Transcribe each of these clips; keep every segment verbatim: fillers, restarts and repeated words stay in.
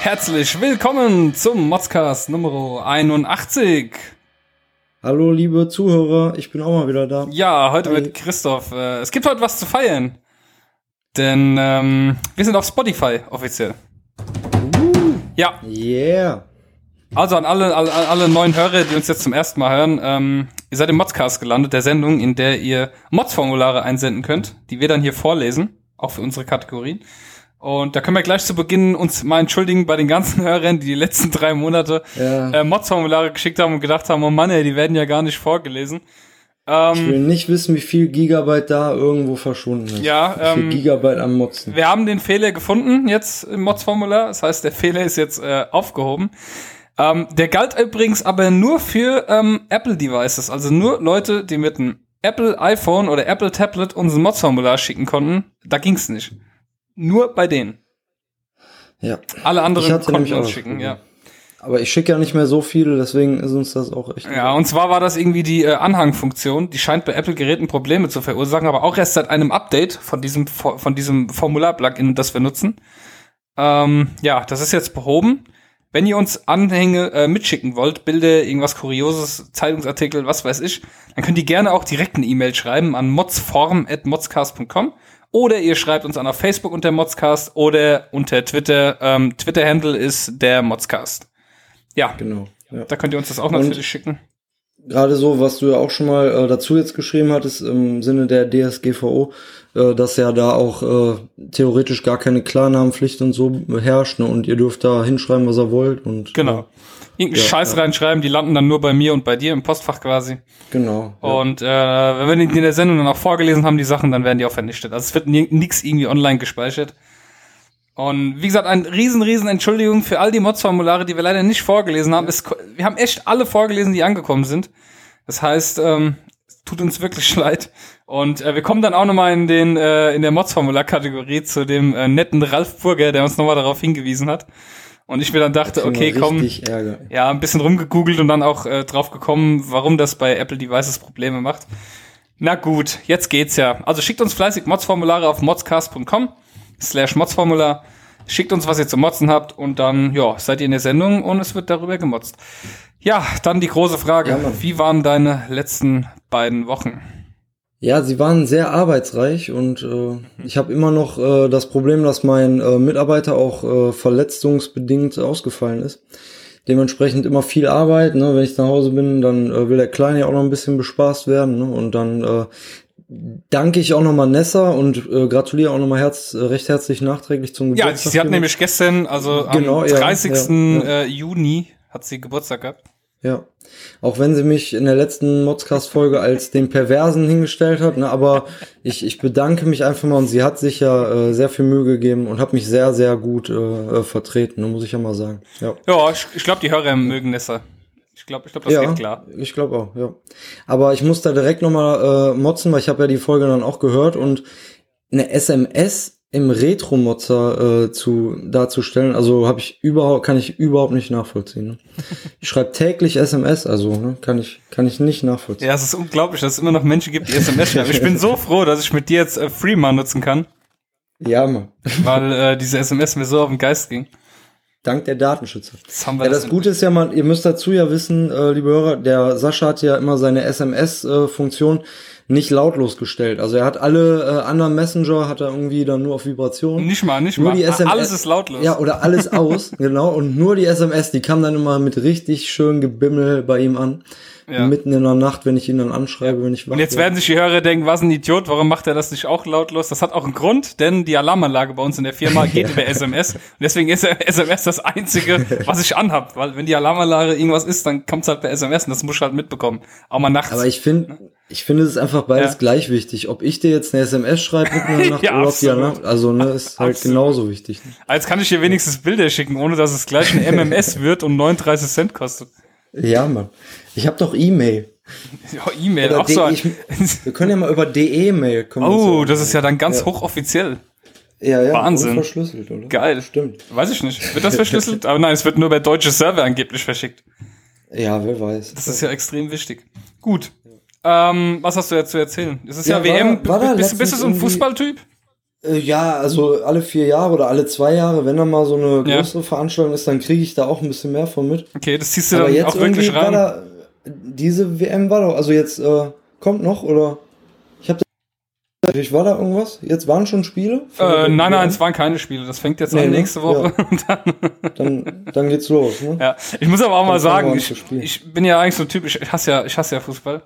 Herzlich willkommen zum Modscast Nummer einundachtzig. Hallo liebe Zuhörer, ich bin auch mal wieder da. Ja, heute Hi. mit Christoph. Äh, es gibt heute was zu feiern, denn ähm, wir sind auf Spotify offiziell. Uh, Ja, yeah. also an alle, alle, alle neuen Hörer, die uns jetzt zum ersten Mal hören, ähm, ihr seid im Modscast gelandet, der Sendung, in der ihr Mods-Formulare einsenden könnt, die wir dann hier vorlesen, auch für unsere Kategorien. Und da können wir gleich zu Beginn uns mal entschuldigen bei den ganzen Hörern, die die letzten drei Monate Ja. äh, Mods-Formulare geschickt haben und gedacht haben, oh Mann, ey, die werden ja gar nicht vorgelesen. Ich Ähm, will nicht wissen, wie viel Gigabyte da irgendwo verschwunden ist. Ja, wie viel ähm, Gigabyte am Motzen. wir haben den Fehler gefunden jetzt im Mods-Formular. Das heißt, der Fehler ist jetzt äh, aufgehoben. Ähm, der galt übrigens aber nur für ähm, Apple-Devices. Also nur Leute, die mit einem Apple iPhone oder Apple Tablet uns ein Mods-Formular schicken konnten. Da ging's nicht. Nur bei denen. Ja. Alle Ich anderen hatte konnten nämlich wir uns auch schicken, das ja. Aber ich schicke ja nicht mehr so viele, deswegen ist uns das auch echt. Ja, und zwar war das irgendwie die äh, Anhangfunktion, die scheint bei Apple-Geräten Probleme zu verursachen, aber auch erst seit einem Update von diesem Fo- von diesem Formular-Plugin, das wir nutzen. Ähm, ja, das ist jetzt behoben. Wenn ihr uns Anhänge äh, mitschicken wollt, Bilder, irgendwas Kurioses, Zeitungsartikel, was weiß ich, dann könnt ihr gerne auch direkt eine E-Mail schreiben an modsform at modscast punkt com oder ihr schreibt uns an auf Facebook unter Modscast oder unter Twitter. Ähm, Twitter-Handle ist der Modscast. Ja, Genau. Ja. da könnt ihr uns das auch Und- natürlich schicken. Gerade so, was du ja auch schon mal äh, dazu jetzt geschrieben hattest, im Sinne der D S G V O, äh, dass ja da auch äh, theoretisch gar keine Klarnamenpflicht und so herrscht, ne? Und ihr dürft da hinschreiben, was ihr wollt. Und Genau. Irgendeinen Ja, Scheiß ja. reinschreiben, die landen dann nur bei mir und bei dir im Postfach quasi. Genau. Ja. Und äh, wenn wir die in der Sendung dann auch vorgelesen haben, die Sachen, dann werden die auch vernichtet. Also es wird ni- nix irgendwie online gespeichert. Und wie gesagt, ein riesen, riesen Entschuldigung für all die Mods-Formulare, die wir leider nicht vorgelesen haben. Es, wir haben echt alle vorgelesen, die angekommen sind. Das heißt, ähm, es tut uns wirklich leid. Und äh, wir kommen dann auch nochmal in den äh, in der Mods-Formular-Kategorie zu dem äh, netten Ralf Burger, der uns nochmal darauf hingewiesen hat. Und ich mir dann dachte, Kriegen okay, wir komm, richtig Ärger. ja, ein bisschen rumgegoogelt und dann auch äh, drauf gekommen, warum das bei Apple Devices Probleme macht. Na gut, jetzt geht's ja. Also schickt uns fleißig Mods-Formulare auf modscast punkt com slash Mods-Formular. Schickt uns, was ihr zu motzen habt und dann, ja, seid ihr in der Sendung und es wird darüber gemotzt. Ja, dann die große Frage. Ja, Mann. Wie waren deine letzten beiden Wochen? Ja, sie waren sehr arbeitsreich und äh, ich habe immer noch äh, das Problem, dass mein äh, Mitarbeiter auch äh, verletzungsbedingt ausgefallen ist. Dementsprechend immer viel Arbeit, ne? Wenn ich nach Hause bin, dann äh, will der Kleine ja auch noch ein bisschen bespaßt werden, ne? Und dann äh, danke ich auch nochmal Nessa und äh, gratuliere auch nochmal herz, äh, recht herzlich nachträglich zum Ja, Geburtstag. sie hat nämlich gestern, also Genau, am ja, dreißigsten ja, ja. Äh, Juni hat sie Geburtstag gehabt. Ja, auch wenn sie mich in der letzten Modscast-Folge als den Perversen hingestellt hat, ne, aber ich, ich bedanke mich einfach mal und sie hat sich ja äh, sehr viel Mühe gegeben und hat mich sehr, sehr gut äh, vertreten, ne, muss ich ja mal sagen. Ja, Ja, ich, ich glaube, die Hörer mögen Nessa. Ich glaube, ich glaube, das ja, geht klar. ich glaube auch, ja. Aber ich muss da direkt nochmal äh, motzen, weil ich habe ja die Folge dann auch gehört und eine S M S im Retro-Mozzer äh, zu darzustellen, also habe ich überhaupt, kann ich überhaupt nicht nachvollziehen. Ne? Ich schreibe täglich S M S, also ne, kann ich kann ich nicht nachvollziehen. Ja, es ist unglaublich, dass es immer noch Menschen gibt, die S M S schreiben. Ich bin so froh, dass ich mit dir jetzt äh, Freema nutzen kann, Ja, Mann. weil äh, diese S M S mir so auf den Geist ging. Dank der Datenschützer. Das haben wir Ja, das Gute ist ja, man, ihr müsst dazu ja wissen, äh, liebe Hörer, der Sascha hat ja immer seine S M S-Funktion nicht lautlos gestellt. Also er hat alle äh, anderen Messenger, hat er irgendwie dann nur auf Vibration. Nicht mal, nicht Nur mal. die S M S, Alles ist lautlos. Ja, oder alles aus, genau. Und nur die S M S, die kam dann immer mit richtig schön Gebimmel bei ihm an. Ja. Mitten in der Nacht, wenn ich ihn dann anschreibe, wenn ich wach Und jetzt werde. werden sich die Hörer denken, was ein Idiot, warum macht er das nicht auch lautlos? Das hat auch einen Grund, denn die Alarmanlage bei uns in der Firma geht über S M S. Und deswegen ist S M S das Einzige, was ich anhab. Weil wenn die Alarmanlage irgendwas ist, dann kommt's halt per S M S und das muss ich halt mitbekommen. Auch mal nachts. Aber ich finde, ich finde es ist einfach beides Ja. gleich wichtig. Ob ich dir jetzt eine S M S schreibe mitten in der Nacht Ja, oder ob die absolut. Nacht, also ne, ist halt Absolut. genauso wichtig. Als kann ich dir wenigstens Bilder schicken, ohne dass es gleich eine M M S wird und neununddreißig Cent kostet. Ja, Mann. Ich habe doch E-Mail. Ja, E-Mail, Oder auch so. D- ein- ich, wir können ja mal über D E-Mail kommen. Oh, das ist ja dann ganz Ja. hochoffiziell. ja, ja, Wahnsinn. unverschlüsselt, oder? Geil. Stimmt. Weiß ich nicht. Wird das verschlüsselt? Aber nein, es wird nur bei deutsche Server angeblich verschickt. Ja, wer weiß. Das ist ja extrem wichtig. Gut. Ähm, was hast du jetzt zu erzählen? Es ist ja, Ja, W M. war- war da bist, bist du letztens so ein irgendwie- Fußballtyp? Äh, ja, also alle vier Jahre oder alle zwei Jahre, wenn da mal so eine größere ja. Veranstaltung ist, dann kriege ich da auch ein bisschen mehr von mit. Okay, das ziehst du aber dann jetzt auch wirklich rein. Da, diese W M war doch, also jetzt äh, kommt noch, oder? Ich hab da, war da irgendwas? Jetzt waren schon Spiele? Äh, nein, nein, es waren keine Spiele. Das fängt jetzt nee, an nächste Woche. Ja. Und dann, dann, dann geht's los, ne? Ja, ich muss aber auch dann mal sagen, ich, ich bin ja eigentlich so ein Typ, ich hasse ja, ich hasse ja Fußball.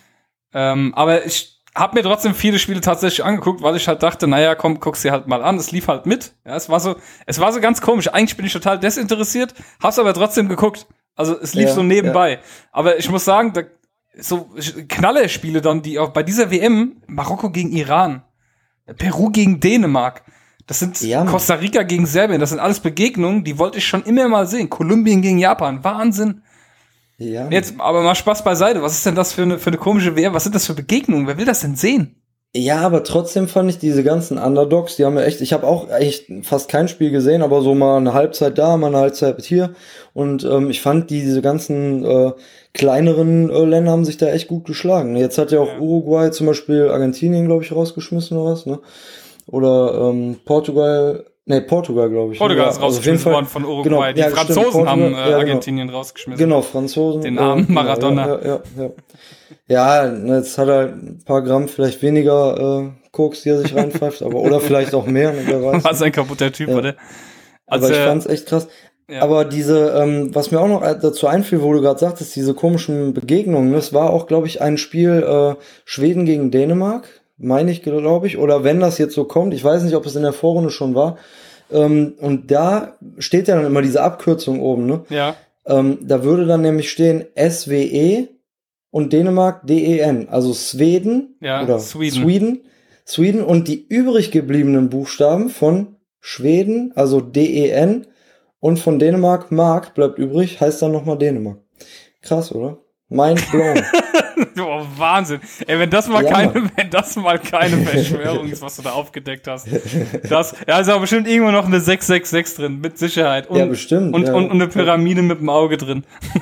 Ähm, aber ich hab mir trotzdem viele Spiele tatsächlich angeguckt, weil ich halt dachte, naja, komm, guck's dir halt mal an. Es lief halt mit. Ja, es war so, es war so ganz komisch. Eigentlich bin ich total desinteressiert, hab's aber trotzdem geguckt. Also es lief ja, so nebenbei. Ja. Aber ich muss sagen, da, so Knallerspiele dann, die auch bei dieser W M, Marokko gegen Iran, Peru gegen Dänemark, das sind ja, Costa Rica gegen Serbien, das sind alles Begegnungen, die wollte ich schon immer mal sehen. Kolumbien gegen Japan, Wahnsinn. Ja. Jetzt, aber mal Spaß beiseite. Was ist denn das für eine, für eine komische W M? Was sind das für Begegnungen? Wer will das denn sehen? Ja, aber trotzdem fand ich diese ganzen Underdogs, die haben ja echt, ich habe auch echt fast kein Spiel gesehen, aber so mal eine Halbzeit da, mal eine Halbzeit hier. Und ähm, ich fand, die, diese ganzen äh, kleineren äh, Länder haben sich da echt gut geschlagen. Jetzt hat ja auch ja. Uruguay zum Beispiel Argentinien, glaube ich, rausgeschmissen oder was, ne? Oder ähm, Portugal... Nee, Portugal, glaube ich. Portugal ja, ist rausgeschmissen worden von Uruguay. Genau, die ja, Franzosen stimmt, haben äh, ja, genau. Argentinien rausgeschmissen. Genau, Franzosen. Den armen ja, Maradona. Ja, ja, ja. Ja, ja, jetzt hat er ein paar Gramm vielleicht weniger äh, Koks, die er sich reinpfeift, aber oder vielleicht auch mehr, ne, wer weiß. Was ein kaputter Typ, ja. oder? Also, aber ich fand's echt krass. Ja. Aber diese, ähm, was mir auch noch dazu einfiel, wo du gerade sagtest, diese komischen Begegnungen, das war auch, glaube ich, ein Spiel äh, Schweden gegen Dänemark, meine ich, glaube ich, oder wenn das jetzt so kommt, ich weiß nicht, ob es in der Vorrunde schon war. Ähm, und da steht ja dann immer diese Abkürzung oben, ne? Ja. Ähm, da würde dann nämlich stehen S W E und Dänemark D E N, also Sweden ja, oder Sweden. Sweden, Sweden und die übrig gebliebenen Buchstaben von Schweden, also D E N und von Dänemark Mark bleibt übrig, heißt dann nochmal Dänemark. Krass, oder? Mind blown. Oh, Wahnsinn. Ey, wenn das mal ja, keine, Mann. wenn das mal keine Verschwörung ist, was du da aufgedeckt hast. Das, ja, ist aber bestimmt irgendwo noch eine sechs sechs sechs drin, mit Sicherheit. Und, ja, bestimmt. Und, ja. und, und eine Pyramide mit dem Auge drin.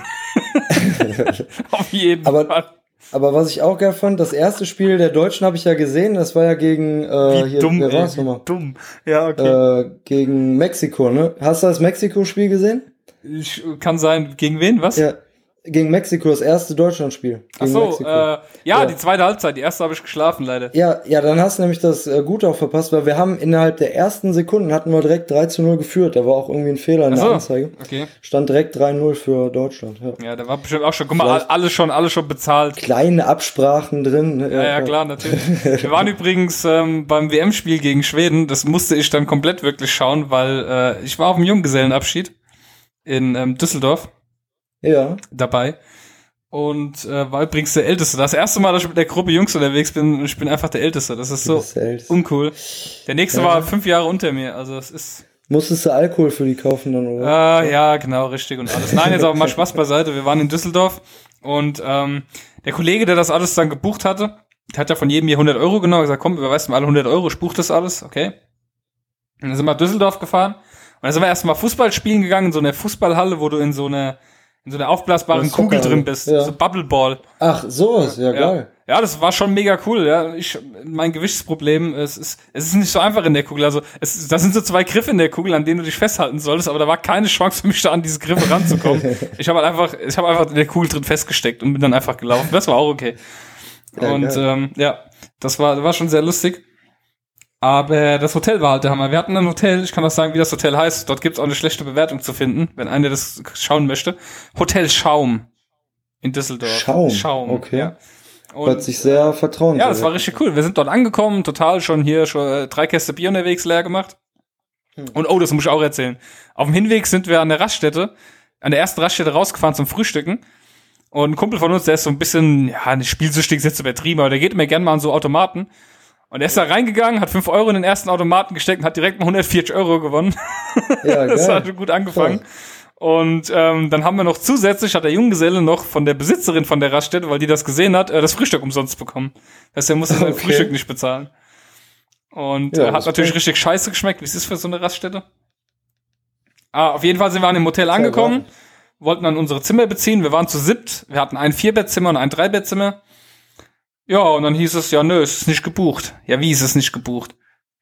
Auf jeden aber, Fall. Aber was ich auch geil fand, das erste Spiel der Deutschen habe ich ja gesehen, das war ja gegen, äh, wie hier, dumm, wer ey, war's nochmal? Dumm. Ja, okay. Äh, gegen Mexiko, ne? Hast du das Mexiko-Spiel gesehen? Ich, kann sein, gegen wen, was? Ja. Gegen Mexiko, das erste Deutschlandspiel. Ach so, äh, ja, ja, die zweite Halbzeit, die erste habe ich geschlafen, leider. Ja, ja, dann hast du nämlich das äh, gut auch verpasst, weil wir haben innerhalb der ersten Sekunden hatten wir direkt drei zu null geführt. Da war auch irgendwie ein Fehler in Ach so, der Anzeige. Okay. Stand direkt drei null für Deutschland. Ja, ja, da war bestimmt auch schon, guck mal, alles schon, alles schon bezahlt. Kleine Absprachen drin. Ne? Ja, ja, klar, natürlich. Wir waren übrigens ähm, beim W M-Spiel gegen Schweden, das musste ich dann komplett wirklich schauen, weil äh, ich war auf dem Junggesellenabschied in ähm, Düsseldorf. Ja. Dabei. Und äh, war übrigens der Älteste. Das erste Mal, dass ich mit der Gruppe Jungs unterwegs bin, ich bin einfach der Älteste. Das ist so uncool. Der nächste ja. war fünf Jahre unter mir. Also das ist. Musstest du Alkohol für die kaufen dann, oder? Ah, ja, genau, richtig und alles. Nein, jetzt aber mal Spaß beiseite. Wir waren in Düsseldorf und ähm, der Kollege, der das alles dann gebucht hatte, der hat ja von jedem hier hundert Euro genommen. gesagt, komm, überweist mir alle hundert Euro, ich buch das alles, okay. Und dann sind wir nach Düsseldorf gefahren und dann sind wir erstmal Fußball spielen gegangen in so einer Fußballhalle, wo du in so einer in so einer aufblasbaren Kugel drin bist, ja. so Bubbleball. Ach, sowas, ja, ja geil. Ja, das war schon mega cool, ja. Ich, mein Gewichtsproblem, es ist, es ist nicht so einfach in der Kugel. Also, es, da sind so zwei Griffe in der Kugel, an denen du dich festhalten solltest, aber da war keine Chance für mich, da an diese Griffe ranzukommen. ich habe halt einfach, ich habe einfach in der Kugel drin festgesteckt und bin dann einfach gelaufen. Das war auch okay. Ja, und, geil. ähm, ja, das war, war schon sehr lustig. Aber das Hotel war halt der Hammer. Wir hatten ein Hotel, ich kann auch sagen, wie das Hotel heißt. Dort gibt's auch eine schlechte Bewertung zu finden, wenn einer das schauen möchte. Hotel Schaum in Düsseldorf. Schaum? Schaum, okay. Ja. Und, hört sich sehr vertrauenswürdig. Ja, das war richtig cool. Wir sind dort angekommen, total schon hier, schon äh, drei Käste Bier unterwegs leer gemacht. Hm. Und oh, das muss ich auch erzählen. Auf dem Hinweg sind wir an der Raststätte, an der ersten Raststätte rausgefahren zum Frühstücken. Und ein Kumpel von uns, der ist so ein bisschen, ja, nicht spielsüchtig, ist jetzt übertrieben, aber der geht immer gerne mal an so Automaten. Und er ist da reingegangen, hat fünf Euro in den ersten Automaten gesteckt und hat direkt mal hundertvierzig Euro gewonnen. Ja, das hat gut angefangen. Cool. Und ähm, dann haben wir noch zusätzlich, hat der Junggeselle noch von der Besitzerin von der Raststätte, weil die das gesehen hat, äh, das Frühstück umsonst bekommen. Das heißt, er musste sein okay. Frühstück nicht bezahlen. Und ja, äh, hat natürlich cool. richtig scheiße geschmeckt. Wie ist das für so eine Raststätte? Ah, auf jeden Fall sind wir an dem Hotel angekommen, wollten dann unsere Zimmer beziehen. Wir waren zu siebt. Wir hatten ein Vierbettzimmer und ein Dreibettzimmer. Ja, und dann hieß es, ja, nö, es ist nicht gebucht. Ja, wie ist es nicht gebucht?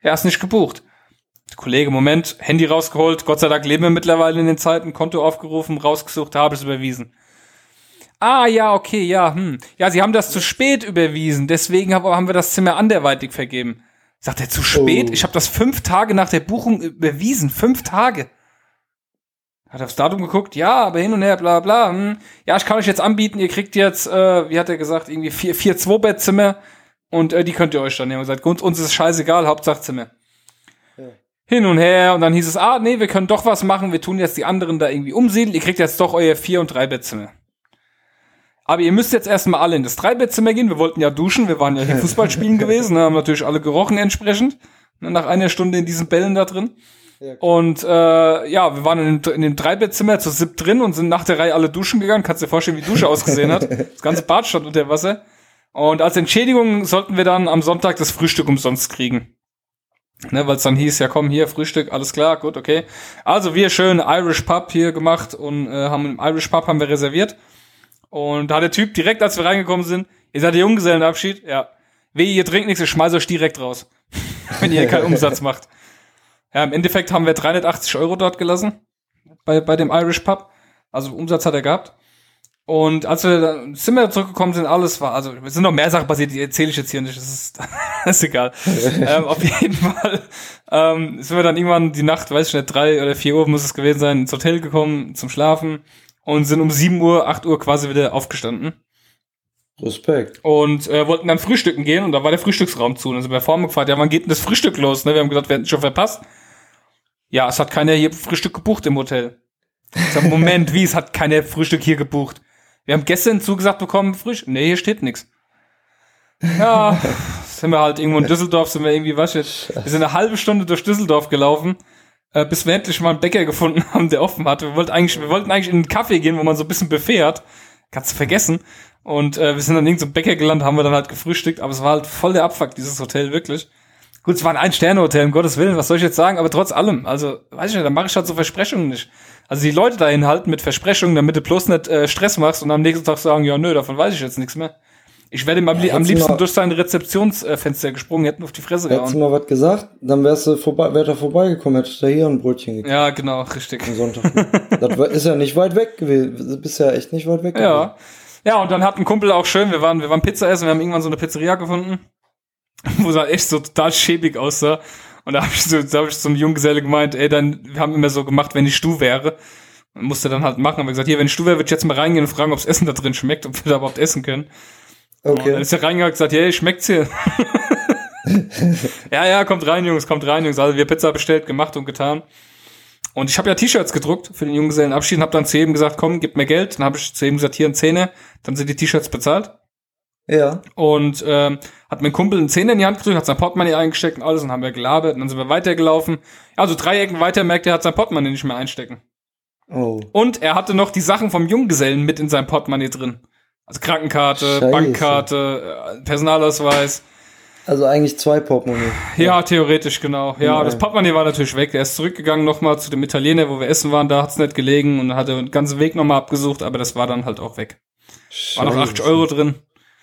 Ja, ist nicht gebucht. Kollege, Moment, Handy rausgeholt, Gott sei Dank leben wir mittlerweile in den Zeiten, Konto aufgerufen, rausgesucht, habe es überwiesen. Ah, ja, okay, ja, hm. Ja, Sie haben das zu spät überwiesen, deswegen haben wir das Zimmer anderweitig vergeben. Sagt er, zu spät? Oh. Ich habe das fünf Tage nach der Buchung überwiesen, fünf Tage. Hat aufs Datum geguckt, ja, aber hin und her, bla bla. Hm. Ja, ich kann euch jetzt anbieten, ihr kriegt jetzt, äh, wie hat er gesagt, irgendwie vier, vier Zwei-Bettzimmer und äh, die könnt ihr euch dann nehmen. Und sagt, uns, uns ist scheißegal, Hauptsache Zimmer. Ja. Hin und her und dann hieß es, ah, nee, wir können doch was machen, wir tun jetzt die anderen da irgendwie umsiedeln, ihr kriegt jetzt doch euer Vier- und Drei-Bettzimmer. Aber ihr müsst jetzt erstmal alle in das Drei-Bettzimmer gehen, wir wollten ja duschen, wir waren ja hier Fußball spielen gewesen, haben natürlich alle gerochen entsprechend, nach einer Stunde in diesen Bällen da drin. Ja, und äh, ja, wir waren in dem, in dem Drei-Bettzimmer zu siebt drin und sind nach der Reihe alle duschen gegangen, kannst dir vorstellen, wie die Dusche ausgesehen hat. Das ganze Bad stand unter Wasser. Und als Entschädigung sollten wir dann am Sonntag das Frühstück umsonst kriegen. Ne, weil es dann hieß, ja komm, hier, Frühstück, alles klar, gut, okay. Also wir schön Irish Pub hier gemacht und äh, haben im Irish Pub haben wir reserviert. Und da hat der Typ direkt, als wir reingekommen sind, ihr seid der Junggesellenabschied, ja. Wehe, ihr trinkt nichts, ich schmeiß euch direkt raus. Wenn ihr keinen Umsatz macht. Ja, im Endeffekt haben wir dreihundertachtzig Euro dort gelassen. Bei, bei dem Irish Pub. Also Umsatz hat er gehabt. Und als wir dann ins Zimmer zurückgekommen sind, alles war, also es sind noch mehr Sachen passiert, die erzähle ich jetzt hier nicht, das ist, das ist egal. ähm, auf jeden Fall ähm, sind wir dann irgendwann die Nacht, weiß ich nicht, drei oder vier Uhr muss es gewesen sein, ins Hotel gekommen zum Schlafen und sind um sieben Uhr, acht Uhr quasi wieder aufgestanden. Respekt. Und äh, wollten dann frühstücken gehen und da war der Frühstücksraum zu. Und dann sind wir vor mir gefragt, ja, wann geht denn das Frühstück los? Ne? Wir haben gesagt, wir hätten schon verpasst. Ja, es hat keiner hier Frühstück gebucht im Hotel. Ich sag, Moment, wie, es hat keiner Frühstück hier gebucht? Wir haben gestern zugesagt bekommen, Frühstück. Nee, hier steht nichts. Ja, sind wir halt irgendwo in Düsseldorf, sind wir irgendwie, was jetzt? Wir sind eine halbe Stunde durch Düsseldorf gelaufen, äh, bis wir endlich mal einen Bäcker gefunden haben, der offen hatte. Wir wollten eigentlich, wir wollten eigentlich in einen Café gehen, wo man so ein bisschen Buffet hat. Kannst du vergessen. Und äh, wir sind dann irgend so Bäcker gelandet, haben wir dann halt gefrühstückt, aber es war halt voll der Abfuck, dieses Hotel, wirklich. Gut, es war ein Ein-Sterne-Hotel, um Gottes Willen, was soll ich jetzt sagen, aber trotz allem, also, weiß ich nicht, da mache ich halt so Versprechungen nicht. Also die Leute dahin halten mit Versprechungen, damit du bloß nicht äh, Stress machst und am nächsten Tag sagen, ja nö, davon weiß ich jetzt nichts mehr. Ich werde ihm am, ja, am liebsten mal, durch sein Rezeptionsfenster gesprungen, hätten auf die Fresse gehauen. Hättest du mal was gesagt, dann wärst du vorbei, wär da vorbeigekommen, hättest du da hier ein Brötchen gekriegt. Ja, genau, richtig. Am Sonntag. Das ist ja nicht weit weg gewesen, du bist ja echt nicht weit weg gewesen. Ja. Ja, und dann hat ein Kumpel auch schön, wir waren, wir waren Pizza essen, wir haben irgendwann so eine Pizzeria gefunden, wo es halt echt so total schäbig aussah. Und da habe ich so, da habe ich so eine Junggeselle gemeint, ey, dann, wir haben immer so gemacht, wenn ich du wäre. Und musste dann halt machen, haben wir gesagt, hier, wenn ich du wäre, würde ich jetzt mal reingehen und fragen, ob das Essen da drin schmeckt, ob wir da überhaupt essen können. Okay. Und dann ist er reingegangen und gesagt, hey, schmeckt's hier? ja, ja, kommt rein, Jungs, kommt rein, Jungs. Also wir Pizza bestellt, gemacht und getan. Und ich habe ja T-Shirts gedruckt für den Junggesellenabschied und habe dann zu jedem gesagt, komm, gib mir Geld. Dann habe ich zu jedem gesagt, hier ein Zehner. Dann sind die T-Shirts bezahlt. Ja. Und ähm, hat mein Kumpel einen Zehner in die Hand gedrückt, hat sein Portemonnaie eingesteckt und alles und haben wir gelabert. Und dann sind wir weitergelaufen. Also drei Ecken weiter merkt er, hat sein Portemonnaie nicht mehr einstecken. Oh. Und er hatte noch die Sachen vom Junggesellen mit in seinem Portemonnaie drin. Also Krankenkarte, Scheiße. Bankkarte, Personalausweis. Also eigentlich zwei Portemonnaie. Ja, ja, theoretisch, genau. Ja, Nein. Das Portemonnaie war natürlich weg. Er ist zurückgegangen nochmal zu dem Italiener, wo wir essen waren. Da hat's nicht gelegen und hat er den ganzen Weg nochmal abgesucht, aber das war dann halt auch weg. Scheiße. War noch achtzig Euro drin.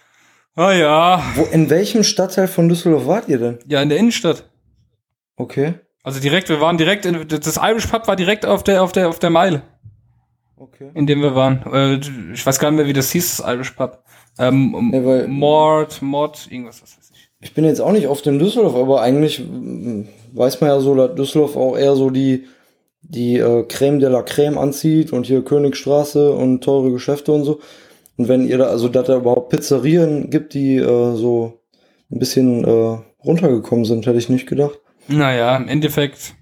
Ah ja. Wo, in welchem Stadtteil von Düsseldorf wart ihr denn? Ja, in der Innenstadt. Okay. Also direkt, wir waren direkt, in, das Irish Pub war direkt auf der, auf der, auf der Meile. Okay. In dem wir waren. Äh, ich weiß gar nicht mehr, wie das hieß, das Irish Pub. Ähm, ja, weil, Mord, Mod, irgendwas, was weiß ich. Ich bin jetzt auch nicht oft in Düsseldorf, aber eigentlich weiß man ja so, dass Düsseldorf auch eher so die, die äh, Crème de la Crème anzieht und hier Königstraße und teure Geschäfte und so. Und wenn ihr da, also dass da überhaupt Pizzerien gibt, die äh, so ein bisschen äh, runtergekommen sind, hätte ich nicht gedacht. Naja, im Endeffekt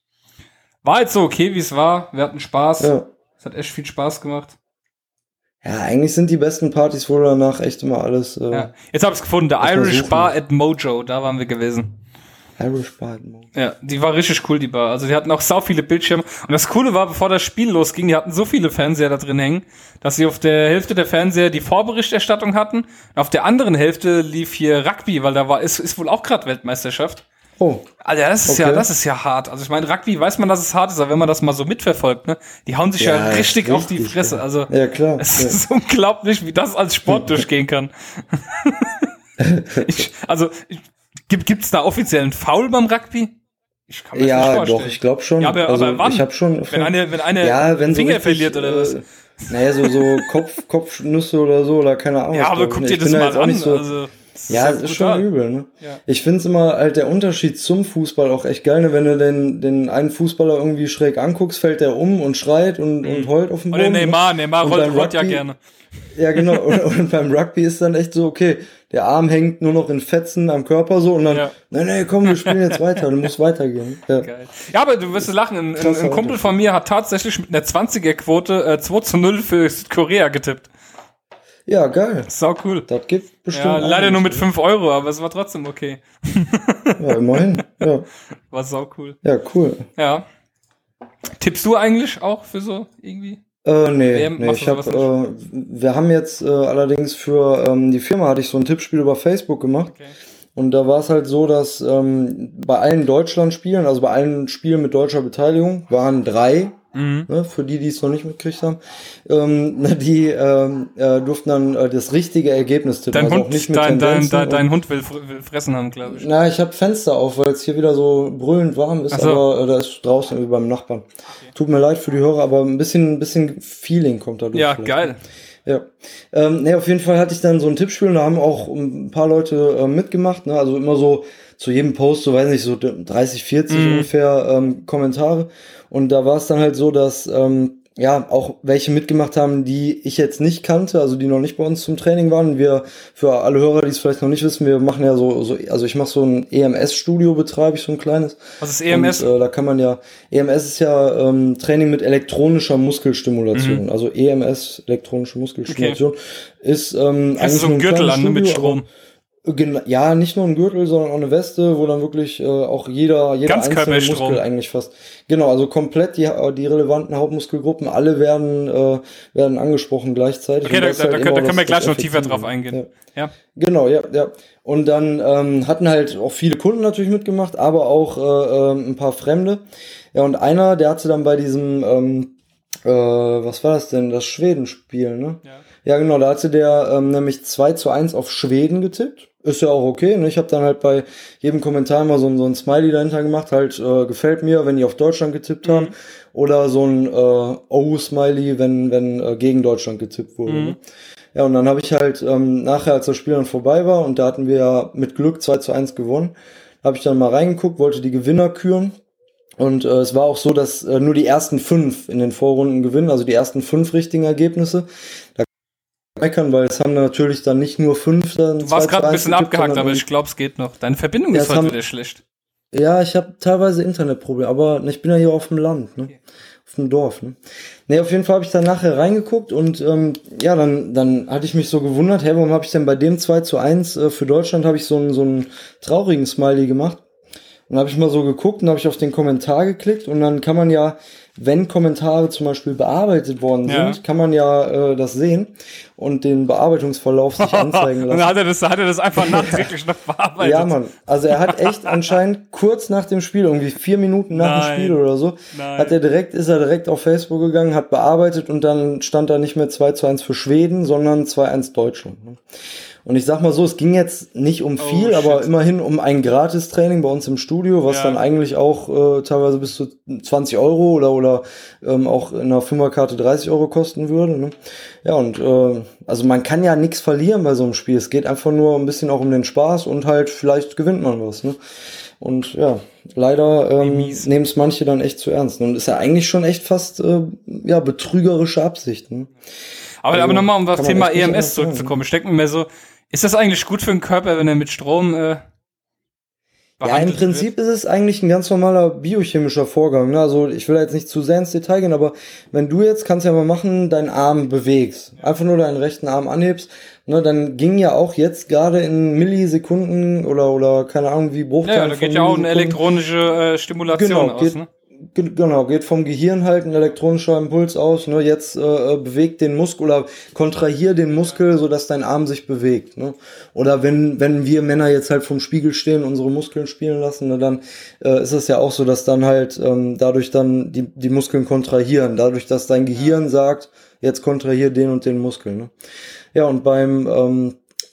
war jetzt so okay, wie es war. Wir hatten Spaß. Ja. Es hat echt viel Spaß gemacht. Ja, eigentlich sind die besten Partys wohl danach echt immer alles. Äh, ja. Jetzt habe ich es gefunden, der Irish Bar at Mojo, da waren wir gewesen. Irish Bar at Mojo. Ja, die war richtig cool, die Bar. Also die hatten auch sau viele Bildschirme. Und das Coole war, bevor das Spiel losging, die hatten so viele Fernseher da drin hängen, dass sie auf der Hälfte der Fernseher die Vorberichterstattung hatten. Und auf der anderen Hälfte lief hier Rugby, weil da war ist, ist wohl auch gerade Weltmeisterschaft. Oh. Also das ist okay. ja, das ist ja hart. Also ich meine, Rugby weiß man, dass es hart ist, aber wenn man das mal so mitverfolgt, ne, die hauen sich ja, ja richtig, richtig auf die Fresse. Also ja, klar. Es ja. ist unglaublich, wie das als Sport durchgehen kann. ich, also ich, Gibt gibt's da offiziell einen Foul beim Rugby? Ich kann mir ja, das nicht vorstellen. Doch, ich glaube schon. Ja, aber, also, aber wann? Ich hab schon, wenn eine, wenn eine ja, wenn Finger so richtig, verliert oder was? Äh, naja, so, so Kopf, Kopfnüsse oder so, oder keine Ahnung. Ja, aber guck dir das mal an. So, also, das ja, es ist, ist schon übel, ne? Ja. Ich find's immer halt der Unterschied zum Fußball auch echt geil, ne? Wenn du den, den einen Fußballer irgendwie schräg anguckst, fällt der um und schreit und, mhm. und heult auf dem Boden. Oder Neymar, Neymar rollt, rollt ja gerne. Ja, genau. Und, und beim Rugby ist dann echt so, okay, der Arm hängt nur noch in Fetzen am Körper so und dann, ja. nee, nee, komm, wir spielen jetzt weiter, du musst weitergehen. Ja. Geil. Ja, aber du wirst lachen, ein, ein, ein Kumpel von mir hat tatsächlich mit einer zwanziger-Quote äh, zwei zu null für Südkorea getippt. Ja, geil. Sau cool. Das gibt bestimmt. Ja, leider nur mit fünf Euro, aber es war trotzdem okay. Ja, immerhin. Ja. War sau cool. Ja, cool. Ja. Tippst du eigentlich auch für so irgendwie? Äh, nee, nee ich hab, äh, wir haben jetzt äh, allerdings für ähm, die Firma hatte ich so ein Tippspiel über Facebook gemacht. Okay. Und da war es halt so, dass ähm, bei allen Deutschlandspielen, also bei allen Spielen mit deutscher Beteiligung, waren drei, mhm. ne, für die, die es noch nicht mitgekriegt haben, ähm, die ähm, äh, durften dann äh, das richtige Ergebnis tippen. Dein also Hund, auch nicht mit dein, dein, dein, und, dein Hund will, will fressen haben, glaube ich. Na, ich habe Fenster auf, weil es hier wieder so brüllend warm ist, so. aber äh, da ist draußen irgendwie beim Nachbarn. Okay. Tut mir leid für die Hörer, aber ein bisschen, ein bisschen Feeling kommt da durch. Ja, geil. Ja, ähm, ne, auf jeden Fall hatte ich dann so ein Tippspiel und da haben auch ein paar Leute äh, mitgemacht, ne, also immer so zu jedem Post, so weiß nicht, so dreißig, vierzig mm. ungefähr ähm, Kommentare und da war es dann halt so, dass ähm, ja auch welche mitgemacht haben, die ich jetzt nicht kannte, also die noch nicht bei uns zum Training waren. Wir, für alle Hörer, die es vielleicht noch nicht wissen, wir machen ja so, so also ich mache so ein E M S-Studio, betreibe ich so ein kleines. Was ist E M S? Und, äh, da kann man ja, E M S ist ja ähm, Training mit elektronischer Muskelstimulation, mhm. also E M S, elektronische Muskelstimulation, okay. ist ähm, eigentlich so ein Gürtel an, ne, mit Strom. Ja, nicht nur ein Gürtel, sondern auch eine Weste, wo dann wirklich äh, auch jeder, jeder einzelne Muskel eigentlich fast, genau, also komplett die, die relevanten Hauptmuskelgruppen, alle werden äh, werden angesprochen gleichzeitig. Okay, da, da, da, da können wir gleich noch tiefer drauf eingehen. Ja. ja. Genau, ja, ja. Und dann ähm, hatten halt auch viele Kunden natürlich mitgemacht, aber auch äh, äh, ein paar Fremde. Ja, und einer, der hatte dann bei diesem, ähm, äh, was war das denn, das Schwedenspiel, ne? Ja. Ja, genau, da hatte der ähm, nämlich zwei zu eins auf Schweden getippt. Ist ja auch okay, ne? Ich habe dann halt bei jedem Kommentar mal so, so ein Smiley dahinter gemacht, halt äh, gefällt mir, wenn die auf Deutschland getippt mhm. haben. Oder so ein äh, O-Smiley, wenn wenn äh, gegen Deutschland getippt wurde. Mhm. Ne? Ja, und dann habe ich halt ähm, nachher, als das Spiel dann vorbei war, und da hatten wir ja mit Glück zwei zu eins gewonnen, habe ich dann mal reingeguckt, wollte die Gewinner küren. Und äh, es war auch so, dass äh, nur die ersten fünf in den Vorrunden gewinnen, also die ersten fünf richtigen Ergebnisse. Da meckern, weil es haben natürlich dann nicht nur fünf. Dann du warst gerade ein bisschen abgehackt, aber ich glaube, es geht noch. Deine Verbindung ja, ist heute haben, wieder schlecht. Ja, ich habe teilweise Internetprobleme, aber ich bin ja hier auf dem Land, ne? Okay. Auf dem Dorf, ne? Ne, auf jeden Fall habe ich dann nachher reingeguckt und ähm, ja, dann dann hatte ich mich so gewundert, hey, warum habe ich denn bei dem zwei zu eins äh, für Deutschland habe ich so einen so einen traurigen Smiley gemacht. Und dann habe ich mal so geguckt und habe ich auf den Kommentar geklickt und dann kann man ja, wenn Kommentare zum Beispiel bearbeitet worden sind, ja. kann man ja äh, das sehen und den Bearbeitungsverlauf sich anzeigen lassen. Und dann hat er das, hat er das einfach nachträglich noch bearbeitet. Ja, Mann. Also er hat echt anscheinend kurz nach dem Spiel, irgendwie vier Minuten nach Nein. dem Spiel oder so, Nein. hat er direkt, ist er direkt auf Facebook gegangen, hat bearbeitet und dann stand da nicht mehr zwei zu eins für Schweden, sondern zwei eins Deutschland. Und ich sag mal so, es ging jetzt nicht um viel, oh, aber immerhin um ein Gratistraining bei uns im Studio, was ja. dann eigentlich auch äh, teilweise bis zu zwanzig Euro oder oder ähm, auch in einer Fünferkarte dreißig Euro kosten würde. Ne? Ja, und äh, also man kann ja nichts verlieren bei so einem Spiel. Es geht einfach nur ein bisschen auch um den Spaß und halt vielleicht gewinnt man was. Ne? Und ja, leider ähm, nehmen es manche dann echt zu ernst. Und ist ja eigentlich schon echt fast äh, ja betrügerische Absicht. Ne? Aber, also, aber nochmal, um das Thema E M S zurückzukommen. Ich denke mir mehr so, ist das eigentlich gut für den Körper, wenn er mit Strom äh, ja, im Prinzip wird? Ist es eigentlich ein ganz normaler biochemischer Vorgang. Ne? Also ich will jetzt nicht zu sehr ins Detail gehen, aber wenn du jetzt, kannst ja mal machen, deinen Arm bewegst, einfach nur deinen rechten Arm anhebst, ne, dann ging ja auch jetzt gerade in Millisekunden oder oder keine Ahnung wie Bruchteile. Ja, da geht ja auch eine elektronische äh, Stimulation genau, aus, geht, ne? Genau, geht vom Gehirn halt ein elektronischer Impuls aus, ne, jetzt äh, bewegt den Muskel oder kontrahier den Muskel, so dass dein Arm sich bewegt, ne? Oder wenn wenn wir Männer jetzt halt vom Spiegel stehen, unsere Muskeln spielen lassen, ne, dann äh, ist es ja auch so, dass dann halt ähm, dadurch dann die die Muskeln kontrahieren, dadurch, dass dein Gehirn sagt, jetzt kontrahier den und den Muskel, ne? Ja, und beim ähm,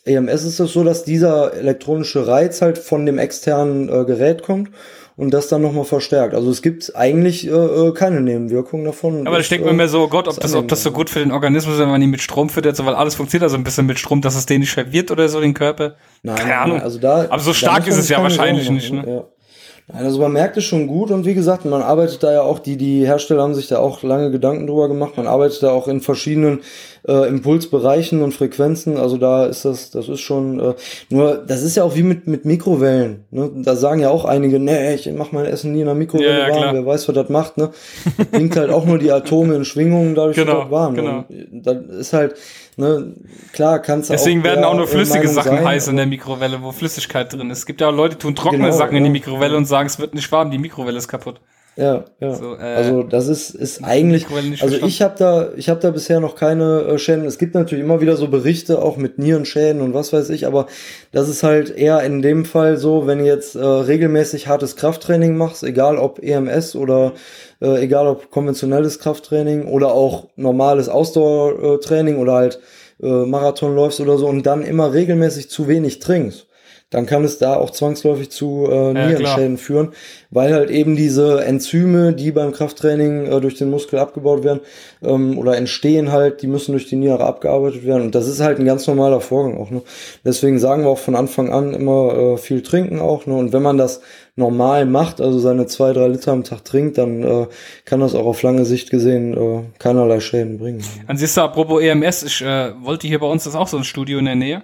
E M S ist es so, dass dieser elektronische Reiz halt von dem externen äh, Gerät kommt und das dann nochmal verstärkt. Also es gibt eigentlich äh, keine Nebenwirkungen davon. Aber da denkt man mir so, Gott, ob das, ob das so gut für den Organismus ist, wenn man ihn mit Strom füttert, so, weil alles funktioniert also ein bisschen mit Strom, dass es den nicht verwirrt oder so, den Körper. Nein, keine Ahnung. Also da, aber so stark ist es ja wahrscheinlich nicht, ne? Ja. Also man merkt es schon gut und wie gesagt, man arbeitet da ja auch, die die Hersteller haben sich da auch lange Gedanken drüber gemacht, man arbeitet da auch in verschiedenen äh, Impulsbereichen und Frequenzen, also da ist das, das ist schon, äh, nur das ist ja auch wie mit mit Mikrowellen, ne? Da sagen ja auch einige, nee, ich mach mein Essen nie in der Mikrowelle ja, ja, warm, klar. Wer weiß, was das macht, ne? Das bringt halt auch nur die Atome in Schwingungen, dadurch genau, wird das warm. Genau. Und das ist halt, ne, klar kannst du Deswegen auch werden der, auch nur flüssige Meinung Sachen sein, heiß in der Mikrowelle, wo Flüssigkeit drin ist. Es gibt ja auch Leute, die tun trockene Genau, Sachen in die ja. Mikrowelle und sagen, es wird nicht warm, die Mikrowelle ist kaputt. Ja, ja. So, äh, also das ist ist eigentlich, also ich habe da ich habe da bisher noch keine äh, Schäden. Es gibt natürlich immer wieder so Berichte auch mit Nierenschäden und was weiß ich, aber das ist halt eher in dem Fall so, wenn du jetzt äh, regelmäßig hartes Krafttraining machst, egal ob E M S oder äh, egal ob konventionelles Krafttraining oder auch normales Ausdauertraining oder halt äh, Marathon läufst oder so und dann immer regelmäßig zu wenig trinkst, dann kann es da auch zwangsläufig zu äh, Nierenschäden ja, führen, weil halt eben diese Enzyme, die beim Krafttraining äh, durch den Muskel abgebaut werden ähm, oder entstehen halt, die müssen durch die Niere abgearbeitet werden und das ist halt ein ganz normaler Vorgang auch. Ne? Deswegen sagen wir auch von Anfang an immer äh, viel trinken auch. Ne? Und wenn man das normal macht, also seine zwei, drei Liter am Tag trinkt, dann äh, kann das auch auf lange Sicht gesehen äh, keinerlei Schäden bringen. Dann siehst du, apropos E M S, ich äh, wollte hier bei uns, das ist auch so ein Studio in der Nähe.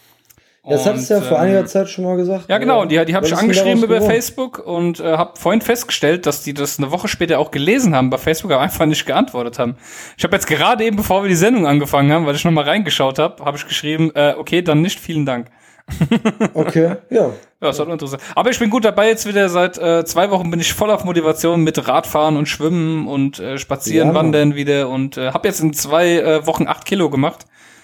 Das hattest du ja vor einiger Zeit schon mal gesagt. Ja, genau, die, die habe ich angeschrieben über geworden? Facebook und äh, habe vorhin festgestellt, dass die das eine Woche später auch gelesen haben bei Facebook, aber einfach nicht geantwortet haben. Ich habe jetzt gerade eben, bevor wir die Sendung angefangen haben, weil ich nochmal reingeschaut habe, habe ich geschrieben, äh, okay, dann nicht, vielen Dank. Okay, ja. Ja, das war interessant. Aber ich bin gut dabei jetzt wieder, seit äh, zwei Wochen bin ich voll auf Motivation mit Radfahren und Schwimmen und äh, Spazieren, ja, Wandern wieder und äh, habe jetzt in zwei äh, Wochen acht Kilo gemacht.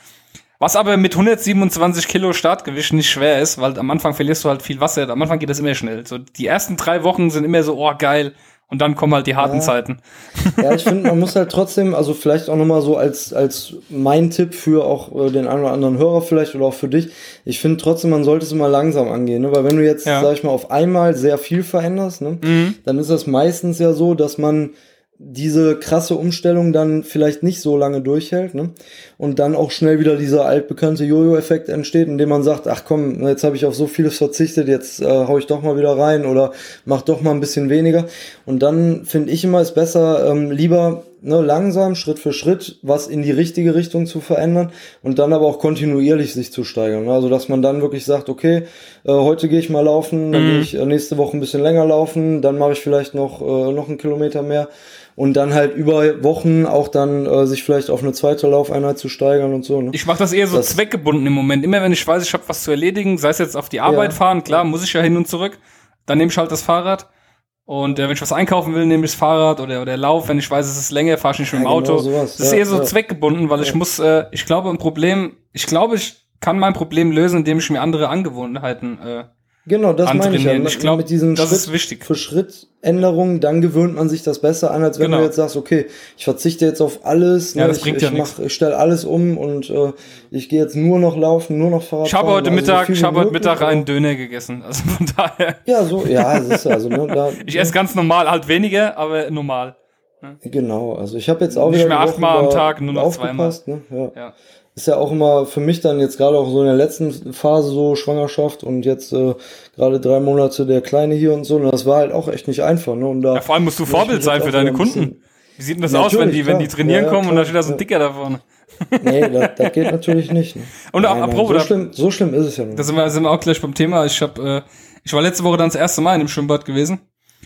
Was aber mit hundertsiebenundzwanzig Kilo Startgewicht nicht schwer ist, weil am Anfang verlierst du halt viel Wasser. Am Anfang geht das immer schnell. So die ersten drei Wochen sind immer so, oh geil. Und dann kommen halt die harten ja. Zeiten. Ja, ich finde, man muss halt trotzdem, also vielleicht auch nochmal so als als mein Tipp für auch äh, den einen oder anderen Hörer vielleicht oder auch für dich. Ich finde trotzdem, man sollte es immer langsam angehen, ne? Weil wenn du jetzt, ja. sag ich mal, auf einmal sehr viel veränderst, ne, mhm. dann ist das meistens ja so, dass man diese krasse Umstellung dann vielleicht nicht so lange durchhält, ne? Und dann auch schnell wieder dieser altbekannte Jojo-Effekt entsteht, indem man sagt, ach komm, jetzt habe ich auf so vieles verzichtet, jetzt äh, hau ich doch mal wieder rein oder mach doch mal ein bisschen weniger. Und dann finde ich immer, ist besser, ähm, lieber ne, langsam, Schritt für Schritt, was in die richtige Richtung zu verändern und dann aber auch kontinuierlich sich zu steigern. Also dass man dann wirklich sagt, okay, äh, heute gehe ich mal laufen, dann mhm. gehe ich äh, nächste Woche ein bisschen länger laufen, dann mache ich vielleicht noch äh, noch einen Kilometer mehr. Und dann halt über Wochen auch dann äh, sich vielleicht auf eine zweite Laufeinheit zu steigern und so. Ne? Ich mache das eher so das zweckgebunden im Moment. Immer wenn ich weiß, ich habe was zu erledigen, sei es jetzt auf die Arbeit ja. fahren, klar, muss ich ja hin und zurück, dann nehme ich halt das Fahrrad. Und äh, wenn ich was einkaufen will, nehme ich das Fahrrad oder oder Lauf. Wenn ich weiß, es ist länger, fahre ich nicht mit dem ja, Auto. Genau sowas. Das ist ja, eher so ja. zweckgebunden, weil ja. ich muss, äh, ich glaube, ein Problem, ich glaube, ich kann mein Problem lösen, indem ich mir andere Angewohnheiten äh, Genau, das meine ich ja. Ich glaube, mit diesen das Schritt ist wichtig. für Schritt Änderungen, dann gewöhnt man sich das besser an, als wenn genau. du jetzt sagst, okay, ich verzichte jetzt auf alles, ja, ne, das ich, bringt ich ja mach, ich stelle alles um und äh, ich gehe jetzt nur noch laufen, nur noch Fahrrad Ich habe fahren, heute also Mittag, so ich habe heute möglich, Mittag einen Döner gegessen, also von daher. Ja, so, ja, es ist also, ne, da, ich esse ganz normal, halt weniger, aber normal. Ne? Genau, also ich habe jetzt auch nicht wieder mehr achtmal am Tag, nur noch zweimal. Ne? Ja. ja. Ist ja auch immer für mich dann jetzt gerade auch so in der letzten Phase so Schwangerschaft und jetzt äh, gerade drei Monate der Kleine hier und so. Und das war halt auch echt nicht einfach. Ne? Und da ja, vor allem musst du Vorbild sein für deine Kunden. Wie sieht denn das aus, wenn die, klar. wenn die trainieren ja, ja, kommen klar, und da steht da so ein Dicker ja. da vorne? Nee, das, das geht natürlich nicht. Ne? Und nein, apropos, nein, so, schlimm, so schlimm ist es ja nicht. Da sind wir, sind wir auch gleich beim Thema. Ich hab, äh, ich war letzte Woche dann das erste Mal in einem Schwimmbad gewesen.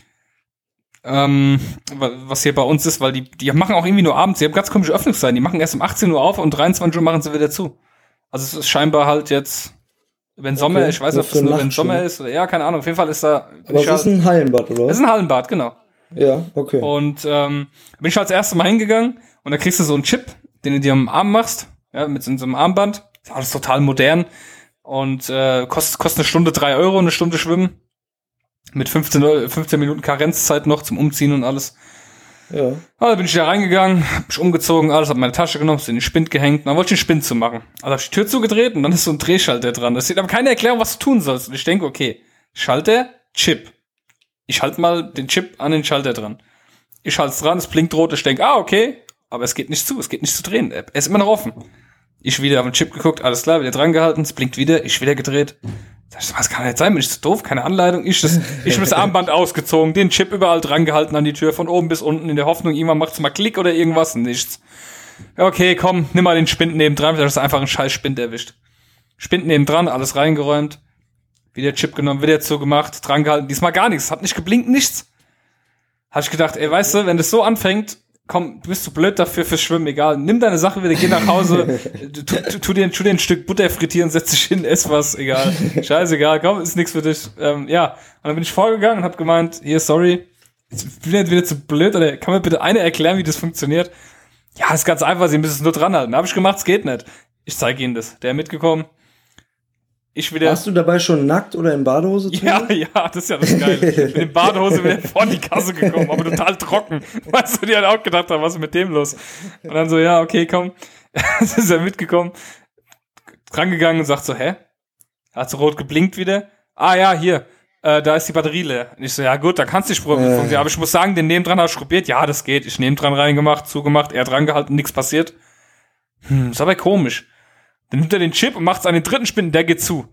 Ähm, was hier bei uns ist, weil die, die machen auch irgendwie nur abends, die haben ganz komische Öffnungszeiten, die machen erst um achtzehn Uhr auf und dreiundzwanzig Uhr machen sie wieder zu. Also es ist scheinbar halt jetzt, wenn okay. Sommer, ich weiß nicht, ob das nur wenn Sommer ist oder ja, keine Ahnung, auf jeden Fall ist da. Aber es ist ein Hallenbad, oder? Es ist ein Hallenbad, genau. Ja, okay. Und ähm, bin ich halt das erste Mal hingegangen und da kriegst du so einen Chip, den du dir am Arm machst, ja, mit so einem Armband. Das ist alles total modern und äh, kostet, kostet eine Stunde drei Euro, eine Stunde Schwimmen. Mit fünfzehn, fünfzehn Minuten Karenzzeit noch zum Umziehen und alles. Ja. Also bin ich da reingegangen, hab mich umgezogen, alles, hab meine Tasche genommen, ist in den Spind gehängt, und dann wollte ich den Spind zumachen. Also hab ich die Tür zugedreht und dann ist so ein Drehschalter dran. Es steht aber keine Erklärung, was du tun sollst. Und ich denke, okay, Schalter, Chip. Ich halte mal den Chip an den Schalter dran. Ich halte es dran, es blinkt rot, ich denke, ah, okay, aber es geht nicht zu, es geht nicht zu drehen. Er ist immer noch offen. Ich wieder auf den Chip geguckt, alles klar, wieder dran gehalten, es blinkt wieder, ich wieder gedreht. Was kann nicht sein, bin ich zu doof, keine Anleitung. Ich das, ich hab das Armband ausgezogen, den Chip überall dran gehalten an die Tür, von oben bis unten, in der Hoffnung, irgendwann macht's mal Klick oder irgendwas, nichts. Okay, komm, nimm mal den Spind nebendran, da hast du einfach einen scheiß Spind erwischt. Spind nebendran, alles reingeräumt, wieder Chip genommen, wieder zugemacht, dran gehalten, diesmal gar nichts, hat nicht geblinkt, nichts. Hab ich gedacht, ey, weißt du, wenn das so anfängt, komm, du bist zu blöd dafür fürs Schwimmen, egal. Nimm deine Sache wieder, geh nach Hause, tu, tu, tu, dir, tu dir ein Stück Butter frittieren, setz dich hin, ess was, egal. Scheißegal, komm, ist nichts für dich. Ähm, ja, und dann bin ich vorgegangen und hab gemeint, hier, sorry, ich bin jetzt wieder zu blöd, oder kann mir bitte einer erklären, wie das funktioniert? Ja, ist ganz einfach, Sie müssen es nur dran halten. Hab ich gemacht, es geht nicht. Ich zeige Ihnen das. Der mitgekommen. Ich wieder. Warst du dabei schon nackt oder in Badehose? Ja, ja, das ist ja das Geile. Ich bin in Badehose wieder vor die Kasse gekommen, aber total trocken. Weißt du, die hat auch gedacht haben, was ist mit dem los? Und dann so, ja, okay, komm. Das ist er mitgekommen, drangegangen und sagt so, hä? Hat so rot geblinkt wieder. Ah ja, hier, äh, da ist die Batterie leer. Und ich so, ja gut, da kannst du die Spur äh. Aber ich muss sagen, den nebendran hast du probiert. Ja, das geht. Ich nebendran reingemacht, zugemacht, er dran gehalten, nichts passiert. Hm, ist aber komisch. Dann nimmt er den Chip und macht's an den dritten Spinden, der geht zu.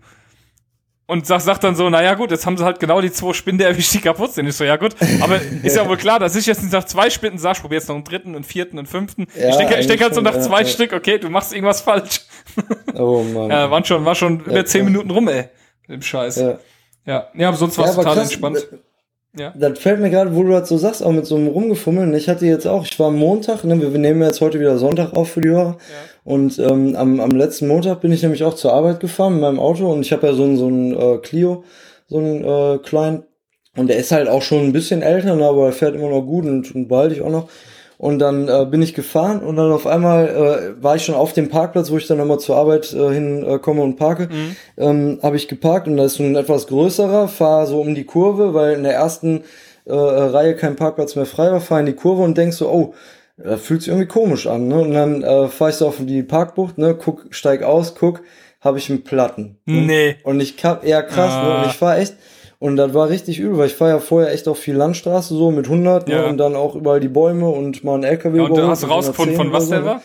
Und sagt, sagt dann so, naja gut, jetzt haben sie halt genau die zwei Spinnen erwischt, die kaputt sind. Ich so, ja gut, aber ist ja wohl klar, dass ich jetzt nicht nach zwei Spinnen sag, ich probier jetzt noch einen dritten, einen vierten, einen fünften. Ja, ich denke ich denk halt so nach ja, zwei ja. Stück, okay, du machst irgendwas falsch. Oh Mann. Ja, waren schon, war schon ja, über zehn ja. Minuten rum, ey, mit dem Scheiß. Ja, ja, ja aber sonst war es ja, total krass, entspannt. Ja. Das fällt mir gerade, wo du das so sagst, auch mit so einem Rumgefummeln. Ich hatte jetzt auch, ich war am Montag, ne, wir, wir nehmen jetzt heute wieder Sonntag auf für die Hörer. Ja. Und ähm, am, am letzten Montag bin ich nämlich auch zur Arbeit gefahren mit meinem Auto und ich habe ja so einen so einen äh, Clio, so einen äh, kleinen. Und der ist halt auch schon ein bisschen älter, ne, aber er fährt immer noch gut und, und behalte ich auch noch. Und dann äh, bin ich gefahren und dann auf einmal äh, war ich schon auf dem Parkplatz, wo ich dann nochmal zur Arbeit äh, hinkomme äh, und parke. Mhm. Ähm, habe ich geparkt und da ist so ein etwas größerer, fahre so um die Kurve, weil in der ersten äh, Reihe kein Parkplatz mehr frei war, fahre in die Kurve und denk so, oh, da fühlt sich irgendwie komisch an, ne? Und dann äh, fahre ich so auf die Parkbucht, ne, guck, steig aus, guck, habe ich einen Platten. Ne? Nee. Und ich kam, ja krass, ah. ne? Und ich fahr echt. Und das war richtig übel, weil ich fahre ja vorher echt auf viel Landstraße, so mit hundert, ja. ne, und dann auch überall die Bäume und mal ein L K W. Ja, und da hast du rausgefunden, von was der war?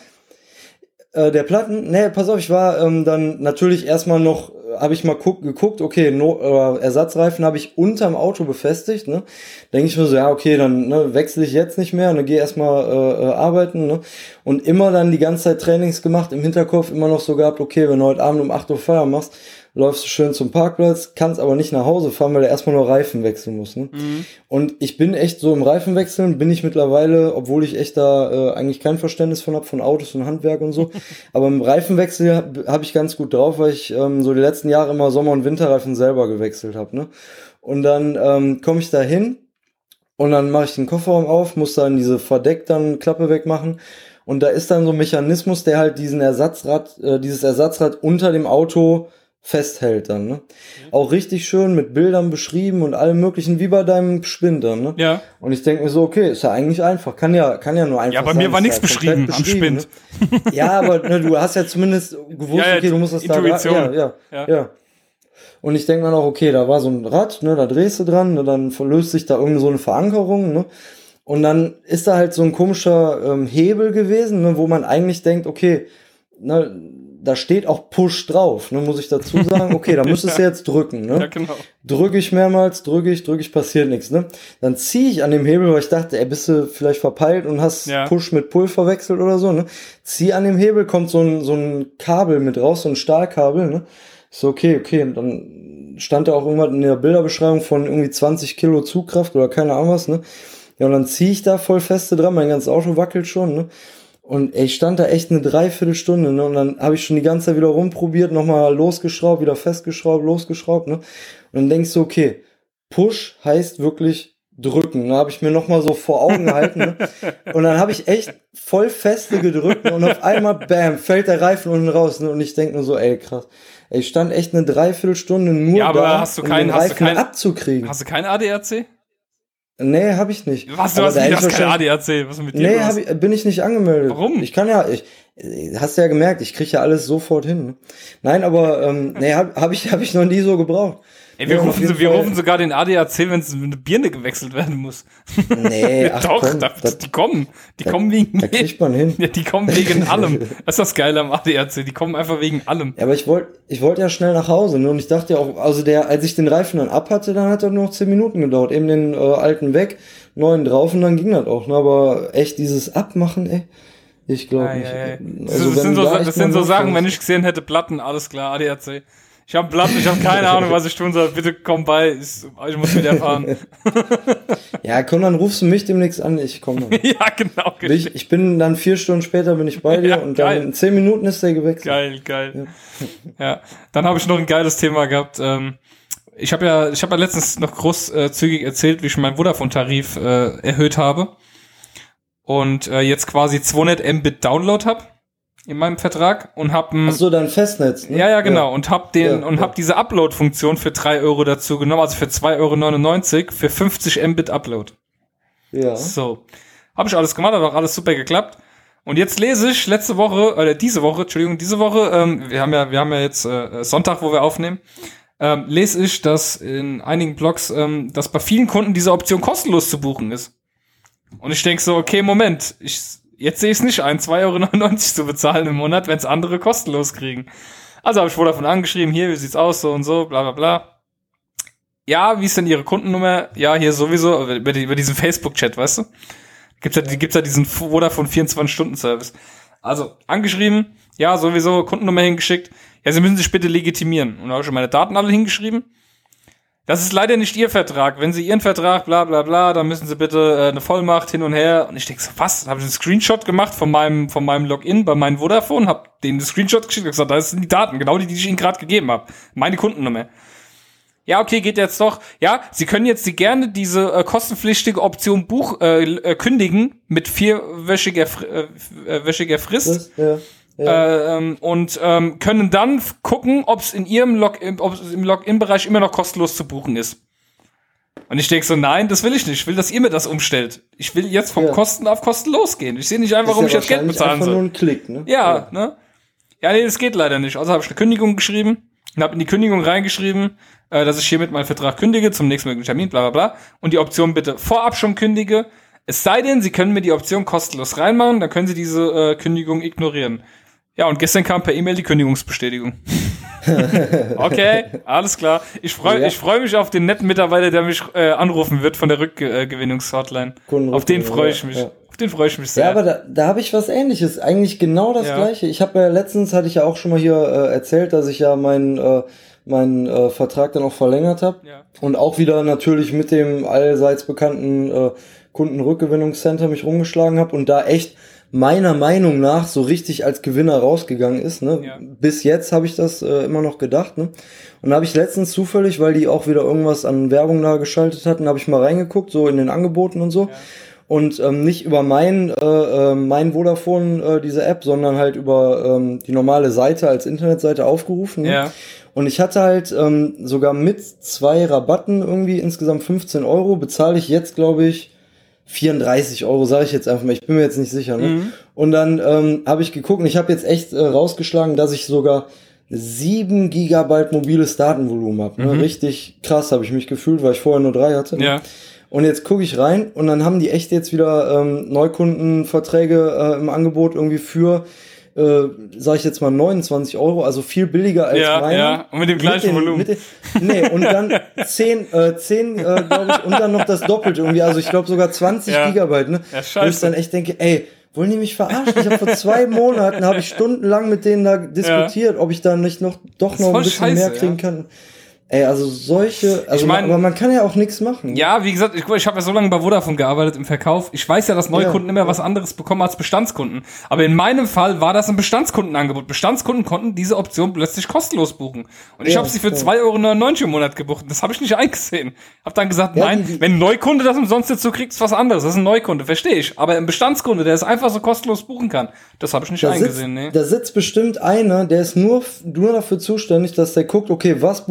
Äh, der Platten, nee, pass auf, ich war ähm, dann natürlich erstmal noch, habe ich mal guck, geguckt, okay, no, äh, Ersatzreifen habe ich unterm Auto befestigt, ne, denke ich mir so, ja, okay, dann ne, wechsle ich jetzt nicht mehr, ne, gehe erstmal äh, äh, arbeiten, ne, und immer dann die ganze Zeit Trainings gemacht, im Hinterkopf immer noch so gehabt, okay, wenn du heute Abend um acht Uhr Feierabend machst, läufst du schön zum Parkplatz, kannst aber nicht nach Hause fahren, weil du erstmal nur Reifen wechseln musst. Ne? Mhm. Und ich bin echt so im Reifenwechseln, bin ich mittlerweile, obwohl ich echt da äh, eigentlich kein Verständnis von hab, von Autos und Handwerk und so, aber im Reifenwechsel habe hab ich ganz gut drauf, weil ich ähm, so die letzten Jahre immer Sommer- und Winterreifen selber gewechselt habe. Ne? Und dann ähm, komme ich da hin und dann mache ich den Kofferraum auf, muss dann diese Verdeck dann Klappe wegmachen. Und da ist dann so ein Mechanismus, der halt diesen Ersatzrad, äh, dieses Ersatzrad unter dem Auto festhält dann, ne? Mhm. Auch richtig schön mit Bildern beschrieben und allem möglichen, wie bei deinem Spind dann, ne? Ja. Und ich denke mir so, okay, ist ja eigentlich einfach, kann ja, kann ja nur einfach sein. Ja, bei mir war nichts beschrieben, beschrieben am Spind. Ne? Ja, aber ne, du hast ja zumindest gewusst, ja, ja, okay, du musst das Intuition. da, ja, ja, ja, ja. Und ich denke mir noch, okay, da war so ein Rad, ne, da drehst du dran, ne, dann löst sich da irgend so eine Verankerung, ne? Und dann ist da halt so ein komischer ähm, Hebel gewesen, ne, wo man eigentlich denkt, okay, ne, da steht auch Push drauf, ne, muss ich dazu sagen. Okay, da müsstest du jetzt drücken, ne? Ja, genau. Drücke ich mehrmals, drücke ich, drücke ich, passiert nichts, ne? Dann ziehe ich an dem Hebel, weil ich dachte, ey, bist du vielleicht verpeilt und hast ja. Push mit Pull verwechselt oder so, ne? Zieh an dem Hebel, kommt so ein, so ein Kabel mit raus, so ein Stahlkabel, ne? Ich so, okay, okay, und dann stand da auch irgendwas in der Bilderbeschreibung von irgendwie zwanzig Kilo Zugkraft oder keine Ahnung was, ne? Ja, und dann ziehe ich da voll feste dran, mein ganzes Auto wackelt schon, ne? Und ey, ich stand da echt eine Dreiviertelstunde, ne? Und dann habe ich schon die ganze Zeit wieder rumprobiert, nochmal losgeschraubt, wieder festgeschraubt, losgeschraubt, ne? Und dann denkst du, okay, Push heißt wirklich drücken. Da habe ich mir nochmal so vor Augen gehalten, ne? Und dann habe ich echt voll feste gedrückt, ne? Und auf einmal, bam, fällt der Reifen unten raus, ne? Und ich denk nur so, ey, krass. Ey, ich stand echt eine Dreiviertelstunde nur ja, aber da, hast du um kein, den hast Reifen du kein, abzukriegen. Hast du kein A D A C? Nee, habe ich nicht. Was, du Aber hast, da nie, hätte hast ich kein A wahrscheinlich- D A C, was ist mit dir Nee, los? hab ich, bin ich nicht angemeldet. Warum? Ich kann ja, ich, hast du ja gemerkt, ich kriege ja alles sofort hin. Ne? Nein, aber ähm, nee, habe hab ich, hab ich noch nie so gebraucht. Ey, wir, Nee, auf rufen, jeden so, wir Fall- rufen sogar den A D A C, wenn es eine Birne gewechselt werden muss. Nee, ach Doch, komm, da, das, die kommen. Die kommen wegen. da kriegt man hin. Ja, die kommen wegen allem. Das ist das Geile am A D A C. Die kommen einfach wegen allem. Ja, aber ich wollte ich wollte ja schnell nach Hause, ne? Und ich dachte ja auch, also der, als ich den Reifen dann ab hatte, dann hat er nur noch zehn Minuten gedauert. Eben den äh, alten weg, neuen drauf und dann ging das auch. Ne? Aber echt dieses Abmachen, ey, ich glaube Ei, nicht. ei, ei. Also, das wenn sind du so, da das echt sind mal so Sachen, losfährst- wenn ich gesehen hätte, Platten, alles klar, A D A C. Ich habe Platten, ich habe keine Ahnung, was ich tun soll. Bitte komm bei, ich, ich muss wieder fahren. Ja, komm, dann rufst du mich demnächst an, ich komme dann. Ja, genau. Ich, ich bin dann vier Stunden später bin ich bei dir Ja, und geil. dann in zehn Minuten ist der gewechselt. Geil, geil. Ja, dann habe ich noch ein geiles Thema gehabt. Ähm, ich habe ja, ich habe ja letztens noch großzügig erzählt, wie ich meinen Vodafone-Tarif äh, erhöht habe und äh, jetzt quasi zweihundert Mbit Download habe in meinem Vertrag und habe Ach so, dein Festnetz, ne? ja, ja, genau. Und hab den, Ja, und ja. hab diese Upload-Funktion für drei Euro dazu genommen, also für zwei Euro neunundneunzig für fünfzig Mbit Upload. Ja. So. Hab ich alles gemacht, hat auch alles super geklappt. Und jetzt lese ich letzte Woche, oder diese Woche, Entschuldigung, diese Woche, ähm, wir haben ja, wir haben ja jetzt äh, Sonntag, wo wir aufnehmen, ähm, lese ich, dass in einigen Blogs, ähm, dass bei vielen Kunden diese Option kostenlos zu buchen ist. Und ich denk so, okay, Moment, ich jetzt sehe ich es nicht ein, zwei Euro neunundneunzig zu bezahlen im Monat, wenn es andere kostenlos kriegen. Also habe ich wohl davon angeschrieben, hier, wie sieht's aus, so und so, bla bla bla. Ja, wie ist denn Ihre Kundennummer? Ja, hier sowieso, über, die, über diesen Facebook-Chat, weißt du? Gibt's ja, gibt's ja diesen Vodafone vierundzwanzig-Stunden-Service. Also, angeschrieben, ja, sowieso, Kundennummer hingeschickt. Ja, Sie müssen sich bitte legitimieren. Und da habe ich schon meine Daten alle hingeschrieben. Das ist leider nicht Ihr Vertrag. Wenn Sie Ihren Vertrag, bla bla bla, dann müssen Sie bitte äh, eine Vollmacht hin und her. Und ich denke so, was? Habe ich einen Screenshot gemacht von meinem von meinem Login bei meinem Vodafone, hab denen einen Screenshot geschickt und gesagt, das sind die Daten, genau die, die ich Ihnen gerade gegeben habe. Meine Kundennummer. Ja, okay, geht jetzt doch. Ja, Sie können jetzt die gerne diese äh, kostenpflichtige Option Buch äh, äh, kündigen mit vierwöchiger Fr- äh, äh, wöchiger Frist. Das, ja. Ja. Äh, ähm, und ähm, können dann f- gucken, ob es in ihrem Login, ob es im Login-Bereich immer noch kostenlos zu buchen ist. Und ich denke so, nein, das will ich nicht. Ich will, dass ihr mir das umstellt. Ich will jetzt vom Ja. Kosten auf kostenlos gehen. Ich sehe nicht ein, Ist warum ja ich jetzt Geld wahrscheinlich bezahlen einfach soll. nur ein Klick, ne? Ja, ne? Ja, nee, das geht leider nicht. Also habe ich eine Kündigung geschrieben und habe in die Kündigung reingeschrieben, äh, dass ich hiermit meinen Vertrag kündige zum nächsten möglichen Termin, bla bla bla. Und die Option bitte vorab schon kündige. Es sei denn, Sie können mir die Option kostenlos reinmachen, dann können Sie diese äh, Kündigung ignorieren. Ja, und gestern kam per E-Mail die Kündigungsbestätigung. Okay, alles klar. Ich freue Ja. ich freu mich auf den netten Mitarbeiter, der mich äh, anrufen wird von der Rückgewinnungshotline. Kundenrückgewinnung, Auf den freue ich ja, mich. ja. Auf den freue ich mich sehr. Ja, aber da, da habe ich was Ähnliches. Eigentlich genau das Ja. Gleiche. Ich habe ja letztens, hatte ich ja auch schon mal hier äh, erzählt, dass ich ja meinen äh, meinen äh, Vertrag dann auch verlängert habe. Ja. Und auch wieder natürlich mit dem allseits bekannten äh, Kundenrückgewinnungscenter mich rumgeschlagen habe und da echt meiner Meinung nach so richtig als Gewinner rausgegangen ist. Ne? Ja. Bis jetzt habe ich das äh, immer noch gedacht. Ne? Und da habe ich letztens zufällig, weil die auch wieder irgendwas an Werbung da geschaltet hatten, habe ich mal reingeguckt, so in den Angeboten und so. Ja. Und ähm, nicht über mein, äh, äh, mein Vodafone, äh, diese App, sondern halt über ähm, die normale Seite als Internetseite aufgerufen. Ne? Ja. Und ich hatte halt ähm, sogar mit zwei Rabatten irgendwie insgesamt fünfzehn Euro, bezahle ich jetzt, glaube ich, vierunddreißig Euro, sage ich jetzt einfach mal, ich bin mir jetzt nicht sicher. Ne? Mhm. Und dann ähm, habe ich geguckt und ich habe jetzt echt äh, rausgeschlagen, dass ich sogar sieben Gigabyte mobiles Datenvolumen habe. Ne? Mhm. Richtig krass habe ich mich gefühlt, weil ich vorher nur drei hatte. Ne? Ja. Und jetzt gucke ich rein und dann haben die echt jetzt wieder ähm, Neukundenverträge äh, im Angebot irgendwie für, äh, sage ich jetzt mal neunundzwanzig Euro, also viel billiger als Ja, meine. ja, und mit dem gleichen den, Volumen. Mit den, nee, und dann zehn, äh, zehn äh, glaube ich, und dann noch das Doppelte irgendwie, also ich glaube sogar zwanzig Ja. Gigabyte, ne? Ja, Wo scheiße. ich dann echt denke, ey, wollen die mich verarschen? Ich habe vor zwei Monaten, habe ich stundenlang mit denen da diskutiert, ob ich da nicht noch doch ist noch ein voll bisschen scheiße, mehr kriegen ja. kann. Ey, also solche, also Ich mein- aber man kann ja auch nichts machen. Ja, wie gesagt, ich, ich habe ja so lange bei Vodafone gearbeitet im Verkauf. Ich weiß ja, dass Neukunden Ja. immer was anderes bekommen als Bestandskunden. Aber in meinem Fall war das ein Bestandskundenangebot. Bestandskunden konnten diese Option plötzlich kostenlos buchen. Und ich Ja, habe sie für ja. zwei Euro neunundneunzig im Monat gebucht. Das habe ich nicht eingesehen. Hab dann gesagt, Ja, nein, die- die- wenn ein Neukunde das umsonst dazu kriegt, ist was anderes. Das ist ein Neukunde, verstehe ich. Aber ein Bestandskunde, der es einfach so kostenlos buchen kann, das habe ich nicht Da sitzt, eingesehen. Nee. da sitzt bestimmt einer, der ist nur, f- nur dafür zuständig, dass der guckt, okay, was bucht der Sascha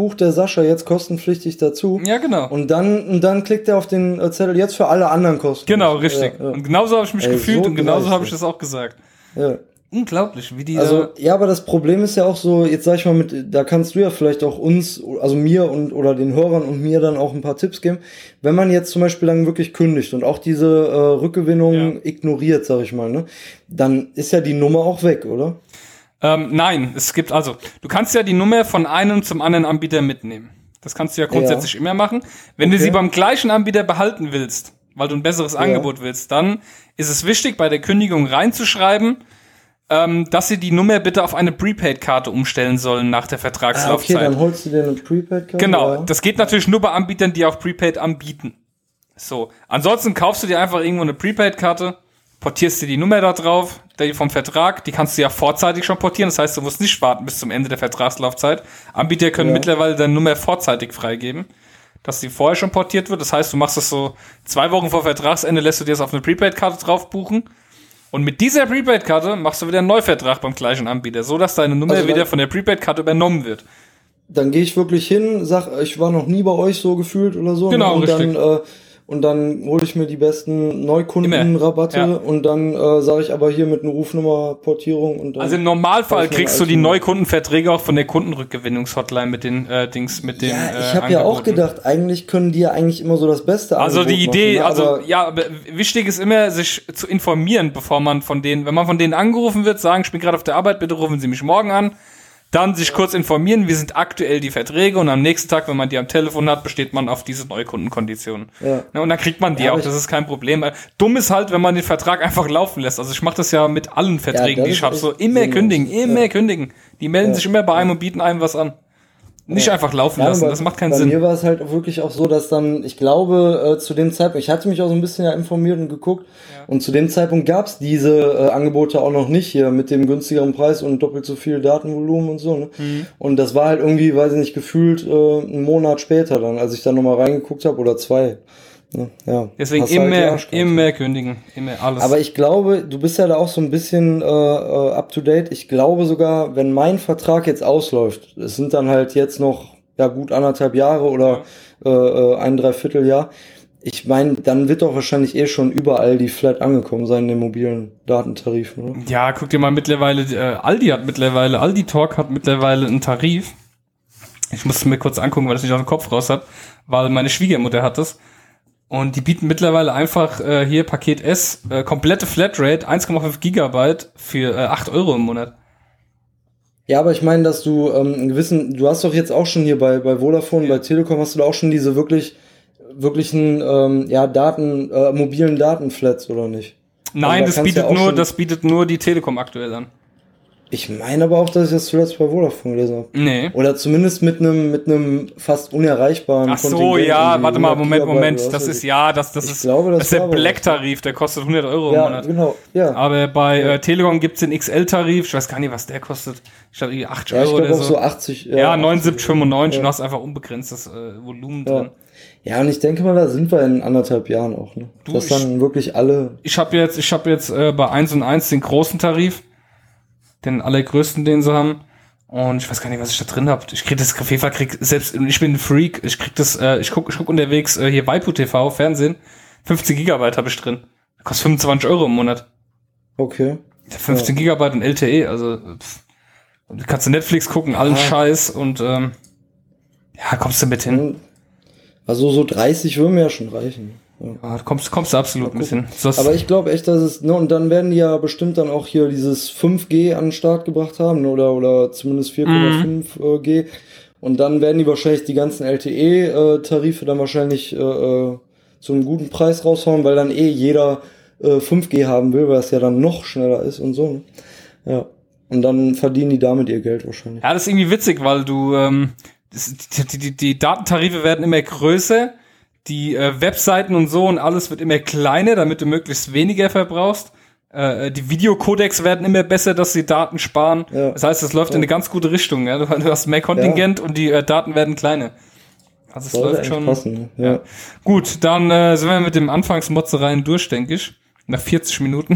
Sascha jetzt kostenpflichtig dazu. Ja, genau. Und dann, und dann klickt er auf den äh, Zettel jetzt für alle anderen kosten. Genau, richtig. Ja, ja. Und genauso habe ich mich Ey, gefühlt so und genauso habe ich das auch gesagt. Ja. Unglaublich, wie die. Also, ja, aber das Problem ist ja auch so, jetzt sag ich mal mit, da kannst du ja vielleicht auch uns, also mir und, oder den Hörern und mir dann auch ein paar Tipps geben. Wenn man jetzt zum Beispiel dann wirklich kündigt und auch diese äh, Rückgewinnung ja. ignoriert, sag ich mal, ne, dann ist ja die Nummer auch weg, oder? Ähm, nein, es gibt also, du kannst ja die Nummer von einem zum anderen Anbieter mitnehmen. Das kannst du ja grundsätzlich ja. immer machen. Wenn okay. du sie beim gleichen Anbieter behalten willst, weil du ein besseres ja. Angebot willst, dann ist es wichtig, bei der Kündigung reinzuschreiben, ähm, dass sie die Nummer bitte auf eine Prepaid-Karte umstellen sollen nach der Vertragslaufzeit. Ah, okay, dann holst du dir eine Prepaid-Karte? Genau, ja. das geht natürlich nur bei Anbietern, die auch Prepaid anbieten. So, ansonsten kaufst du dir einfach irgendwo eine Prepaid-Karte, portierst dir die Nummer da drauf, die vom Vertrag, die kannst du ja vorzeitig schon portieren, das heißt, du musst nicht warten bis zum Ende der Vertragslaufzeit. Anbieter können ja. mittlerweile deine Nummer vorzeitig freigeben, dass sie vorher schon portiert wird, das heißt, du machst es so zwei Wochen vor Vertragsende, lässt du dir das auf eine Prepaid-Karte drauf buchen. Und mit dieser Prepaid-Karte machst du wieder einen Neuvertrag beim gleichen Anbieter, so dass deine Nummer also wieder von der Prepaid-Karte übernommen wird. Dann gehe ich wirklich hin, sag, ich war noch nie bei euch so gefühlt oder so. Genau, und richtig. Dann, äh, und dann hole ich mir die besten Neukundenrabatte ja. und dann äh, sage ich aber hier mit einer Rufnummer-Portierung. Und dann also im Normalfall kriegst du die Neukundenverträge auch von der Kundenrückgewinnungshotline mit den äh, Dings, mit den Ja, ich äh, habe ja auch gedacht, eigentlich können die ja eigentlich immer so das Beste Also die Idee, machen, also aber ja, aber wichtig ist immer, sich zu informieren, bevor man von denen, wenn man von denen angerufen wird, sagen, ich bin gerade auf der Arbeit, bitte rufen Sie mich morgen an. Dann sich kurz informieren, wie sind aktuell die Verträge und am nächsten Tag, wenn man die am Telefon hat, besteht man auf diese Neukundenkonditionen. Ja. Ja, und dann kriegt man die ja, auch, das ist kein Problem. Dumm ist halt, wenn man den Vertrag einfach laufen lässt. Also ich mache das ja mit allen Verträgen, ja, die ich habe, so immer sinnlos. kündigen, immer ja. kündigen. Die melden ja. sich immer bei einem und bieten einem was an. Nicht ja. einfach laufen ja, lassen, das macht keinen bei Sinn. Bei mir war es halt wirklich auch so, dass dann, ich glaube, äh, zu dem Zeitpunkt, ich hatte mich auch so ein bisschen ja informiert und geguckt, ja. und zu dem Zeitpunkt gab es diese äh, Angebote auch noch nicht hier mit dem günstigeren Preis und doppelt so viel Datenvolumen und so. Ne? Mhm. Und das war halt irgendwie, weiß ich nicht, gefühlt äh, einen Monat später dann, als ich dann nochmal reingeguckt habe oder zwei. Ja, deswegen immer, halt immer kündigen, immer alles. Aber ich glaube, du bist ja da auch so ein bisschen äh, up to date. Ich glaube sogar, wenn mein Vertrag jetzt ausläuft, es sind dann halt jetzt noch ja gut anderthalb Jahre oder ja. äh, ein Dreivierteljahr. Ich meine, dann wird doch wahrscheinlich eh schon überall die Flat angekommen sein in den mobilen Datentarifen, oder? Ja, guck dir mal mittlerweile, äh, Aldi hat mittlerweile, Aldi Talk hat mittlerweile einen Tarif. Ich muss es mir kurz angucken, weil das nicht aus dem Kopf raus hat, weil meine Schwiegermutter hat das. Und die bieten mittlerweile einfach äh, hier Paket S, äh, komplette Flatrate, eins Komma fünf Gigabyte für äh, acht Euro im Monat. Ja, aber ich meine, dass du ähm, einen gewissen, du hast doch jetzt auch schon hier bei bei Vodafone, ja. bei Telekom hast du da auch schon diese wirklich wirklichen ähm, ja Daten, äh, mobilen Datenflats, oder nicht? Nein, also, da das bietet ja nur, das bietet nur die Telekom aktuell an. Ich meine aber auch, dass ich das zuletzt bei Vodafone gelesen habe. Nee. Oder zumindest mit einem mit einem fast unerreichbaren Ach so, ja, warte mal, Moment, Moment. Das ist, ja, das, das ist, glaube, das, das ist der Black-Tarif, der kostet hundert Euro im ja, Monat. Genau, ja. Aber bei äh, Telekom gibt's den X L-Tarif, ich weiß gar nicht, was der kostet. Ich glaube, acht ja, Euro ich oder so. so. so achtzig. Ja, ja neunundsiebzig, fünfundneunzig, ja. Und du hast einfach unbegrenztes äh, Volumen ja. drin. Ja, und ich denke mal, da sind wir in anderthalb Jahren auch, ne? Du, dass dann ich, wirklich alle... Ich habe jetzt, ich habe jetzt äh, bei eins und eins den großen Tarif, den allergrößten, den sie haben. Und ich weiß gar nicht, was ich da drin habe. Ich krieg das, auf jeden Fall krieg, selbst, ich bin ein Freak, ich krieg das, äh, ich guck, ich guck unterwegs, äh, hier Waipu T V, Fernsehen, fünfzehn Gigabyte habe ich drin. Das kostet fünfundzwanzig Euro im Monat. Okay. fünfzehn ja. Gigabyte und L T E, also, pff. Du kannst du Netflix gucken, allen ah. Scheiß und, ähm, ja, kommst du mit hin. Also so dreißig würden mir ja schon reichen. Ja, kommst, kommst du absolut ein bisschen. Das aber ich glaube echt, dass es, ne, und dann werden die ja bestimmt dann auch hier dieses fünf G an den Start gebracht haben, oder, oder zumindest vier Komma fünf mm. G. Und dann werden die wahrscheinlich die ganzen L T E-Tarife dann wahrscheinlich äh, zu einem guten Preis raushauen, weil dann eh jeder äh, fünf G haben will, weil es ja dann noch schneller ist und so. Ne? Ja. Und dann verdienen die damit ihr Geld wahrscheinlich. Ja, das ist irgendwie witzig, weil du, ähm, das, die, die, die Datentarife werden immer größer. Die äh, Webseiten und so und alles wird immer kleiner, damit du möglichst weniger verbrauchst. Äh, die Videocodecs werden immer besser, dass sie Daten sparen. Ja. Das heißt, es läuft ja. in eine ganz gute Richtung. Ja? Du hast mehr Kontingent ja. und die äh, Daten werden kleiner. Also es läuft schon. Passen, ne? ja. Ja. Gut, dann äh, sind wir mit dem Anfangsmotzereien durch, denke ich. Nach vierzig Minuten.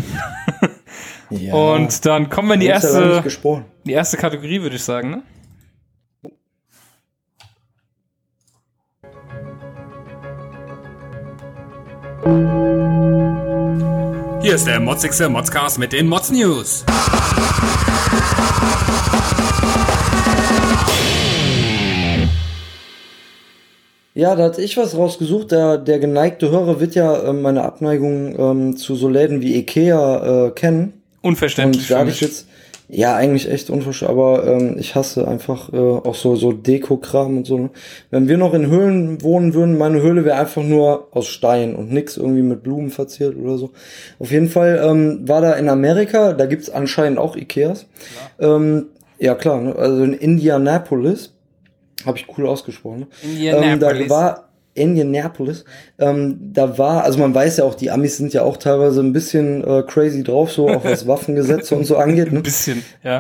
ja. Und dann kommen wir in die erste, die erste Kategorie, würde ich sagen, ne? Hier ist der motzigste Modscast mit den Mods News. Ja, da hatte ich was rausgesucht. Der, der geneigte Hörer wird ja äh, meine Abneigung ähm, zu so Läden wie Ikea äh, kennen. Unverständlich. Und da hatte ich jetzt, ja, eigentlich echt unverständlich, aber ähm, ich hasse einfach äh, auch so so Deko-Kram und so. Ne? Wenn wir noch in Höhlen wohnen würden, meine Höhle wäre einfach nur aus Stein und nix irgendwie mit Blumen verziert oder so. Auf jeden Fall ähm, war da in Amerika, da gibt's anscheinend auch Ikeas. Ja, ähm, ja klar, ne? Also in Indianapolis, habe ich cool ausgesprochen. Ne? Indianapolis. Ähm, da war Indianapolis, ähm, da war, also man weiß ja auch, die Amis sind ja auch teilweise ein bisschen äh, crazy drauf, so auch was Waffengesetze und so angeht. Ne? Ein bisschen, ja.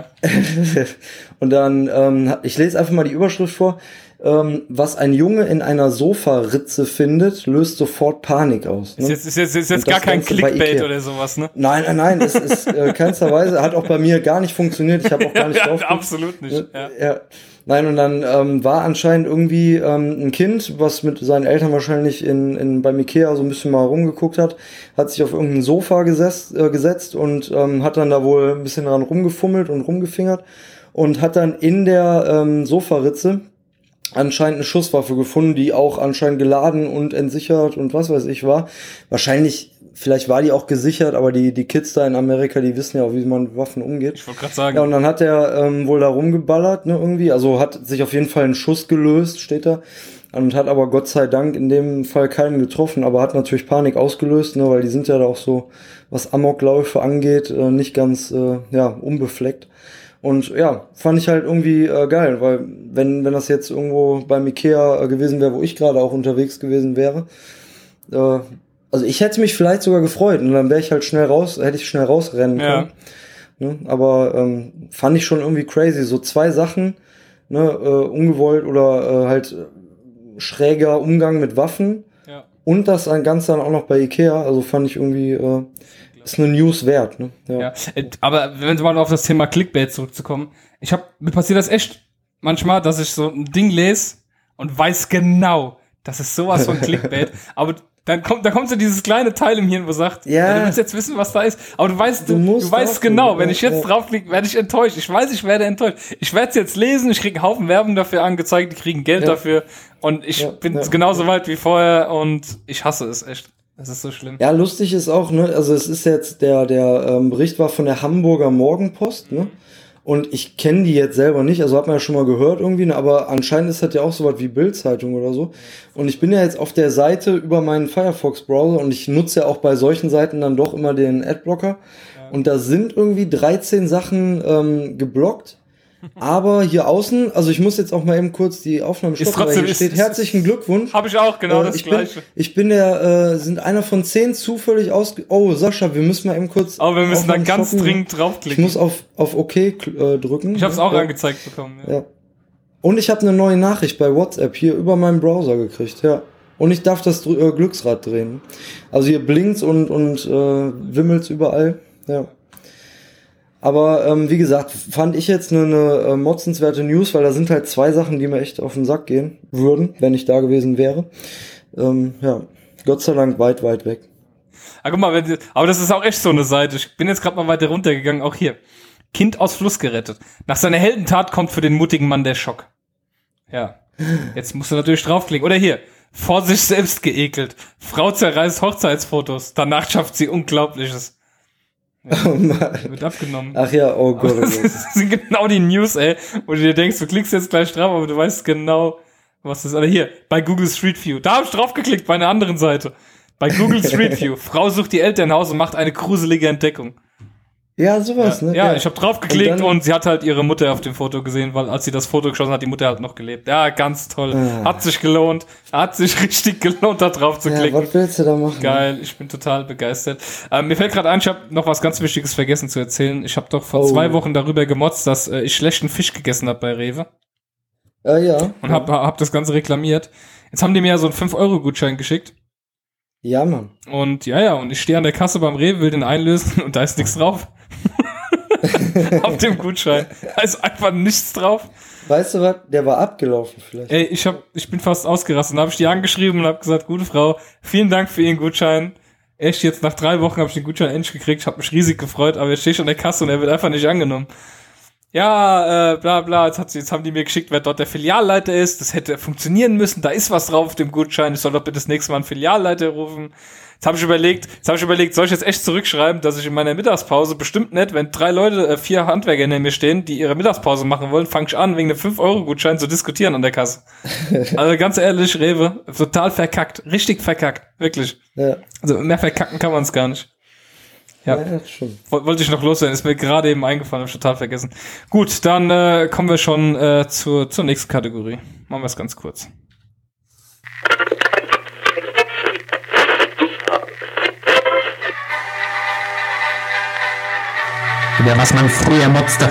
Und dann, ähm, ich lese einfach mal die Überschrift vor. Ähm, was ein Junge in einer Sofaritze findet, löst sofort Panik aus. Ne? Ist jetzt, ist jetzt, ist jetzt gar kein Clickbait oder sowas, ne? Nein, nein, nein, es ist äh, keinster Weise, hat auch bei mir gar nicht funktioniert, ich habe auch gar nicht drauf. Ja, absolut nicht, ja. ja. Nein, und dann ähm, war anscheinend irgendwie ähm, ein Kind, was mit seinen Eltern wahrscheinlich in, in beim Ikea so ein bisschen mal rumgeguckt hat, hat sich auf irgendein Sofa gesetzt, äh, gesetzt und ähm, hat dann da wohl ein bisschen dran rumgefummelt und rumgefingert und hat dann in der ähm, Sofaritze anscheinend eine Schusswaffe gefunden, die auch anscheinend geladen und entsichert und was weiß ich war. Wahrscheinlich, vielleicht war die auch gesichert, aber die die Kids da in Amerika, die wissen ja auch, wie man mit Waffen umgeht. Ich wollte gerade sagen. Ja, und dann hat er ähm, wohl da rumgeballert, ne, irgendwie. Also hat sich auf jeden Fall ein Schuss gelöst, steht da. Und hat aber Gott sei Dank in dem Fall keinen getroffen, aber hat natürlich Panik ausgelöst, ne, weil die sind ja da auch so, was Amokläufe angeht, äh, nicht ganz, äh, ja, unbefleckt. Und ja, fand ich halt irgendwie äh, geil, weil wenn wenn das jetzt irgendwo beim Ikea äh, gewesen wäre, wo ich gerade auch unterwegs gewesen wäre, äh, also ich hätte mich vielleicht sogar gefreut und dann wäre ich halt schnell raus, hätte ich schnell rausrennen können. Ja. Ne? Aber ähm, fand ich schon irgendwie crazy, so zwei Sachen, ne, äh, ungewollt oder äh, halt schräger Umgang mit Waffen ja. Und das ein ganz dann auch noch bei Ikea, also fand ich irgendwie äh, ist eine News wert, ne? Ja. Ja, aber wenn wir mal auf das Thema Clickbait zurückzukommen, ich hab, mir passiert das echt manchmal, dass ich so ein Ding lese und weiß genau, das ist sowas von Clickbait, aber dann kommt, da kommt so dieses kleine Teil im Hirn, wo sagt, ja. ja, du willst jetzt wissen, was da ist, aber du weißt, du, du, du weißt genau, wenn ich jetzt ja. draufklicke, werde ich enttäuscht. Ich weiß, ich werde enttäuscht. Ich werde es jetzt lesen, ich kriege einen Haufen Werbung dafür angezeigt, die kriegen Geld ja. dafür und ich ja. bin ja. genauso weit wie vorher und ich hasse es echt. Das ist so schlimm. Ja, lustig ist auch, ne, also es ist jetzt, der der ähm, Bericht war von der Hamburger Morgenpost, ne, und ich kenne die jetzt selber nicht, also hat man ja schon mal gehört irgendwie, ne, aber anscheinend ist das ja auch so was wie Bild-Zeitung oder so. Und ich bin ja jetzt auf der Seite über meinen Firefox-Browser und ich nutze ja auch bei solchen Seiten dann doch immer den Adblocker. Ja. Und da sind irgendwie dreizehn Sachen ähm, geblockt. Aber hier außen, also ich muss jetzt auch mal eben kurz die Aufnahme stoppen, weil hier steht herzlichen Glückwunsch. Habe ich auch, genau äh, das ich Gleiche. Bin, ich bin der, äh, sind einer von zehn zufällig aus. Oh, Sascha, wir müssen mal eben kurz. Aber wir müssen da ganz stoppen. dringend draufklicken. Ich muss auf, auf OK äh, drücken. Ich habe es auch ja. angezeigt bekommen. Ja. ja. Und ich habe eine neue Nachricht bei WhatsApp hier über meinen Browser gekriegt, ja. Und ich darf das äh, Glücksrad drehen. Also hier blinkt's und, und äh, wimmelt's überall, ja. Aber ähm, wie gesagt, fand ich jetzt eine, eine äh, motzenswerte News, weil da sind halt zwei Sachen, die mir echt auf den Sack gehen würden, wenn ich da gewesen wäre. Ähm, ja, Gott sei Dank weit, weit weg. Ah, guck mal, wenn, aber das ist auch echt so eine Seite. Ich bin jetzt gerade mal weiter runtergegangen, auch hier. Kind aus Fluss gerettet. Nach seiner Heldentat kommt für den mutigen Mann der Schock. Ja, jetzt musst du natürlich draufklicken. Oder hier, vor sich selbst geekelt. Frau zerreißt Hochzeitsfotos. Danach schafft sie Unglaubliches. Ja, oh wird abgenommen. Ach ja, oh Gott. Oh Gott. Das sind genau die News, ey, wo du dir denkst, du klickst jetzt gleich drauf, aber du weißt genau, was das ist. Oder hier, bei Google Street View. Da habe ich drauf geklickt, bei einer anderen Seite. Bei Google Street View. Frau sucht die Eltern im Haus und macht eine gruselige Entdeckung. Ja, sowas, ja, ne? Ja, ja. Ich habe drauf geklickt und, und sie hat halt ihre Mutter auf dem Foto gesehen, weil als sie das Foto geschossen hat, die Mutter halt noch gelebt. Ja, ganz toll. Ah. Hat sich gelohnt. Hat sich richtig gelohnt, da drauf zu klicken. Ja, was willst du da machen? Geil, ich bin total begeistert. Ähm, mir fällt gerade ein, ich habe noch was ganz Wichtiges vergessen zu erzählen. Ich habe doch vor oh. zwei Wochen darüber gemotzt, dass äh, ich schlechten Fisch gegessen habe bei Rewe. Ah, ja. Und hab, hab das Ganze reklamiert. Jetzt haben die mir ja so einen fünf Euro Gutschein geschickt. Ja, Mann. Und ja, ja, und ich stehe an der Kasse beim Rewe, will den einlösen und da ist nichts drauf. auf dem Gutschein. Da ist einfach nichts drauf. Weißt du was? Der war abgelaufen vielleicht. Ey, ich, hab, ich bin fast ausgerastet. Dann habe ich die angeschrieben und habe gesagt, gute Frau, vielen Dank für Ihren Gutschein. Echt, jetzt nach drei Wochen habe ich den Gutschein endlich gekriegt. Ich habe mich riesig gefreut, aber jetzt stehe ich an der Kasse und er wird einfach nicht angenommen. Ja, äh, bla bla, jetzt, hat sie, jetzt haben die mir geschickt, wer dort der Filialleiter ist. Das hätte funktionieren müssen. Da ist was drauf auf dem Gutschein. Ich soll doch bitte das nächste Mal einen Filialleiter rufen. Jetzt habe ich überlegt, jetzt habe ich überlegt, soll ich jetzt echt zurückschreiben, dass ich in meiner Mittagspause bestimmt nicht, wenn drei Leute, äh, vier Handwerker neben mir stehen, die ihre Mittagspause machen wollen, fange ich an, wegen einem fünf Euro Gutschein zu diskutieren an der Kasse. Also ganz ehrlich, Rewe, total verkackt. Richtig verkackt. Wirklich. Ja. Also mehr verkacken kann man es gar nicht. Ja, ja schon. Wollte ich noch loswerden, ist mir gerade eben eingefallen, habe ich total vergessen. Gut, dann äh, kommen wir schon äh, zur, zur nächsten Kategorie. Machen wir es ganz kurz. Über was man früher motzte.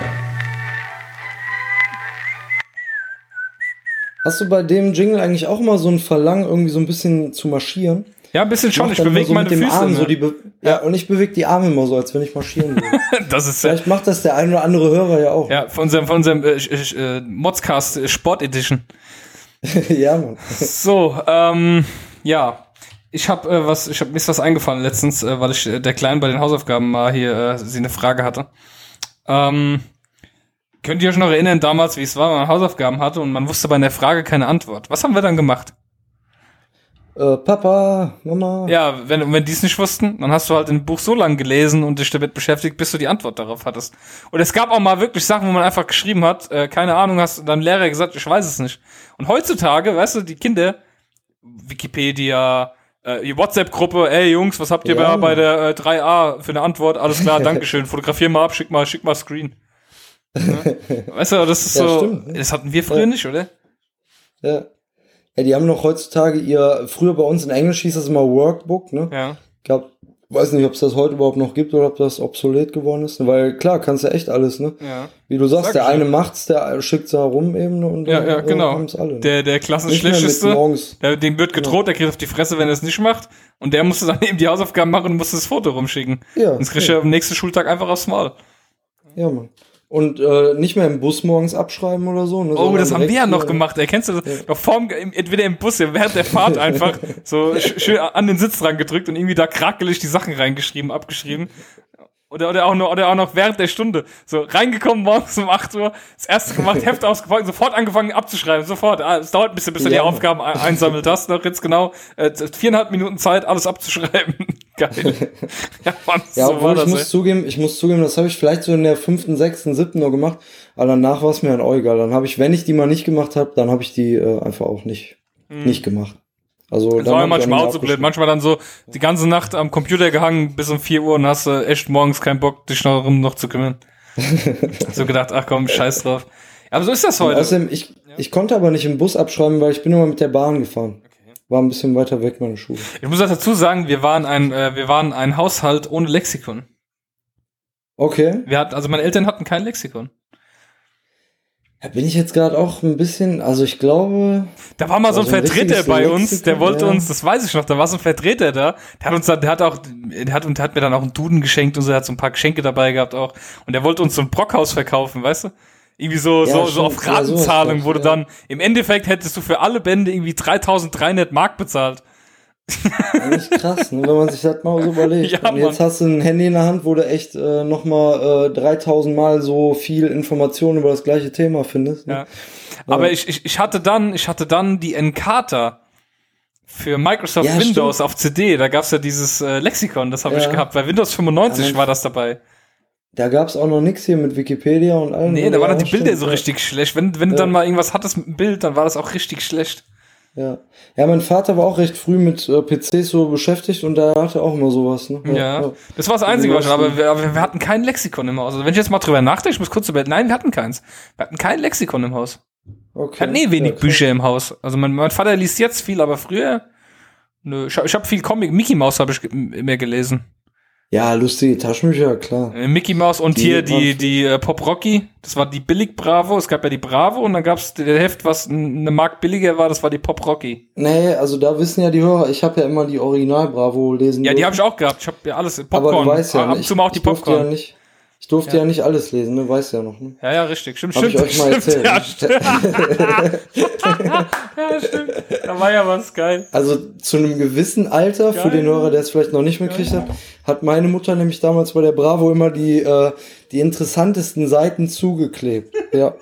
Hast du bei dem Jingle eigentlich auch mal so ein Verlangen, irgendwie so ein bisschen zu marschieren? Ja, ein bisschen schon. Ich bewege so meine mit dem Füße. Arm, Ne? so die Be- ja. ja, und ich bewege die Arme immer so, als wenn ich marschieren würde. Das ist Vielleicht macht das der ein oder andere Hörer ja auch. Ja, von unserem, von unserem äh, äh, Modscast äh, Sport Edition. Ja, Mann. So, ähm, ja. Ich habe äh, was, ich habe mir ist was eingefallen letztens, äh, weil ich äh, der Kleinen bei den Hausaufgaben mal hier äh, sie eine Frage hatte. Ähm, könnt ihr euch noch erinnern damals, wie es war, wenn man Hausaufgaben hatte und man wusste bei einer Frage keine Antwort? Was haben wir dann gemacht? Äh, Papa, Mama. Ja, wenn wenn die es nicht wussten, dann hast du halt ein Buch so lange gelesen und dich damit beschäftigt, bis du die Antwort darauf hattest. Und es gab auch mal wirklich Sachen, wo man einfach geschrieben hat, äh, keine Ahnung, hast deinem Lehrer gesagt, ich weiß es nicht. Und heutzutage, weißt du, die Kinder, Wikipedia, äh, WhatsApp-Gruppe, ey Jungs, was habt ihr ja, bei, bei der äh, drei a für eine Antwort? Alles klar, Dankeschön, fotografier mal ab, schick mal, schick mal Screen. Ja? Weißt du, das ist ja, so, stimmt. Das hatten wir früher ja. nicht, oder? Ja. Ja, die haben noch heutzutage ihr, früher bei uns in Englisch hieß das immer Workbook, ne? Ja. Gab, weiß nicht, ob es das heute überhaupt noch gibt oder ob das obsolet geworden ist, weil klar, kannst du echt alles, ne? Ja. Wie du sagst, Sag der ich eine ja. macht's, der schickt's da rum eben und Ja, dann ja, genau. äh, haben's alle. Ne? Der, der Nicht mehr mit Klassenschlechteste, morgens. der, dem wird gedroht, der kriegt auf die Fresse, wenn er es nicht macht. Und der musste dann eben die Hausaufgaben machen und musste das Foto rumschicken. Ja. Und das kriegt er am nächsten Schultag einfach aufs Maul. Ja, Mann. Und äh, nicht mehr im Bus morgens abschreiben oder so. Ne, Oh, das haben wir ja noch hier, gemacht. Erkennst du das? Ja. Noch vorm, entweder im Bus, während der Fahrt einfach so sch- schön an den Sitz dran gedrückt und irgendwie da krakelig die Sachen reingeschrieben, abgeschrieben. Oder, oder, auch noch, oder auch noch während der Stunde. So reingekommen morgens um acht Uhr, das erste gemacht, Heft ausgepackt, sofort angefangen abzuschreiben. Sofort. Ah, es dauert ein bisschen, bis du Ja. die Aufgaben ein- einsammelt hast. Noch jetzt genau äh, viereinhalb Minuten Zeit, alles abzuschreiben. Geil. Ja, Mann, Ja, so obwohl war ich das, muss ey. zugeben, ich muss zugeben, das habe ich vielleicht so in der fünften, sechsten, siebten noch gemacht, aber danach war es mir dann auch egal. Dann habe ich, wenn ich die mal nicht gemacht habe, dann habe ich die äh, einfach auch nicht, Mhm. nicht gemacht. Also Das dann war ja hab ich manchmal auch auch nie so blöd. abgeschrieben. Manchmal dann so die ganze Nacht am Computer gehangen bis um vier Uhr und hast du echt morgens keinen Bock, dich noch rum noch zu kümmern. So gedacht, ach komm, scheiß drauf. Aber so ist das Und heute. außerdem, ich, ich konnte aber nicht im Bus abschreiben, weil ich bin immer mit der Bahn gefahren. War ein bisschen weiter weg, meine Schule. Ich muss auch dazu sagen, wir waren ein, äh, wir waren ein Haushalt ohne Lexikon. Okay. Wir hatten, also meine Eltern hatten kein Lexikon. Da bin ich jetzt gerade auch ein bisschen, also ich glaube, Da war mal so ein Also ein Vertreter richtiges bei uns, der Lexikon, wollte ja. uns, das weiß ich noch, da war so ein Vertreter da, der hat uns dann, der hat auch, der hat, und der hat mir dann auch einen Duden geschenkt und so, der hat so ein paar Geschenke dabei gehabt auch. Und der wollte uns so ein Brockhaus verkaufen, weißt du? Irgendwie so, Ja, so, so stimmt. auf Ja, Ratenzahlung, sowas, wo du ja. dann, im Endeffekt hättest du für alle Bände irgendwie dreitausenddreihundert Mark bezahlt. eigentlich krass, ne, wenn man sich das mal so überlegt. Ja, und jetzt Mann. hast du ein Handy in der Hand, wo du echt äh, nochmal äh, dreitausend Mal so viel Informationen über das gleiche Thema findest. Ne? Ja. Aber ich, ich, ich hatte dann, ich hatte dann die Encarta für Microsoft Ja, Windows stimmt. auf C D. Da gab's ja dieses äh, Lexikon, das habe Ja. ich gehabt. Bei Windows fünfundneunzig Ja, war das dabei. Da gab's auch noch nix hier mit Wikipedia und allem. Nee, da waren ja, dann die Bilder stimmt, so ja. richtig schlecht. Wenn, wenn du Ja. dann mal irgendwas hattest mit dem Bild, dann war das auch richtig schlecht. Ja. Ja, mein Vater war auch recht früh mit äh, P Cs so beschäftigt und da hatte auch immer sowas. Ne? Ja. Das war das Einzige, was ich, aber wir, aber wir hatten kein Lexikon im Haus. Also wenn ich jetzt mal drüber nachdenke, ich muss kurz über, nein, wir hatten keins. Wir hatten kein Lexikon im Haus. Okay. Wir hatten eh wenig Ja, krass. Bücher im Haus. Also mein, mein Vater liest jetzt viel, aber früher, nö, ich, hab- ich habe viel Comic, Mickey Mouse habe ich ge- immer gelesen. Ja, lustige Taschenbücher, klar. Äh, Mickey Mouse und Die hier die, waren- die äh, Pop Rocky, das war die Billig Bravo, es gab ja die Bravo und dann gab's der Heft, was n- eine Mark billiger war, das war die Pop Rocky. Nee, also da wissen ja die Hörer, ich habe ja immer die Original Bravo lesen Ja, die dürfen. habe ich auch gehabt, ich habe ja alles, Aber Popcorn, du weißt ja, ab und ich, zu mal auch die ich durfte Popcorn. ja nicht, Ich durfte ja. ja nicht alles lesen, ne? Weißt ja noch, ne? Ja, ja, richtig. Stimmt, Hab stimmt. ich euch mal stimmt, erzählt. Ja, stimmt. ja, stimmt. Da war ja was geil. Also zu einem gewissen Alter, geil. Für den Hörer, der es vielleicht noch nicht mitgekriegt hat, hat meine Mutter nämlich damals bei der Bravo immer die, äh, die interessantesten Seiten zugeklebt. Ja.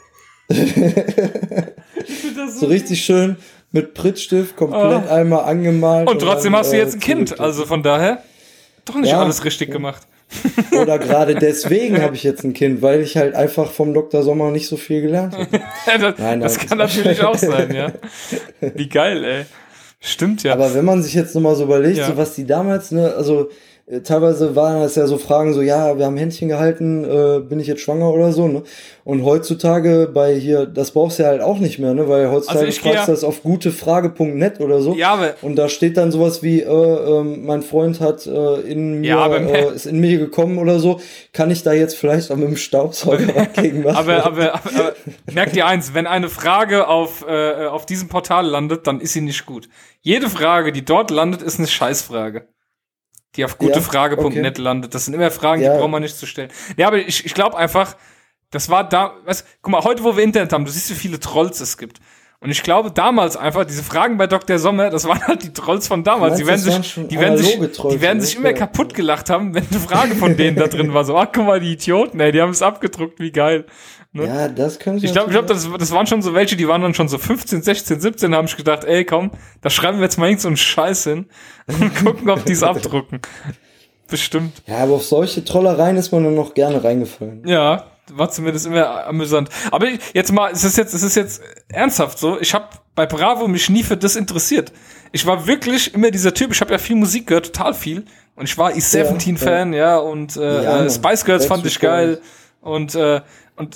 so, so richtig schön mit Prittstift komplett oh. einmal angemalt. Und trotzdem und dann, hast du jetzt ein äh, Kind, also von daher doch nicht ja, alles richtig ja. gemacht. Oder gerade deswegen habe ich jetzt ein Kind, weil ich halt einfach vom Doktor Sommer nicht so viel gelernt habe. das nein, nein, das kann das natürlich auch sein, ja. Wie geil, ey. Stimmt ja. Aber wenn man sich jetzt nochmal so überlegt, ja. so was die damals, ne, also äh, teilweise waren das ja so Fragen, so ja, wir haben Händchen gehalten, äh, bin ich jetzt schwanger oder so, ne? Und heutzutage bei hier, das brauchst du ja halt auch nicht mehr, ne? Weil heutzutage also fragst du das auf gutefrage punkt net oder so. Ja, aber und da steht dann sowas wie, äh, äh, mein Freund hat äh, in mir, ja, äh, ist in mir gekommen oder so. Kann ich da jetzt vielleicht auch mit dem Staubsauger was gegen machen? Aber, aber, aber, aber merkt ihr eins, wenn eine Frage auf, äh, auf diesem Portal landet, dann ist sie nicht gut. Jede Frage, die dort landet, ist eine Scheißfrage. Die auf gutefrage punkt net ja, okay. landet. Das sind immer Fragen, ja. die braucht man nicht zu stellen. Ja, aber ich, ich glaube einfach, das war da, weißt, guck mal, heute, wo wir Internet haben, du siehst, wie viele Trolls es gibt. Und ich glaube, damals einfach, diese Fragen bei Doktor Sommer, das waren halt die Trolls von damals. Die werden sich, die werden sich, die werden sich immer kaputt gelacht haben, wenn eine Frage von denen da drin war. So, ach, guck mal, die Idioten, ey, die haben es abgedruckt, wie geil. Ne? Ja, das können sie. Ich glaube, ich glaube, das, das waren schon so welche, die waren dann schon so fünfzehn, sechzehn, siebzehn, haben ich gedacht, ey, komm, da schreiben wir jetzt mal irgend so einen Scheiß hin und gucken, ob die es abdrucken. Bestimmt. Ja, aber auf solche Trollereien ist man dann noch gerne reingefallen. Ja, war zumindest immer amüsant. Aber jetzt mal, es ist jetzt, es ist jetzt ernsthaft so, ich habe bei Bravo mich nie für das interessiert. Ich war wirklich immer dieser Typ, ich habe ja viel Musik gehört, total viel. Und ich war E siebzehn Fan, ja, ja und äh, ja, Spice Girls fand ich geil. Und, äh, und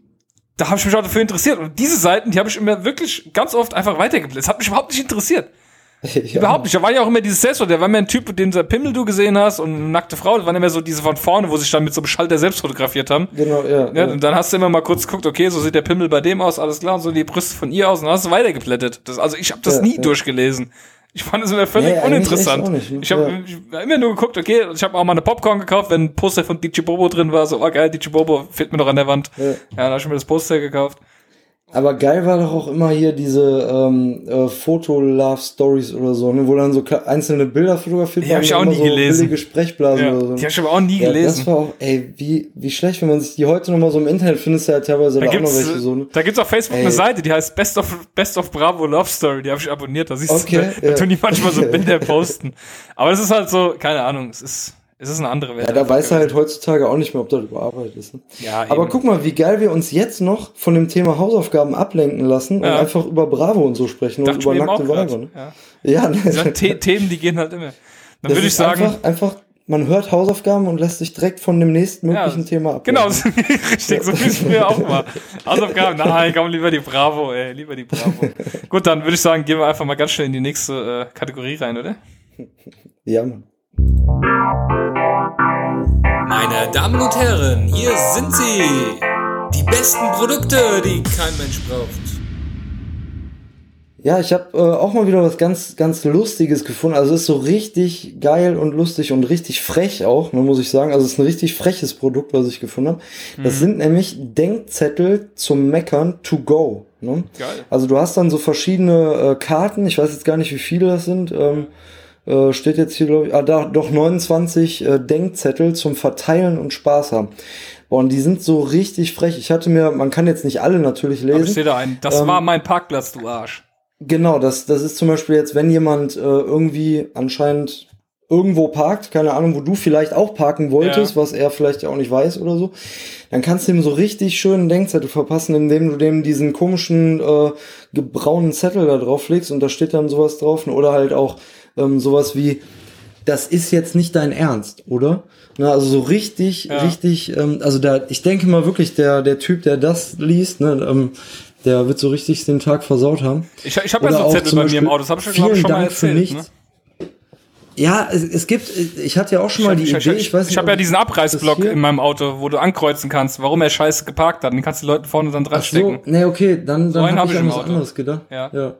da habe ich mich auch dafür interessiert. Und diese Seiten, die habe ich immer wirklich ganz oft einfach weitergeblättert. Das hat mich überhaupt nicht interessiert. Ja. Überhaupt nicht. Da war ja auch immer dieses Selbstwort. Der war immer ein Typ, den der Pimmel du gesehen hast und eine nackte Frau. Das waren immer so diese von vorne, wo sich dann mit so einem Schalter selbst fotografiert haben. Genau, ja, ja. Und dann hast du immer mal kurz geguckt, okay, so sieht der Pimmel bei dem aus, alles klar, und so die Brüste von ihr aus. Und dann hast du weitergeblättert. Das, also ich habe das ja, nie ja. durchgelesen. Ich fand es immer völlig nee, uninteressant. Nicht, ich habe ja. hab immer nur geguckt, okay, ich habe auch mal eine Popcorn gekauft, wenn ein Poster von D J Bobo drin war. So, oh geil, D J Bobo fehlt mir noch an der Wand. Ja, ja dann habe ich mir das Poster gekauft. Aber geil war doch auch immer hier diese ähm, äh, Foto-Love-Stories oder so, ne, wo dann so einzelne Bilder fotografiert werden. Die hab ich auch nie so gelesen. Billige Sprechblasen ja, oder so. Die hab ich aber auch nie ja, gelesen. Das war auch, ey, wie wie schlecht, wenn man sich die heute noch mal so im Internet findest, ja teilweise da, da auch noch welche so. Ne? Da gibt's auf Facebook ey. eine Seite, die heißt Best of Best of Bravo Love Story, die habe ich abonniert. Da siehst okay, du, da, ja. da tun die manchmal so Bilder posten. Aber es ist halt so, keine Ahnung, es ist Es ist eine andere Welt. Ja, da weiß er halt heutzutage auch nicht mehr, ob das überarbeitet ist. Ne? Ja, aber eben. Guck mal, wie geil wir uns jetzt noch von dem Thema Hausaufgaben ablenken lassen ja. und einfach über Bravo und so sprechen und über nackte Weiber. Ne? Ja, ja ne? Diese The- Themen, die gehen halt immer. Dann würde ich sagen. Einfach, einfach, man hört Hausaufgaben und lässt sich direkt von dem nächsten möglichen ja, Thema ab. Genau, richtig, so wie es früher auch war. Hausaufgaben, nein, komm, lieber die Bravo, ey, lieber die Bravo. Gut, dann würde ich sagen, gehen wir einfach mal ganz schnell in die nächste äh, Kategorie rein, oder? Ja, Mann. Meine Damen und Herren, hier sind sie. Die besten Produkte, die kein Mensch braucht. Ja, ich habe äh, auch mal wieder was ganz, ganz Lustiges gefunden. Also es ist so richtig geil und lustig und richtig frech auch, ne, muss ich sagen. Also es ist ein richtig freches Produkt, was ich gefunden habe. Das mhm. sind nämlich Denkzettel zum Meckern to go. Ne? Geil. Also du hast dann so verschiedene äh, Karten. Ich weiß jetzt gar nicht, wie viele das sind. Ähm, Äh, steht jetzt hier, glaube ich, ah, da, doch neunundzwanzig äh, Denkzettel zum Verteilen und Spaß haben. Boah, und die sind so richtig frech. Ich hatte mir, man kann jetzt nicht alle natürlich lesen. Aber ich sehe da einen. Das ähm, war mein Parkplatz, du Arsch. Genau, das, das ist zum Beispiel jetzt, wenn jemand äh, irgendwie anscheinend irgendwo parkt, keine Ahnung, wo du vielleicht auch parken wolltest, ja. was er vielleicht ja auch nicht weiß oder so, dann kannst du ihm so richtig schönen Denkzettel verpassen, indem du dem diesen komischen äh, braunen Zettel da drauf legst und da steht dann sowas drauf. Oder halt auch ähm, sowas wie, das ist jetzt nicht dein Ernst, oder? Na, also so richtig, ja. richtig, ähm, also da, ich denke mal wirklich, der der Typ, der das liest, ne, ähm, der wird so richtig den Tag versaut haben. Ich, ich habe ja so Zettel bei mir im Auto, das habe ich ja, glaube ich, schon mal erzählt. Ne? Ja, es, es gibt, ich hatte ja auch schon mal die ich, Idee, ich, ich weiß nicht. Ich habe ja diesen Abreißblock in meinem Auto, wo du ankreuzen kannst, warum er scheiße geparkt hat. Den kannst du Leuten vorne dann dran stecken. Ach so, nee, okay, dann, dann so habe hab ich ich an was Auto. anderes gedacht. Ja. ja.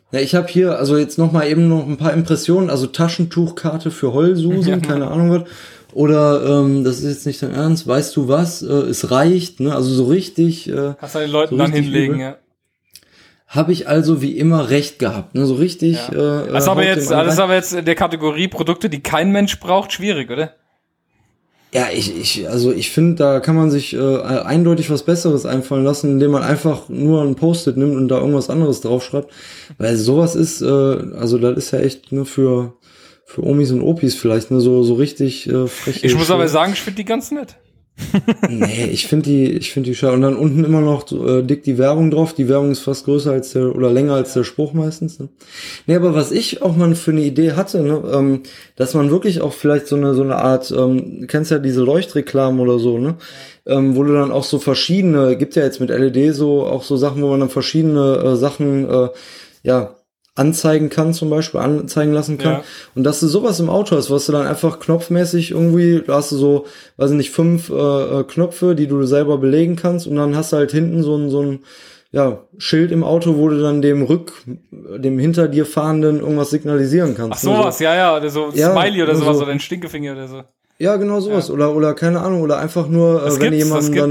Ja, ich habe hier, also jetzt noch mal eben noch ein paar Impressionen, also Taschentuchkarte für Heulsusen, ja, keine Ahnung was. Oder, ähm, das ist jetzt nicht dein Ernst, weißt du was, äh, es reicht, ne, also so richtig. Äh, Kannst du den Leuten so dann hinlegen, übel. Ja. Habe ich also wie immer recht gehabt, ne, so richtig. Ja. Äh, das ist aber jetzt, das ist aber jetzt in der Kategorie Produkte, die kein Mensch braucht, schwierig, oder? Ja, ich, ich, also ich finde, da kann man sich äh, eindeutig was Besseres einfallen lassen, indem man einfach nur ein Post-it nimmt und da irgendwas anderes draufschreibt. Weil sowas ist, äh, also das ist ja echt nur für für Omis und Opis vielleicht, ne, so so richtig äh, frech. Ich muss aber sagen, ich finde die ganz nett. Nee, ich finde die, ich finde die schade. Und dann unten immer noch äh, dick die Werbung drauf. Die Werbung ist fast größer als der, oder länger als der Spruch meistens. Ne? Nee, aber was ich auch mal für eine Idee hatte, ne, ähm, dass man wirklich auch vielleicht so eine, so eine Art, ähm, du kennst ja diese Leuchtreklamen oder so, ne? Ähm, wo du dann auch so verschiedene, gibt ja jetzt mit L E D so, auch so Sachen, wo man dann verschiedene äh, Sachen, äh, ja, anzeigen kann, zum Beispiel anzeigen lassen kann. Ja. Und dass du sowas im Auto hast, was du dann einfach knopfmäßig irgendwie, da hast du so, weiß ich nicht, fünf äh, Knöpfe, die du selber belegen kannst und dann hast du halt hinten so ein, so ein ja, Schild im Auto, wo du dann dem Rück, dem hinter dir Fahrenden irgendwas signalisieren kannst. Ach sowas, so. ja, ja, oder so ja, Smiley oder sowas so. Oder ein Stinkefinger oder so. Ja, genau sowas. Ja. Oder, oder keine Ahnung, oder einfach nur, äh, wenn jemand dann...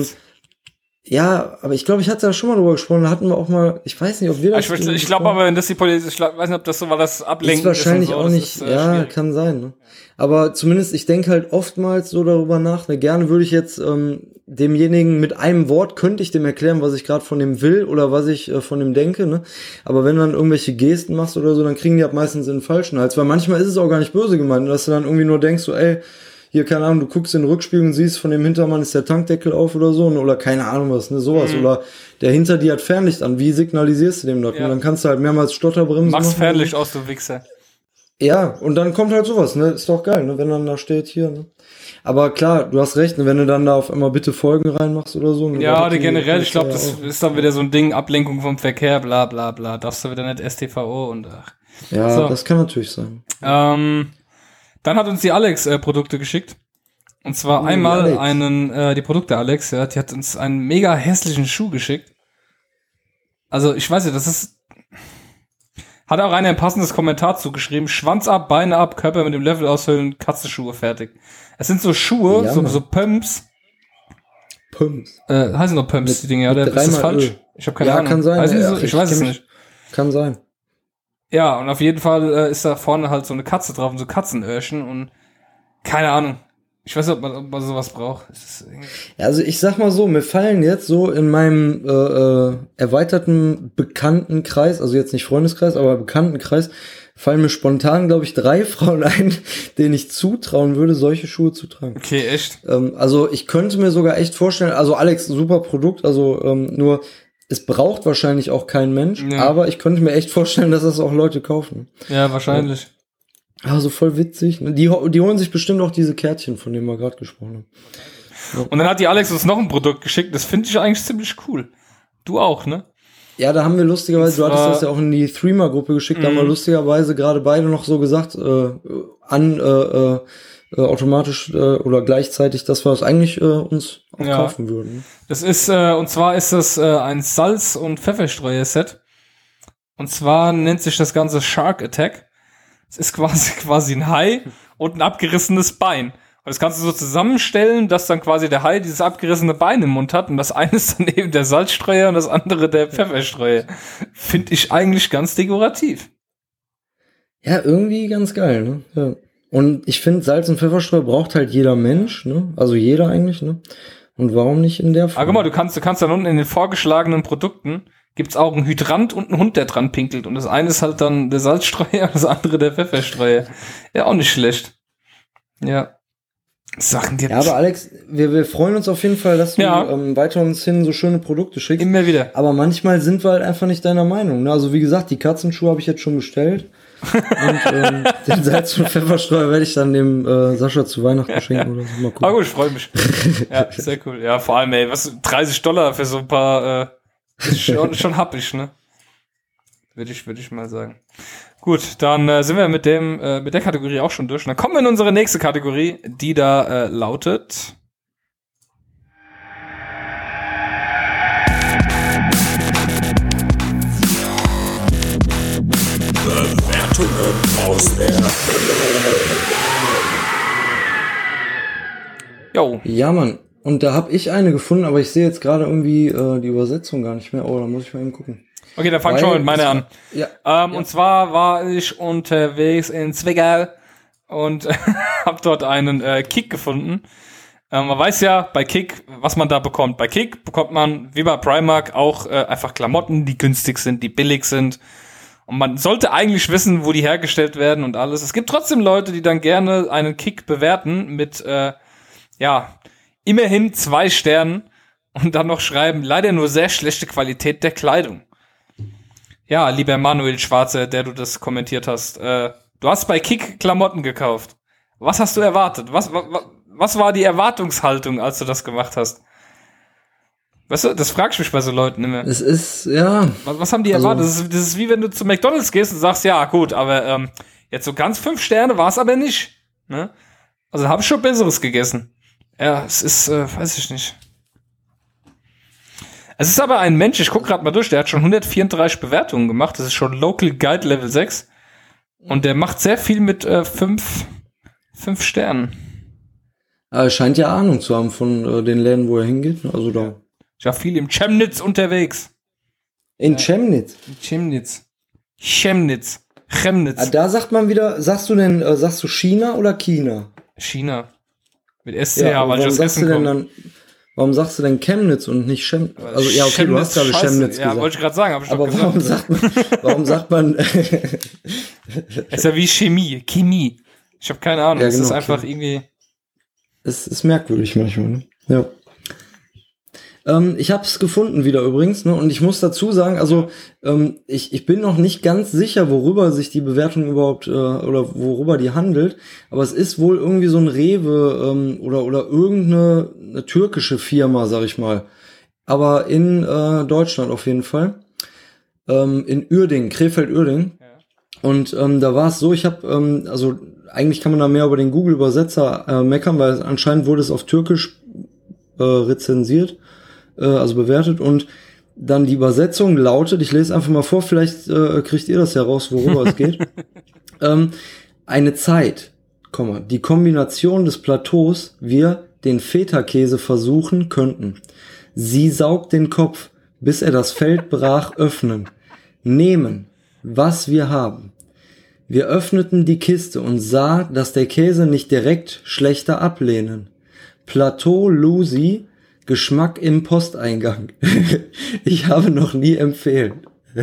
Ja, aber ich glaube, ich hatte da schon mal drüber gesprochen, da hatten wir auch mal, ich weiß nicht, ob wir das... Ich, ich glaube aber, wenn das die Polizei, ich weiß nicht, ob das so war, das Ablenken ist wahrscheinlich ist auch nicht, ist, äh, ja, schwierig. Kann sein, ne? Aber zumindest, ich denke halt oftmals so darüber nach, ne, gerne würde ich jetzt ähm, demjenigen mit einem Wort, könnte ich dem erklären, was ich gerade von dem will oder was ich äh, von dem denke, ne? Aber wenn du dann irgendwelche Gesten machst oder so, dann kriegen die halt meistens in den falschen Hals, weil manchmal ist es auch gar nicht böse gemeint, dass du dann irgendwie nur denkst, so, ey, hier, keine Ahnung, du guckst in den Rückspiegel und siehst, von dem Hintermann ist der Tankdeckel auf oder so, oder keine Ahnung was, ne, sowas, mhm. Oder der hinter dir hat Fernlicht an, wie signalisierst du dem das? Ja. Und dann kannst du halt mehrmals Stotterbremsen machen. Machst Fernlicht aus, du Wichser. Ja, und dann kommt halt sowas, ne, ist doch geil, ne, wenn dann da steht, hier, ne. Aber klar, du hast recht, ne, wenn du dann da auf einmal bitte Folgen reinmachst oder so. Ne, ja, die generell, ich glaube, das auch. Ist dann wieder so ein Ding, Ablenkung vom Verkehr, bla, bla, bla, darfst du wieder nicht S T V O und ach. Ja, so. Das kann natürlich sein. Ähm, dann hat uns die Alex äh, Produkte geschickt. Und zwar oh, einmal Alex. einen, äh, die Produkte Alex, ja, die hat uns einen mega hässlichen Schuh geschickt. Also, ich weiß nicht, das ist, hat auch einer ein passendes Kommentar zugeschrieben, Schwanz ab, Beine ab, Körper mit dem Level aushöhlen, Katzenschuhe fertig. Es sind so Schuhe, ja, so, so Pumps. Pumps. Äh, heißen doch Pumps, mit, die Dinge, oder? Ist das falsch? Öl. Ich habe keine ja, Ahnung. Kann sein, weiß ja, so? Ich, ich weiß es nicht. Kann sein. Ja, und auf jeden Fall äh, ist da vorne halt so eine Katze drauf und so Katzenöhrchen und keine Ahnung. Ich weiß nicht, ob man, ob man sowas braucht. Ja, also ich sag mal so, mir fallen jetzt so in meinem äh, äh, erweiterten Bekanntenkreis, also jetzt nicht Freundeskreis, aber Bekanntenkreis, fallen mir spontan, glaube ich, drei Frauen ein, denen ich zutrauen würde, solche Schuhe zu tragen. Okay, echt? Ähm, also ich könnte mir sogar echt vorstellen, also Alex, super Produkt, also ähm, nur, es braucht wahrscheinlich auch kein Mensch, ja. Aber ich könnte mir echt vorstellen, dass das auch Leute kaufen. Ja, wahrscheinlich. Ja. Also voll witzig. Die, die holen sich bestimmt auch diese Kärtchen, von denen wir gerade gesprochen haben. Ja. Und dann hat die Alex uns noch ein Produkt geschickt, das finde ich eigentlich ziemlich cool. Du auch, ne? Ja, da haben wir lustigerweise, du hattest das ja auch in die Threema-Gruppe geschickt, da haben wir lustigerweise gerade beide noch so gesagt, äh, an, äh, äh, automatisch äh, oder gleichzeitig, dass wir es eigentlich äh, uns auch ja. kaufen würden. Das ist, äh, und zwar ist das äh, ein Salz- und Pfefferstreuer-Set. Und zwar nennt sich das Ganze Shark Attack. Es ist quasi quasi ein Hai und ein abgerissenes Bein. Und das kannst du so zusammenstellen, dass dann quasi der Hai dieses abgerissene Bein im Mund hat und das eine ist dann eben der Salzstreuer und das andere der Pfefferstreuer. Finde ich eigentlich ganz dekorativ. Ja, irgendwie ganz geil, ne? Ja. Und ich finde, Salz- und Pfefferstreuer braucht halt jeder Mensch, ne? Also jeder eigentlich, ne? Und warum nicht in der Form? Ah, guck mal, du kannst, du kannst dann unten in den vorgeschlagenen Produkten gibt's auch einen Hydrant und einen Hund, der dran pinkelt. Und das eine ist halt dann der Salzstreuer, das andere der Pfefferstreuer. Ja, auch nicht schlecht. Ja. Sachen gibt's. Ja, aber Alex, wir, wir freuen uns auf jeden Fall, dass du ja. ähm, weiter uns hin so schöne Produkte schickst. Immer wieder. Aber manchmal sind wir halt einfach nicht deiner Meinung. Ne? Also wie gesagt, die Katzenschuhe habe ich jetzt schon bestellt. Und ähm, den Salz- und Pfefferstreuer werde ich dann dem äh, Sascha zu Weihnachten schenken oder so. Mal gucken. Ah gut, ich freue mich. Ja, sehr cool. Ja, vor allem, ey, was, dreißig Dollar für so ein paar, äh, ist schon, schon happig, ne? Würde ich, würde ich mal sagen. Gut, dann äh, sind wir mit dem, äh, mit der Kategorie auch schon durch. Und dann kommen wir in unsere nächste Kategorie, die da äh, lautet. Jo. Ja, Mann. Und da habe ich eine gefunden, aber ich sehe jetzt gerade irgendwie äh, die Übersetzung gar nicht mehr. Oh, da muss ich mal eben gucken. Okay, dann fang schon mit meiner an. Ja. Ähm, ja. Und zwar war ich unterwegs in Zwickau und habe dort einen äh, Kick gefunden. Ähm, man weiß ja bei Kick, was man da bekommt. Bei Kick bekommt man, wie bei Primark, auch äh, einfach Klamotten, die günstig sind, die billig sind. Und man sollte eigentlich wissen, wo die hergestellt werden und alles. Es gibt trotzdem Leute, die dann gerne einen Kick bewerten mit, äh, ja, immerhin zwei Sternen und dann noch schreiben, leider nur sehr schlechte Qualität der Kleidung. Ja, lieber Manuel Schwarze, der du das kommentiert hast, äh, du hast bei Kick Klamotten gekauft. Was hast du erwartet? Was, was, was war die Erwartungshaltung, als du das gemacht hast? Weißt du, das fragst du mich bei so Leuten immer. Es ist, ja. Was, was haben die also, erwartet? Das ist, das ist wie wenn du zu McDonald's gehst und sagst, ja, gut, aber ähm, jetzt so ganz fünf Sterne war es aber nicht. Ne? Also habe ich schon Besseres gegessen. Ja, es ist, äh, weiß ich nicht. Es ist aber ein Mensch, ich guck gerade mal durch, der hat schon hundertvierunddreißig Bewertungen gemacht. Das ist schon Local Guide Level sechs. Und der macht sehr viel mit äh, fünf, fünf Sternen. Er scheint ja Ahnung zu haben von äh, den Läden, wo er hingeht. Also da. Ich war viel im Chemnitz unterwegs. In Ja. Chemnitz. Chemnitz. Chemnitz. Chemnitz. Ah, da sagt man wieder, sagst du denn, äh, sagst du China oder China? China. Mit S C, ja, aber weil ich warum aus sagst du Essen denn komme. dann, warum sagst du denn Chemnitz und nicht Chemnitz? Also ja, okay, du hast gerade Scheiße. Chemnitz Ja, gesagt. wollte ich gerade sagen, hab ich Aber doch warum gesagt. sagt man, warum sagt man, Ist ja wie Chemie, Chemie. Ich habe keine Ahnung, Ja, es genau, ist einfach Chemie. irgendwie... es ist merkwürdig manchmal, ne? Ja. Ähm, ich habe es gefunden wieder übrigens, ne? Und ich muss dazu sagen, also ähm, ich, ich bin noch nicht ganz sicher, worüber sich die Bewertung überhaupt äh, oder worüber die handelt, aber es ist wohl irgendwie so ein Rewe ähm, oder oder irgendeine eine türkische Firma, sag ich mal, aber in äh, Deutschland auf jeden Fall, ähm, in Uerdingen, Krefeld-Uerdingen. Ja. Und ähm, da war es so, ich habe, ähm, also eigentlich kann man da mehr über den Google-Übersetzer äh, meckern, weil anscheinend wurde es auf Türkisch äh, rezensiert, äh, also bewertet. Und dann die Übersetzung lautet, ich lese einfach mal vor, vielleicht äh, kriegt ihr das ja raus, worüber es geht. Ähm, eine Zeit, Komma, die Kombination des Plateaus wir den Feta-Käse versuchen könnten. Sie saugt den Kopf, bis er das Feld brach öffnen. Nehmen, was wir haben. Wir öffneten die Kiste und sah, dass der Käse nicht direkt schlechter ablehnen. Plateau Lucy, Geschmack im Posteingang. Ich habe noch nie empfehlen.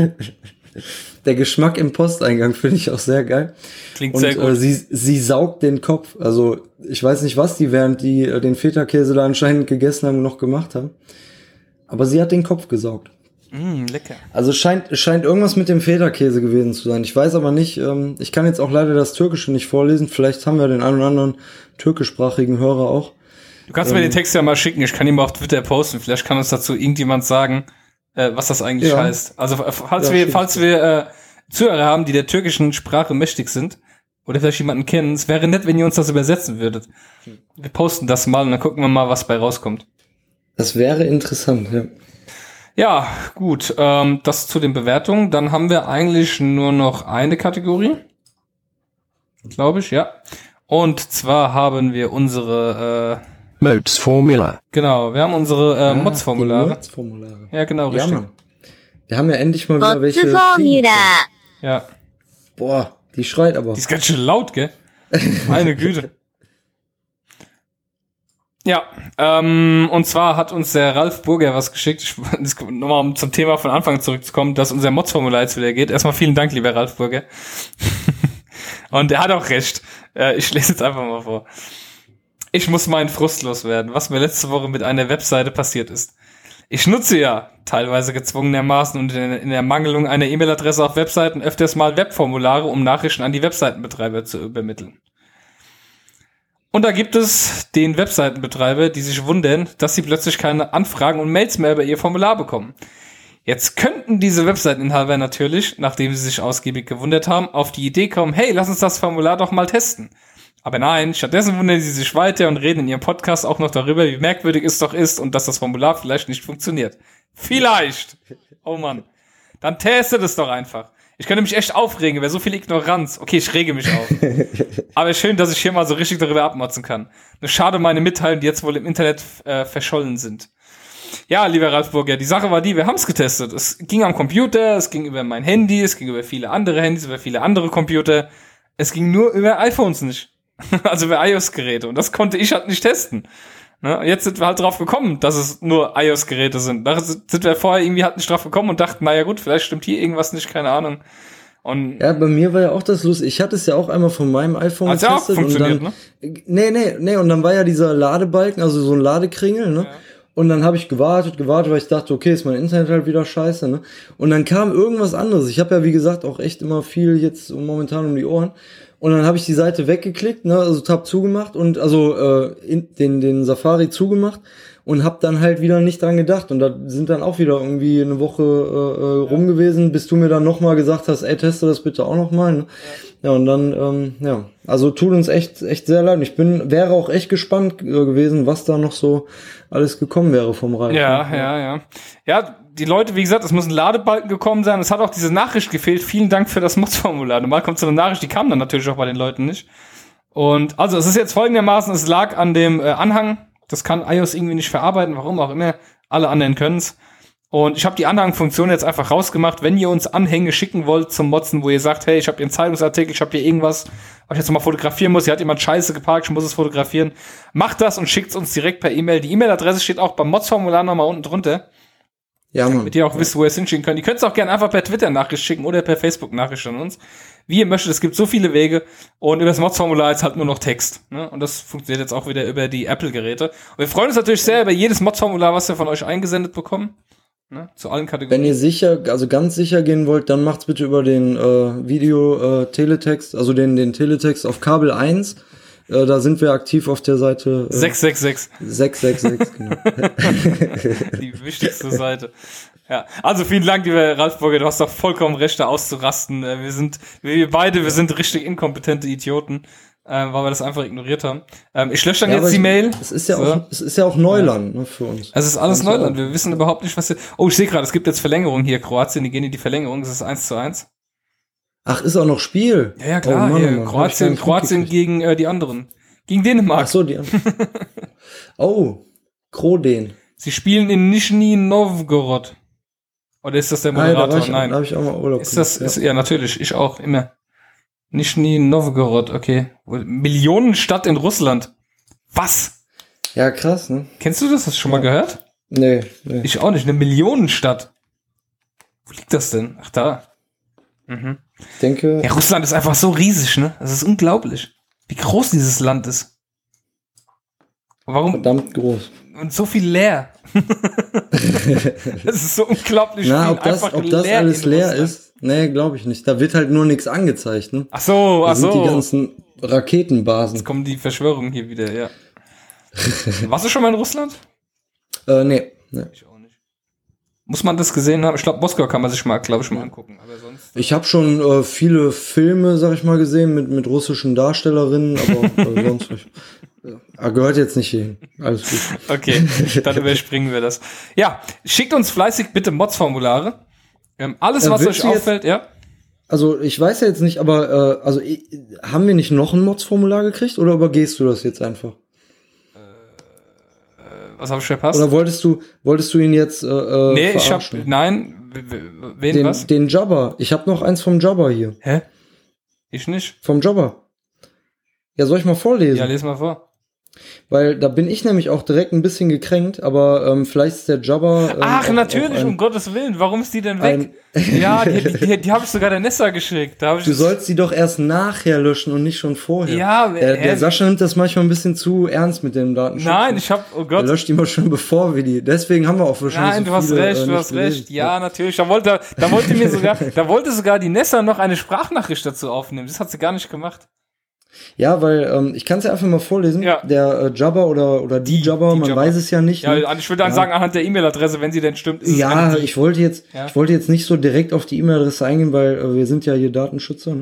Der Geschmack im Posteingang finde ich auch sehr geil. Klingt und, sehr gut. Äh, sie, sie saugt den Kopf. Also ich weiß nicht, was die, während die äh, den Feta-Käse da anscheinend gegessen haben, noch gemacht haben. Aber sie hat den Kopf gesaugt. Mm, lecker. Also scheint scheint irgendwas mit dem Feta-Käse gewesen zu sein. Ich weiß aber nicht, ähm, ich kann jetzt auch leider das Türkische nicht vorlesen. Vielleicht haben wir den einen oder anderen türkischsprachigen Hörer auch. Du kannst ähm, mir den Text ja mal schicken, ich kann ihn mal auf Twitter posten. Vielleicht kann uns dazu irgendjemand sagen, äh, was das eigentlich Ja. heißt. Also falls Ja, wir, stimmt. falls wir äh, Zuhörer haben, die der türkischen Sprache mächtig sind, oder vielleicht jemanden kennen, es wäre nett, wenn ihr uns das übersetzen würdet. Wir posten das mal und dann gucken wir mal, was bei rauskommt. Das wäre interessant, ja. Ja, gut. Ähm, das zu den Bewertungen. Dann haben wir eigentlich nur noch eine Kategorie. Glaube ich, ja. Und zwar haben wir unsere äh, Mods Formula. genau, wir haben unsere äh, Mods-Formulare. Die Mods-Formulare. Ja, genau, Ja, richtig. Mann. Wir haben ja endlich mal wieder welche. Formula. Ja. Boah, die schreit aber. Die ist ganz schön laut, gell? Meine Güte. Ja, ähm, und zwar hat uns der Ralf Burger was geschickt. Ich, das, nochmal um zum Thema von Anfang zurückzukommen, dass unser Mods-Formular jetzt wieder geht. Erstmal vielen Dank, lieber Ralf Burger. Und er hat auch recht. Äh, ich lese jetzt einfach mal vor. Ich muss meinen Frust loswerden, was mir letzte Woche mit einer Webseite passiert ist. Ich nutze ja, teilweise gezwungenermaßen und in, in der Mangelung einer E-Mail-Adresse auf Webseiten öfters mal Webformulare, um Nachrichten an die Webseitenbetreiber zu übermitteln. Und da gibt es den Webseitenbetreiber, die sich wundern, dass sie plötzlich keine Anfragen und Mails mehr über ihr Formular bekommen. Jetzt könnten diese Webseiteninhaber natürlich, nachdem sie sich ausgiebig gewundert haben, auf die Idee kommen, hey, lass uns das Formular doch mal testen. Aber nein, stattdessen wundern sie sich weiter und reden in ihrem Podcast auch noch darüber, wie merkwürdig es doch ist und dass das Formular vielleicht nicht funktioniert. Vielleicht. Oh Mann. Dann testet es doch einfach. Ich könnte mich echt aufregen, wäre so viel Ignoranz. Okay, ich rege mich auf. Aber schön, dass ich hier mal so richtig darüber abmotzen kann. Nur schade meine Mitteilungen, die jetzt wohl im Internet äh, verschollen sind. Ja, lieber Ralf Burger, die Sache war die, wir haben es getestet. Es ging am Computer, es ging über mein Handy, es ging über viele andere Handys, über viele andere Computer. Es ging nur über iPhones nicht. Also über iOS-Geräte. Und das konnte ich halt nicht testen. Ne? Jetzt sind wir halt drauf gekommen, dass es nur iOS-Geräte sind. Da sind wir vorher irgendwie halt nicht drauf gekommen und dachten, naja gut, vielleicht stimmt hier irgendwas nicht, keine Ahnung. Und ja, bei mir war ja auch das lustig. Ich hatte es ja auch einmal von meinem iPhone hat's getestet. Ja auch funktioniert, und dann, ne? Nee, nee, nee. Und dann war ja dieser Ladebalken, also so ein Ladekringel, ne? Ja. Und dann habe ich gewartet, gewartet, weil ich dachte, okay, ist mein Internet halt wieder scheiße, ne? Und dann kam irgendwas anderes. Ich habe ja, wie gesagt, auch echt immer viel jetzt momentan um die Ohren. Und dann habe ich die Seite weggeklickt, ne, also Tab zugemacht und also äh, in, den den Safari zugemacht und habe dann halt wieder nicht dran gedacht. Und da sind dann auch wieder irgendwie eine Woche äh, rum gewesen, bis du mir dann nochmal gesagt hast, ey, teste das bitte auch nochmal. Ne? Ja, und dann, ähm, ja, also tut uns echt echt sehr leid. Ich bin, wäre auch echt gespannt äh, gewesen, was da noch so alles gekommen wäre vom Ralf. Ja, ja, ja. Ja, die Leute, wie gesagt, es muss ein Ladebalken gekommen sein. Es hat auch diese Nachricht gefehlt. Vielen Dank für das Mods-Formular. Normal kommt so eine Nachricht, die kam dann natürlich auch bei den Leuten nicht. Und also es ist jetzt folgendermaßen, es lag an dem äh, Anhang. Das kann iOS irgendwie nicht verarbeiten, warum auch immer. Alle anderen können's. Und ich habe die Anhangfunktion jetzt einfach rausgemacht. Wenn ihr uns Anhänge schicken wollt zum Motzen, wo ihr sagt, hey, ich habe hier einen Zeitungsartikel, ich habe hier irgendwas, was ich jetzt noch mal fotografieren muss, hier hat jemand Scheiße geparkt, ich muss es fotografieren. Macht das und schickt's uns direkt per E-Mail. Die E-Mail-Adresse steht auch beim Mods-Formular nochmal unten drunter. Ja, Mann. Damit ihr auch wisst, wo ihr es hinschicken könnt. Ihr könnt es auch gerne einfach per Twitter-Nachricht schicken oder per Facebook-Nachricht an uns. Wie ihr möchtet, es gibt so viele Wege. Und über das Mods-Formular ist halt nur noch Text. Ne? Und das funktioniert jetzt auch wieder über die Apple-Geräte. Und wir freuen uns natürlich sehr über jedes Mods-Formular, was wir von euch eingesendet bekommen. Ne? Zu allen Kategorien. Wenn ihr sicher, also ganz sicher gehen wollt, dann macht's bitte über den äh, Video-Teletext, äh, also den, den Teletext auf Kabel eins. Äh, da sind wir aktiv auf der Seite äh, sechs sechs sechs. sechs sechs sechs, genau. Die wichtigste Seite. Ja, also vielen Dank, lieber Ralf Burger, du hast doch vollkommen recht, da auszurasten. Wir sind, wir beide, wir sind richtig inkompetente Idioten, äh, weil wir das einfach ignoriert haben. Ähm, ich lösche dann ja, jetzt die Mail. Es ist ja so. auch, es ist ja auch Neuland, ja. Ne, für uns. Es ist alles das Neuland, wir wissen überhaupt nicht, was hier. Oh, ich sehe gerade, es gibt jetzt Verlängerung hier, Kroatien, die gehen in die Verlängerung, das ist eins zu eins. Ach, ist auch noch Spiel? Ja, ja, klar, oh, Mann, hier, Mann, Kroatien, Kroatien gegen äh, die anderen. Gegen Dänemark. Ach so, die anderen. Oh, Kroden. Sie spielen in Nischni Novgorod. Oder ist das der Moderator? Ah, ja, da Nein. Da habe ich auch mal Urlaub. Ist das, ja. Ist, ja, natürlich, ich auch, immer. Nischni Novgorod, okay. Millionenstadt in Russland. Was? Ja, krass, ne? Kennst du das? Hast du schon ja. mal gehört? Nee, nee. Ich auch nicht, eine Millionenstadt. Wo liegt das denn? Ach, da. Mhm. Ich denke. Ja, Russland ist einfach so riesig, ne? Das ist unglaublich. Wie groß dieses Land ist. Warum? Verdammt groß. Und so viel leer. Das ist so unglaublich Na, viel. ob das, einfach ob das leer alles leer Russland. ist? Nee, glaube ich nicht. Da wird halt nur nichts angezeigt, ne? Ach so, ach da sind so. die ganzen Raketenbasen. Jetzt kommen die Verschwörungen hier wieder, ja. Warst du schon mal in Russland? Äh, nee. nee. Ich auch nicht. Muss man das gesehen haben? Ich glaube, Moskau kann man sich mal, glaube ich, mal angucken. Aber sonst. Ich habe schon äh, viele Filme, sag ich mal, gesehen mit mit russischen Darstellerinnen, aber äh, sonst nicht. Ja, gehört jetzt nicht hin. Alles gut. Okay, dann überspringen wir das. Ja, schickt uns fleißig bitte Mods-Formulare. Ähm, alles, was äh, euch auffällt, ja. Also ich weiß ja jetzt nicht, aber äh, also ich, haben wir nicht noch ein Mods-Formular gekriegt oder übergehst du das jetzt einfach? Was habe ich verpasst? Oder wolltest du, wolltest du ihn jetzt äh, Nee, ich hab, nein, wen den, was? Den Jabba. Ich habe noch eins vom Jabba hier. Hä? Ich nicht. Vom Jabba. Ja, soll ich mal vorlesen? Ja, les mal vor. Weil da bin ich nämlich auch direkt ein bisschen gekränkt, aber ähm, vielleicht ist der Jabba... Ähm, Ach, auch, natürlich, auch ein, um Gottes Willen. Warum ist die denn weg? Ja, die, die, die, die habe ich sogar der Nessa geschickt. Da hab ich du sollst die doch erst nachher löschen und nicht schon vorher. Ja, der, der Sascha nimmt das manchmal ein bisschen zu ernst mit dem Datenschutz. Nein, ich hab, oh Gott. Der löscht die mal schon bevor wir die... Deswegen haben wir auch wahrscheinlich Nein, so du hast viele, recht, äh, du hast gelesen. recht. Ja, natürlich. Da wollte, da wollte mir sogar, da wollte sogar die Nessa noch eine Sprachnachricht dazu aufnehmen. Das hat sie gar nicht gemacht. Ja, weil ähm, ich kann es ja einfach mal vorlesen. Ja. Der äh, Jabba oder oder die, die Jabba, die man Jabba. weiß es ja nicht. Ja, ne? ich würde dann ja. sagen anhand der E-Mail-Adresse, wenn sie denn stimmt. Ist ja, es ich wollte jetzt, ja. ich wollte jetzt nicht so direkt auf die E-Mail-Adresse eingehen, weil äh, wir sind ja hier Datenschützer. Ne?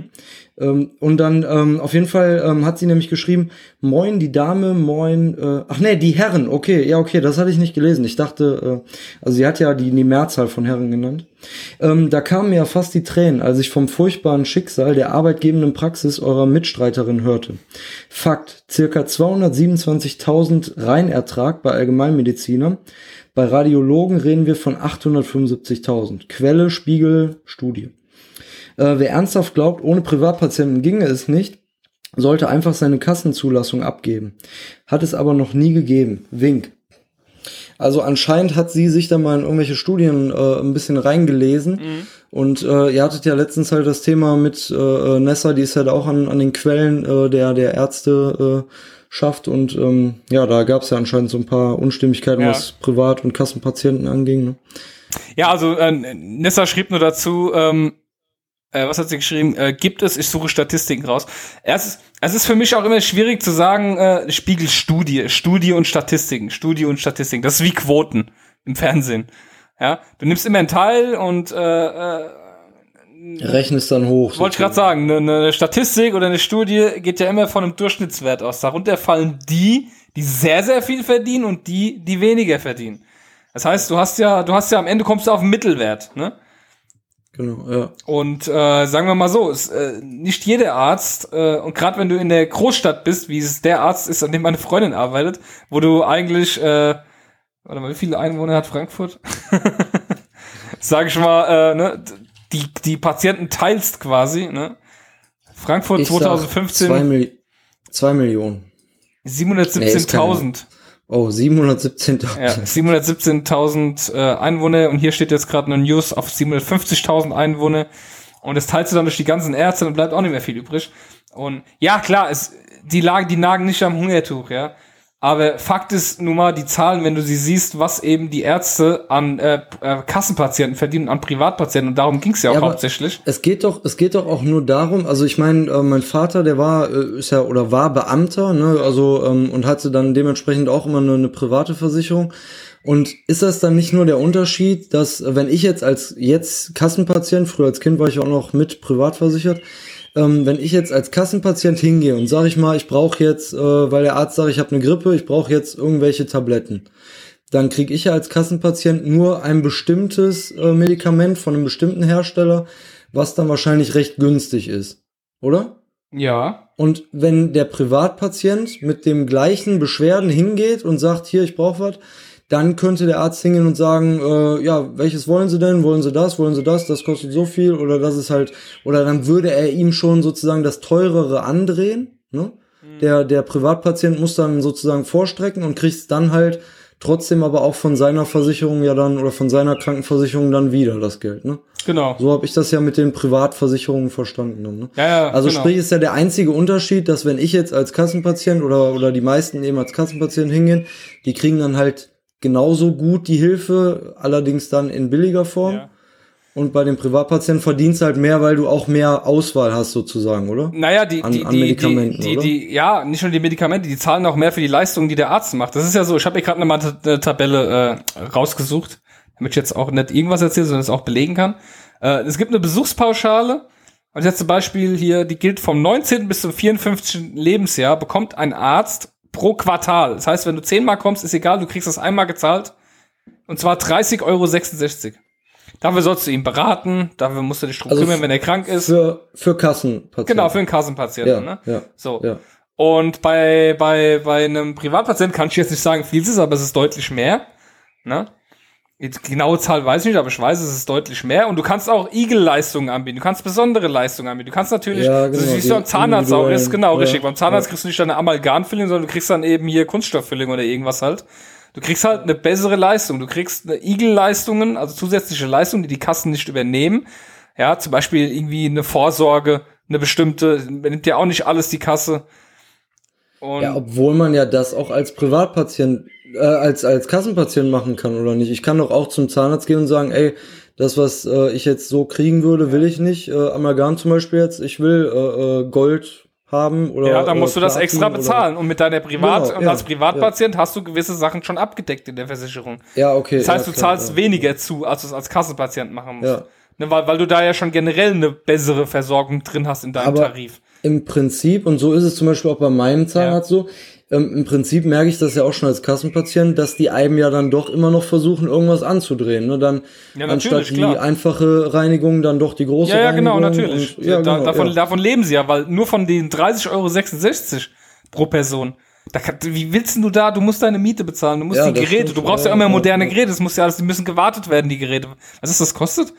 Ähm, und dann ähm, auf jeden Fall ähm, hat sie nämlich geschrieben, moin die Dame, moin, äh, ach nee, die Herren, okay, ja okay, das hatte ich nicht gelesen. Ich dachte, äh, also sie hat ja die, die Mehrzahl von Herren genannt. Ähm, da kamen mir ja fast die Tränen, als ich vom furchtbaren Schicksal der arbeitgebenden Praxis eurer Mitstreiterin hörte. Fakt, circa zweihundertsiebenundzwanzigtausend Reinertrag bei Allgemeinmedizinern. Bei Radiologen reden wir von achthundertfünfundsiebzigtausend. Quelle, Spiegel, Studie. Äh, wer ernsthaft glaubt, ohne Privatpatienten ginge es nicht, sollte einfach seine Kassenzulassung abgeben. Hat es aber noch nie gegeben. Wink. Also anscheinend hat sie sich da mal in irgendwelche Studien äh, ein bisschen reingelesen. Mhm. Und äh, ihr hattet ja letztens halt das Thema mit äh, Nessa, die ist halt auch an, an den Quellen äh, der, der Ärzte äh, schafft. Und ähm, ja, da gab es ja anscheinend so ein paar Unstimmigkeiten, ja, was Privat- und Kassenpatienten anging. Ne? Ja, also äh, Nessa schrieb nur dazu, ähm, Äh, was hat sie geschrieben? Äh, gibt es, ich suche Statistiken raus. Erstens, es ist für mich auch immer schwierig zu sagen, äh, Spiegel Studie, Studie und Statistiken, Studie und Statistiken. Das ist wie Quoten im Fernsehen. Ja, du nimmst immer einen Teil und äh, äh, rechnest dann hoch. Wollte ich gerade sagen, eine, eine Statistik oder eine Studie geht ja immer von einem Durchschnittswert aus. Darunter fallen die, die sehr, sehr viel verdienen und die, die weniger verdienen. Das heißt, du hast ja, du hast ja am Ende kommst du auf einen Mittelwert, ne? Genau, ja. Und äh, sagen wir mal so, ist, äh, nicht jeder Arzt, äh, und gerade wenn du in der Großstadt bist, wie es der Arzt ist, an dem meine Freundin arbeitet, wo du eigentlich, äh, warte mal, wie viele Einwohner hat Frankfurt? Sag ich mal, äh, ne, die die Patienten teilst quasi, ne? Frankfurt ich zwanzig fünfzehn zwei, Mil- zwei Millionen. siebenhundertsiebzehntausend. Oh, siebenhundertsiebzehntausend. Ja, siebenhundertsiebzehntausend äh, Einwohner und hier steht jetzt gerade eine News auf siebenhundertfünfzigtausend Einwohner und das teilst du dann durch die ganzen Ärzte und bleibt auch nicht mehr viel übrig. Und ja, klar, es, die lagen, die nagen nicht am Hungertuch, ja. Aber Fakt ist nun mal, die Zahlen, wenn du sie siehst, was eben die Ärzte an äh, äh, Kassenpatienten verdienen, an Privatpatienten, und darum ging's ja auch ja, hauptsächlich. Es geht doch, es geht doch auch nur darum, also ich meine, äh, mein Vater, der war, äh, ist ja oder war Beamter, ne, also ähm, und hatte dann dementsprechend auch immer eine, eine private Versicherung. Und ist das dann nicht nur der Unterschied, dass wenn ich jetzt als jetzt Kassenpatient, früher als Kind war ich auch noch mit privat versichert, Ähm, wenn ich jetzt als Kassenpatient hingehe und sage ich mal, ich brauche jetzt, äh, weil der Arzt sagt, ich habe eine Grippe, ich brauche jetzt irgendwelche Tabletten, dann kriege ich ja als Kassenpatient nur ein bestimmtes äh, Medikament von einem bestimmten Hersteller, was dann wahrscheinlich recht günstig ist, oder? Ja. Und wenn der Privatpatient mit dem gleichen Beschwerden hingeht und sagt, hier, ich brauche was, dann könnte der Arzt hingehen und sagen, äh, ja, welches wollen Sie denn? Wollen Sie das? Wollen Sie das? Das kostet so viel oder das ist halt, oder dann würde er ihm schon sozusagen das teurere andrehen, ne? Mhm. Der, der Privatpatient muss dann sozusagen vorstrecken und kriegt es dann halt trotzdem aber auch von seiner Versicherung ja dann oder von seiner Krankenversicherung dann wieder das Geld, ne? Genau. So habe ich das ja mit den Privatversicherungen verstanden. Ne? Ja, ja, also genau. Sprich ist ja der einzige Unterschied, dass wenn ich jetzt als Kassenpatient oder, oder die meisten eben als Kassenpatient hingehen, die kriegen dann halt genauso gut die Hilfe, allerdings dann in billiger Form. Ja. Und bei den Privatpatienten verdienst du halt mehr, weil du auch mehr Auswahl hast sozusagen, oder? Naja, die, an, die, an die, Medikamenten, die, die, oder? die, ja, nicht nur die Medikamente, die zahlen auch mehr für die Leistungen, die der Arzt macht. Das ist ja so, ich habe hier gerade eine, eine Tabelle äh, rausgesucht, damit ich jetzt auch nicht irgendwas erzähle, sondern es auch belegen kann. Äh, es gibt eine Besuchspauschale, also jetzt zum Beispiel hier, die gilt vom neunzehnten bis zum vierundfünfzigsten Lebensjahr, bekommt ein Arzt pro Quartal. Das heißt, wenn du zehnmal kommst, ist egal, du kriegst das einmal gezahlt. Und zwar dreißig Euro sechsundsechzig. Dafür sollst du ihn beraten, dafür musst du dich drum also kümmern, wenn er krank ist. Für, für Kassenpatienten. Genau, für einen Kassenpatienten. Ja, ne? ja, so. Ja. Und bei, bei, bei einem Privatpatienten kann ich jetzt nicht sagen, viel ist es, aber es ist deutlich mehr. Ne? Die genaue Zahl weiß ich nicht, aber ich weiß, es ist deutlich mehr. Und du kannst auch Igel-Leistungen anbieten. Du kannst besondere Leistungen anbieten. Du kannst natürlich, ja, genau, so wie es beim Zahnarzt auch ist, genau, ja, richtig. Beim Zahnarzt ja. kriegst du nicht eine Amalgamfülling, sondern du kriegst dann eben hier Kunststofffülling oder irgendwas halt. Du kriegst halt eine bessere Leistung. Du kriegst eine Igel-Leistungen, also zusätzliche Leistungen, die die Kassen nicht übernehmen. Ja, zum Beispiel irgendwie eine Vorsorge, eine bestimmte, nimmt ja auch nicht alles die Kasse. Und ja, obwohl man ja das auch als Privatpatient, äh, als als Kassenpatient machen kann, oder nicht? Ich kann doch auch zum Zahnarzt gehen und sagen, ey, das, was äh, ich jetzt so kriegen würde, will ich nicht. Äh, Amalgam zum Beispiel jetzt, ich will äh, äh, Gold haben oder ja, dann musst äh, du das Platin extra bezahlen. Und mit deiner Privat- genau, und ja, als Privatpatient ja. hast du gewisse Sachen schon abgedeckt in der Versicherung. Ja, okay. Das heißt, ja, du klar, zahlst ja. weniger zu, als du es als Kassenpatient machen musst. Ja. Ne, weil, weil du da ja schon generell eine bessere Versorgung drin hast in deinem Aber Tarif. Im Prinzip, und so ist es zum Beispiel auch bei meinem Zahnarzt Ja. so, ähm, im Prinzip merke ich das ja auch schon als Kassenpatient, dass die einem ja dann doch immer noch versuchen, irgendwas anzudrehen. Ne? Dann Ja, anstatt natürlich, die klar. einfache Reinigung dann doch die große Ja, ja, Reinigung. genau, natürlich. Und, ja, da, genau, davon, ja. davon leben sie ja, weil nur von den dreißig Euro sechsundsechzig pro Person. Da kann, wie willst denn du da? Du musst deine Miete bezahlen, du musst Ja, die das Geräte, stimmt du brauchst schon, ja immer ja, moderne ja. Geräte, das muss ja alles, die müssen gewartet werden, die Geräte. Was ist das kostet?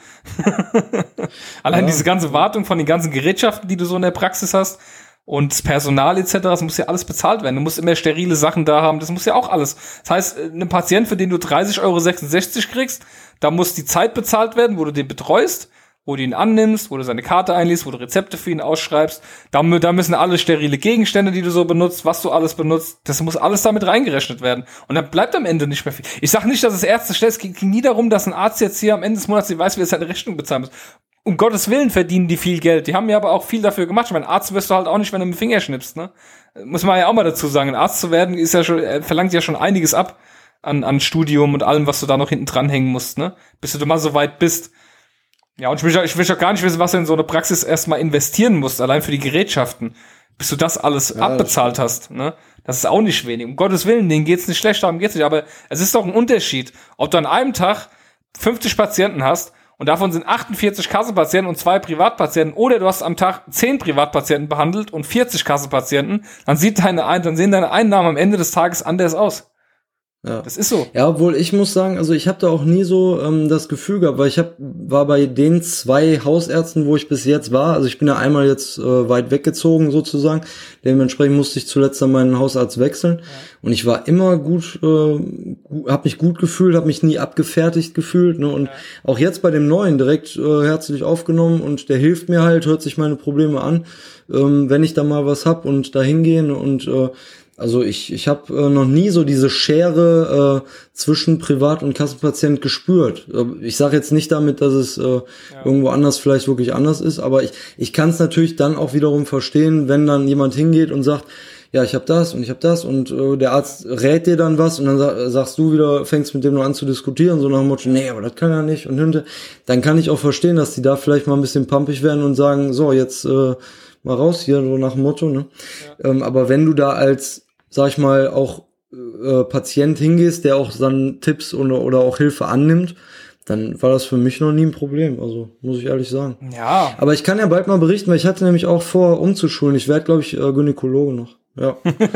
Allein Ja. diese ganze Wartung von den ganzen Gerätschaften, die du so in der Praxis hast und das Personal et cetera, das muss ja alles bezahlt werden. Du musst immer sterile Sachen da haben, das muss ja auch alles. Das heißt, ein Patient, für den du dreißig Euro sechsundsechzig kriegst, da muss die Zeit bezahlt werden, wo du den betreust, wo du ihn annimmst, wo du seine Karte einliest, wo du Rezepte für ihn ausschreibst. Da, mü- da müssen alle sterile Gegenstände, die du so benutzt, was du alles benutzt, das muss alles damit reingerechnet werden. Und dann bleibt am Ende nicht mehr viel. Ich sage nicht, dass es Ärzte stellt, es ging ging nie darum, dass ein Arzt jetzt hier am Ende des Monats nicht weiß, wie er seine Rechnung bezahlen muss. Um Gottes Willen verdienen die viel Geld. Die haben ja aber auch viel dafür gemacht. Ich meine, Arzt wirst du halt auch nicht, wenn du mit dem Finger schnippst, ne? Muss man ja auch mal dazu sagen. Ein Arzt zu werden, ist ja schon, äh, verlangt ja schon einiges ab an, an Studium und allem, was du da noch hinten dranhängen musst, ne? Bis du mal so weit bist. Ja, und ich will, ich will doch gar nicht wissen, was du in so eine Praxis erstmal investieren musst, allein für die Gerätschaften, bis du das alles Ja, abbezahlt hast, ne? Das ist auch nicht wenig. Um Gottes Willen, denen geht's nicht schlecht, darum geht's nicht. Aber es ist doch ein Unterschied, ob du an einem Tag fünfzig Patienten hast und davon sind achtundvierzig Kassenpatienten und zwei Privatpatienten, oder du hast am Tag zehn Privatpatienten behandelt und vierzig Kassenpatienten, dann sieht deine, Ein- dann sehen deine Einnahmen am Ende des Tages anders aus. Ja. Das ist so. Ja, obwohl ich muss sagen, also ich habe da auch nie so ähm, das Gefühl gehabt, weil ich hab, war bei den zwei Hausärzten, wo ich bis jetzt war, also ich bin ja einmal jetzt äh, weit weggezogen sozusagen, dementsprechend musste ich zuletzt dann meinen Hausarzt wechseln, ja. Und ich war immer gut, äh, habe mich gut gefühlt, habe mich nie abgefertigt gefühlt, ne? Und ja. Auch jetzt bei dem Neuen direkt äh, herzlich aufgenommen und der hilft mir halt, hört sich meine Probleme an, ähm, wenn ich da mal was hab und da hingehen und äh, also ich ich habe äh, noch nie so diese Schere äh, zwischen Privat- und Kassenpatient gespürt. Ich sage jetzt nicht damit, dass es äh, ja. irgendwo anders vielleicht wirklich anders ist, aber ich ich kann es natürlich dann auch wiederum verstehen, wenn dann jemand hingeht und sagt, ja, ich habe das und ich habe das und äh, der Arzt rät dir dann was und dann sag, sagst du wieder, fängst mit dem nur an zu diskutieren, so nach dem Motto, nee, aber das kann er nicht und hinter. Dann kann ich auch verstehen, dass die da vielleicht mal ein bisschen pumpig werden und sagen, so, jetzt äh, mal raus hier, so nach dem Motto, ne? Ja. Ähm, aber wenn du da als, sag ich mal, auch äh, Patient hingehst, der auch dann Tipps oder, oder auch Hilfe annimmt, dann war das für mich noch nie ein Problem, also muss ich ehrlich sagen. Ja. Aber ich kann ja bald mal berichten, weil ich hatte nämlich auch vor, umzuschulen. Ich werde, glaube ich, äh, Gynäkologe noch. Ja.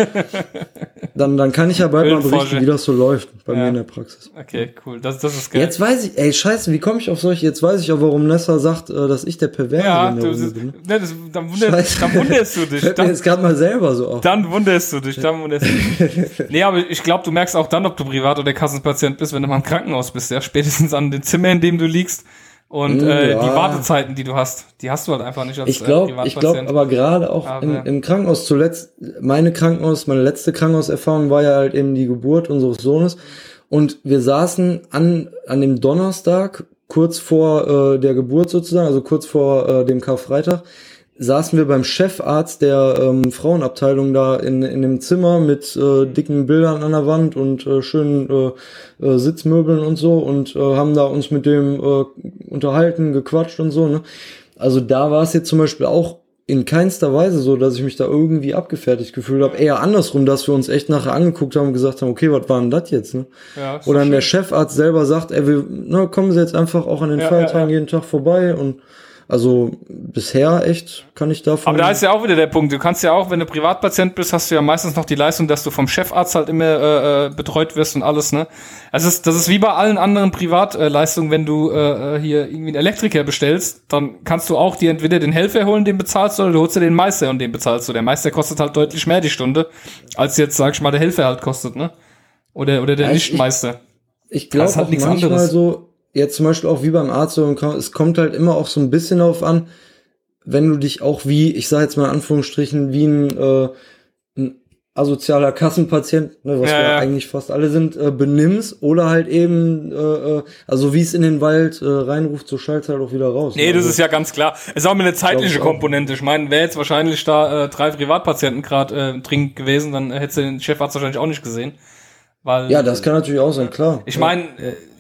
dann, dann kann ich ja bald mal berichten, wie das so läuft bei ja. mir in der Praxis. Okay, cool. Das, das ist geil. Jetzt weiß ich, ey, scheiße, wie komme ich auf solche, jetzt weiß ich auch, warum Nessa sagt, äh, dass ich der Perverse ja, in der du, Runde bin. Ne, das, dann, wunderst, dann wunderst du dich. Fällt Dann, mir jetzt gerade mal selber so auf. Dann wunderst du dich, dann wunderst du dich. Nee, aber ich glaube, du merkst auch dann, ob du Privat- oder Kassenpatient bist, wenn du mal im Krankenhaus bist, ja. Spätestens an dem Zimmer, in dem du liegst. Und äh, ja. die Wartezeiten, die du hast, die hast du halt einfach nicht als ich glaub, äh, Privatpatient. Ich glaube aber gerade auch aber im, im Krankenhaus zuletzt, meine Krankenhaus, meine letzte Krankenhauserfahrung war ja halt eben die Geburt unseres Sohnes. Und wir saßen an an dem Donnerstag, kurz vor äh, der Geburt sozusagen, also kurz vor äh, dem Karfreitag, saßen wir beim Chefarzt der ähm, Frauenabteilung da in in dem Zimmer mit äh, dicken Bildern an der Wand und äh, schönen äh, äh, Sitzmöbeln und so und äh, haben da uns mit dem äh, unterhalten, gequatscht und so, ne? Also da war es jetzt zum Beispiel auch in keinster Weise so, dass ich mich da irgendwie abgefertigt gefühlt habe. Eher andersrum, dass wir uns echt nachher angeguckt haben und gesagt haben, okay, was war denn das jetzt, ne? Ja, oder dann schön. Der Chefarzt selber sagt, ey, wir, na, kommen Sie jetzt einfach auch an den ja, Feiertagen ja, ja. jeden Tag vorbei und also bisher echt kann ich davon... Aber da ist ja auch wieder der Punkt, du kannst ja auch, wenn du Privatpatient bist, hast du ja meistens noch die Leistung, dass du vom Chefarzt halt immer äh, betreut wirst und alles, ne? Also das ist, das ist wie bei allen anderen Privatleistungen, wenn du äh, hier irgendwie einen Elektriker bestellst, dann kannst du auch dir entweder den Helfer holen, den bezahlst du, oder du holst dir den Meister und den bezahlst du. Der Meister kostet halt deutlich mehr die Stunde, als jetzt, sag ich mal, der Helfer halt kostet, ne? Oder, oder der Ja, ich- Nichtmeister. Ich glaube Das ist halt auch nichts manchmal anderes. so, jetzt zum Beispiel auch wie beim Arzt, oder im Krankenhaus, es kommt halt immer auch so ein bisschen darauf an, wenn du dich auch wie, ich sage jetzt mal in Anführungsstrichen, wie ein, äh, ein asozialer Kassenpatient, ne, was Ja, wir ja. eigentlich fast alle sind, äh, benimmst oder halt eben, äh, äh, also wie es in den Wald äh, reinruft, so schallt halt auch wieder raus. Nee, ne? das also, ist ja ganz klar. Es ist auch eine zeitliche Glaub ich auch. Komponente. Ich meine, wäre jetzt wahrscheinlich da äh, drei Privatpatienten gerade äh, dringend gewesen, dann hättest du den Chefarzt wahrscheinlich auch nicht gesehen. Weil, Ja, das kann natürlich auch sein, klar. ich meine, äh,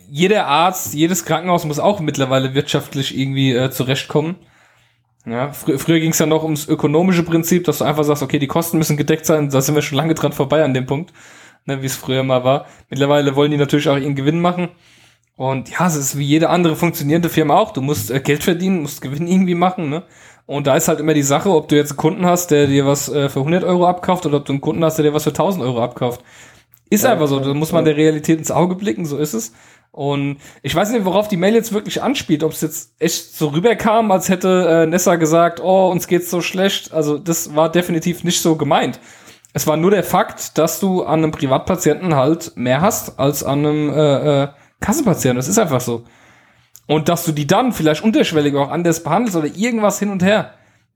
jeder Arzt, jedes Krankenhaus muss auch mittlerweile wirtschaftlich irgendwie äh, zurechtkommen. Ja, fr- früher ging es ja noch ums ökonomische Prinzip, dass du einfach sagst, okay, die Kosten müssen gedeckt sein, da sind wir schon lange dran vorbei an dem Punkt, ne, wie es früher mal war. Mittlerweile wollen die natürlich auch ihren Gewinn machen. Und ja, es ist wie jede andere funktionierende Firma auch. Du musst äh, Geld verdienen, musst Gewinn irgendwie machen, ne? Und da ist halt immer die Sache, ob du jetzt einen Kunden hast, der dir was äh, für hundert Euro abkauft oder ob du einen Kunden hast, der dir was für tausend Euro abkauft. Ist ja, einfach so, da muss man ja der Realität ins Auge blicken, so ist es. Und ich weiß nicht, worauf die Mail jetzt wirklich anspielt, ob es jetzt echt so rüberkam, als hätte äh, Nessa gesagt, oh, uns geht's so schlecht. Also das war definitiv nicht so gemeint. Es war nur der Fakt, dass du an einem Privatpatienten halt mehr hast als an einem äh, äh, Kassenpatienten. Das ist einfach so. Und dass du die dann vielleicht unterschwellig auch anders behandelst oder irgendwas hin und her.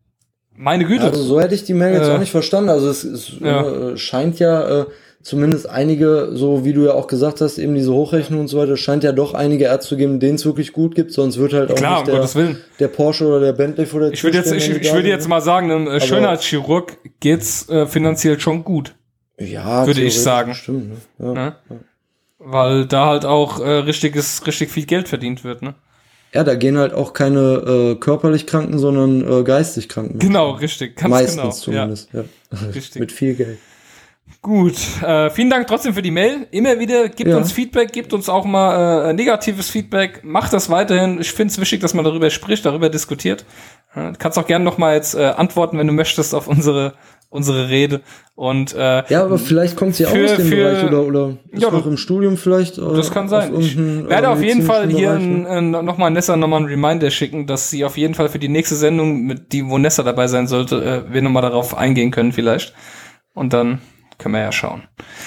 Meine Güte. Also so hätte ich die Mail jetzt äh, auch nicht verstanden. Also es, es ja. äh, scheint ja äh, zumindest einige, so wie du ja auch gesagt hast, eben diese Hochrechnung und so weiter, scheint ja doch einige Ärzte zu geben, denen es wirklich gut gibt, sonst wird halt auch Klar, nicht um Gottes Willen. der, der Porsche oder der Bentley vor der Ich würde jetzt, ich, ich würde jetzt mal sagen, einem äh, Schönheitschirurg geht's äh, finanziell schon gut. Ja, würde ich sagen. Stimmt, ne? Ja, ne? ja. Weil da halt auch äh, richtiges, richtig viel Geld verdient wird, ne? Ja, da gehen halt auch keine äh, körperlich Kranken, sondern äh, geistig Kranken. Genau, richtig, ganz Meistens genau. zumindest, ja. Richtig. Mit viel Geld. Gut, äh, vielen Dank trotzdem für die Mail. Immer wieder, gebt Ja. uns Feedback, gebt uns auch mal äh, negatives Feedback. Macht das weiterhin. Ich finde es wichtig, dass man darüber spricht, darüber diskutiert. Ja, du kannst auch gerne noch mal jetzt äh, antworten, wenn du möchtest, auf unsere unsere Rede. Und äh, Ja, aber vielleicht kommt sie auch für- aus dem für- Bereich oder, oder ist Ja, noch im Studium vielleicht. Äh, das kann sein. auf Ich irgendeinen, werde äh, auf jeden Fall hier medizinischen Bereich, ein, ne? ein, noch mal Nessa noch mal einen Reminder schicken, dass sie auf jeden Fall für die nächste Sendung, mit die wo Nessa dabei sein sollte, äh, wir noch mal darauf eingehen können vielleicht. Und dann können wir ja schauen.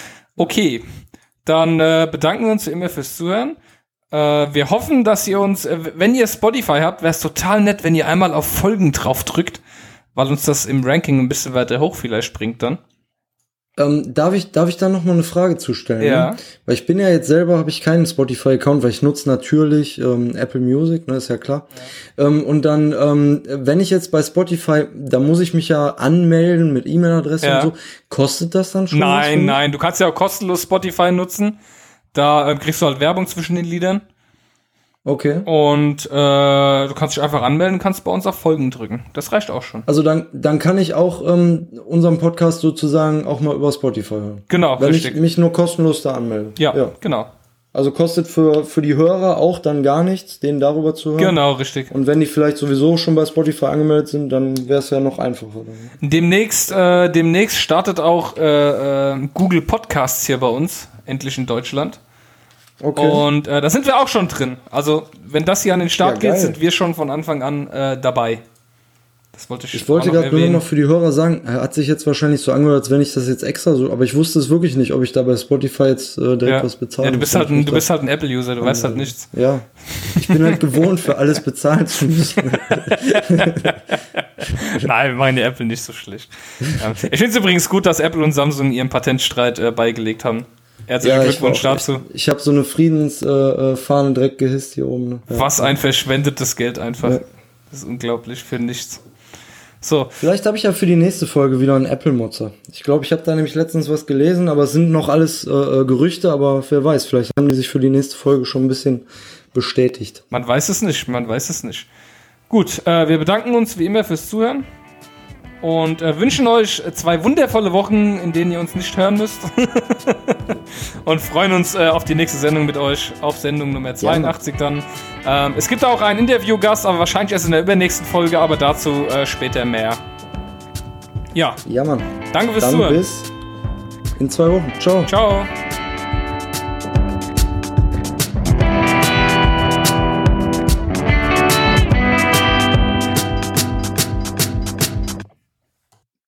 Okay, dann äh, bedanken wir uns wie immer fürs Zuhören. Äh, wir hoffen, dass ihr uns, äh, wenn ihr Spotify habt, wäre es total nett, wenn ihr einmal auf Folgen drauf drückt, weil uns das im Ranking ein bisschen weiter hoch vielleicht bringt dann. Ähm, darf ich, darf ich da noch mal eine Frage zu stellen? Ja. Ne? Weil ich bin ja jetzt selber, habe ich keinen Spotify-Account, weil ich nutze natürlich ähm, Apple Music, ne, ist ja klar. Ja. Ähm, und dann, ähm, wenn ich jetzt bei Spotify, da muss ich mich ja anmelden mit E-Mail-Adresse Ja. und so. Kostet das dann schon was für Nein, mich? nein, du kannst ja auch kostenlos Spotify nutzen. Da äh, kriegst du halt Werbung zwischen den Liedern. Okay. Und äh, du kannst dich einfach anmelden, kannst bei uns auf Folgen drücken. Das reicht auch schon. Also dann, dann kann ich auch ähm, unseren Podcast sozusagen auch mal über Spotify hören. Genau, Wenn richtig. ich mich nur kostenlos da anmelde. Ja, ja. genau. Also kostet für, für die Hörer auch dann gar nichts, denen darüber zu hören. Genau, richtig. Und wenn die vielleicht sowieso schon bei Spotify angemeldet sind, dann wäre es ja noch einfacher. Dann. Demnächst, äh, demnächst startet auch äh, äh, Google Podcasts hier bei uns, endlich in Deutschland. Okay. Und äh, da sind wir auch schon drin. Also, wenn das hier an den Start Ja, geht, geil. sind wir schon von Anfang an äh, dabei. Das wollte ich Ich wollte auch noch gerade nur erwähnen. noch mal für die Hörer sagen, er hat sich jetzt wahrscheinlich so angehört, als wenn ich das jetzt extra so, aber ich wusste es wirklich nicht, ob ich da bei Spotify jetzt äh, direkt Ja. was bezahle. Ja, du bist halt ein, du bist halt ein Apple-User, du weißt halt nichts. Ja, ich bin halt gewohnt, für alles bezahlen zu müssen. Nein, wir machen die Apple nicht so schlecht. Ja. Ich finde es übrigens gut, dass Apple und Samsung ihren Patentstreit äh, beigelegt haben. Herzlichen Ja, ich Glückwunsch war auch- dazu. Ich habe so eine Friedensfahne äh, Fahne direkt gehisst hier oben. Ne? Ja. Was ein verschwendetes Geld einfach. Ja. Das ist unglaublich für nichts. So, Vielleicht habe ich ja für die nächste Folge wieder einen Apple-Motzer. Ich glaube, ich habe da nämlich letztens was gelesen, aber es sind noch alles äh, äh, Gerüchte, aber wer weiß, vielleicht haben die sich für die nächste Folge schon ein bisschen bestätigt. man weiß es nicht, man weiß es nicht. Gut, äh, wir bedanken uns wie immer fürs Zuhören und äh, wünschen euch zwei wundervolle Wochen, in denen ihr uns nicht hören müsst. Und freuen uns äh, auf die nächste Sendung mit euch, auf Sendung Nummer zweiundachtzig dann. Ähm, es gibt auch einen Interviewgast, aber wahrscheinlich erst in der übernächsten Folge, aber dazu äh, später mehr. Ja, Ja, Mann. danke fürs Dann Zuhören. bis in zwei Wochen. Ciao. Ciao.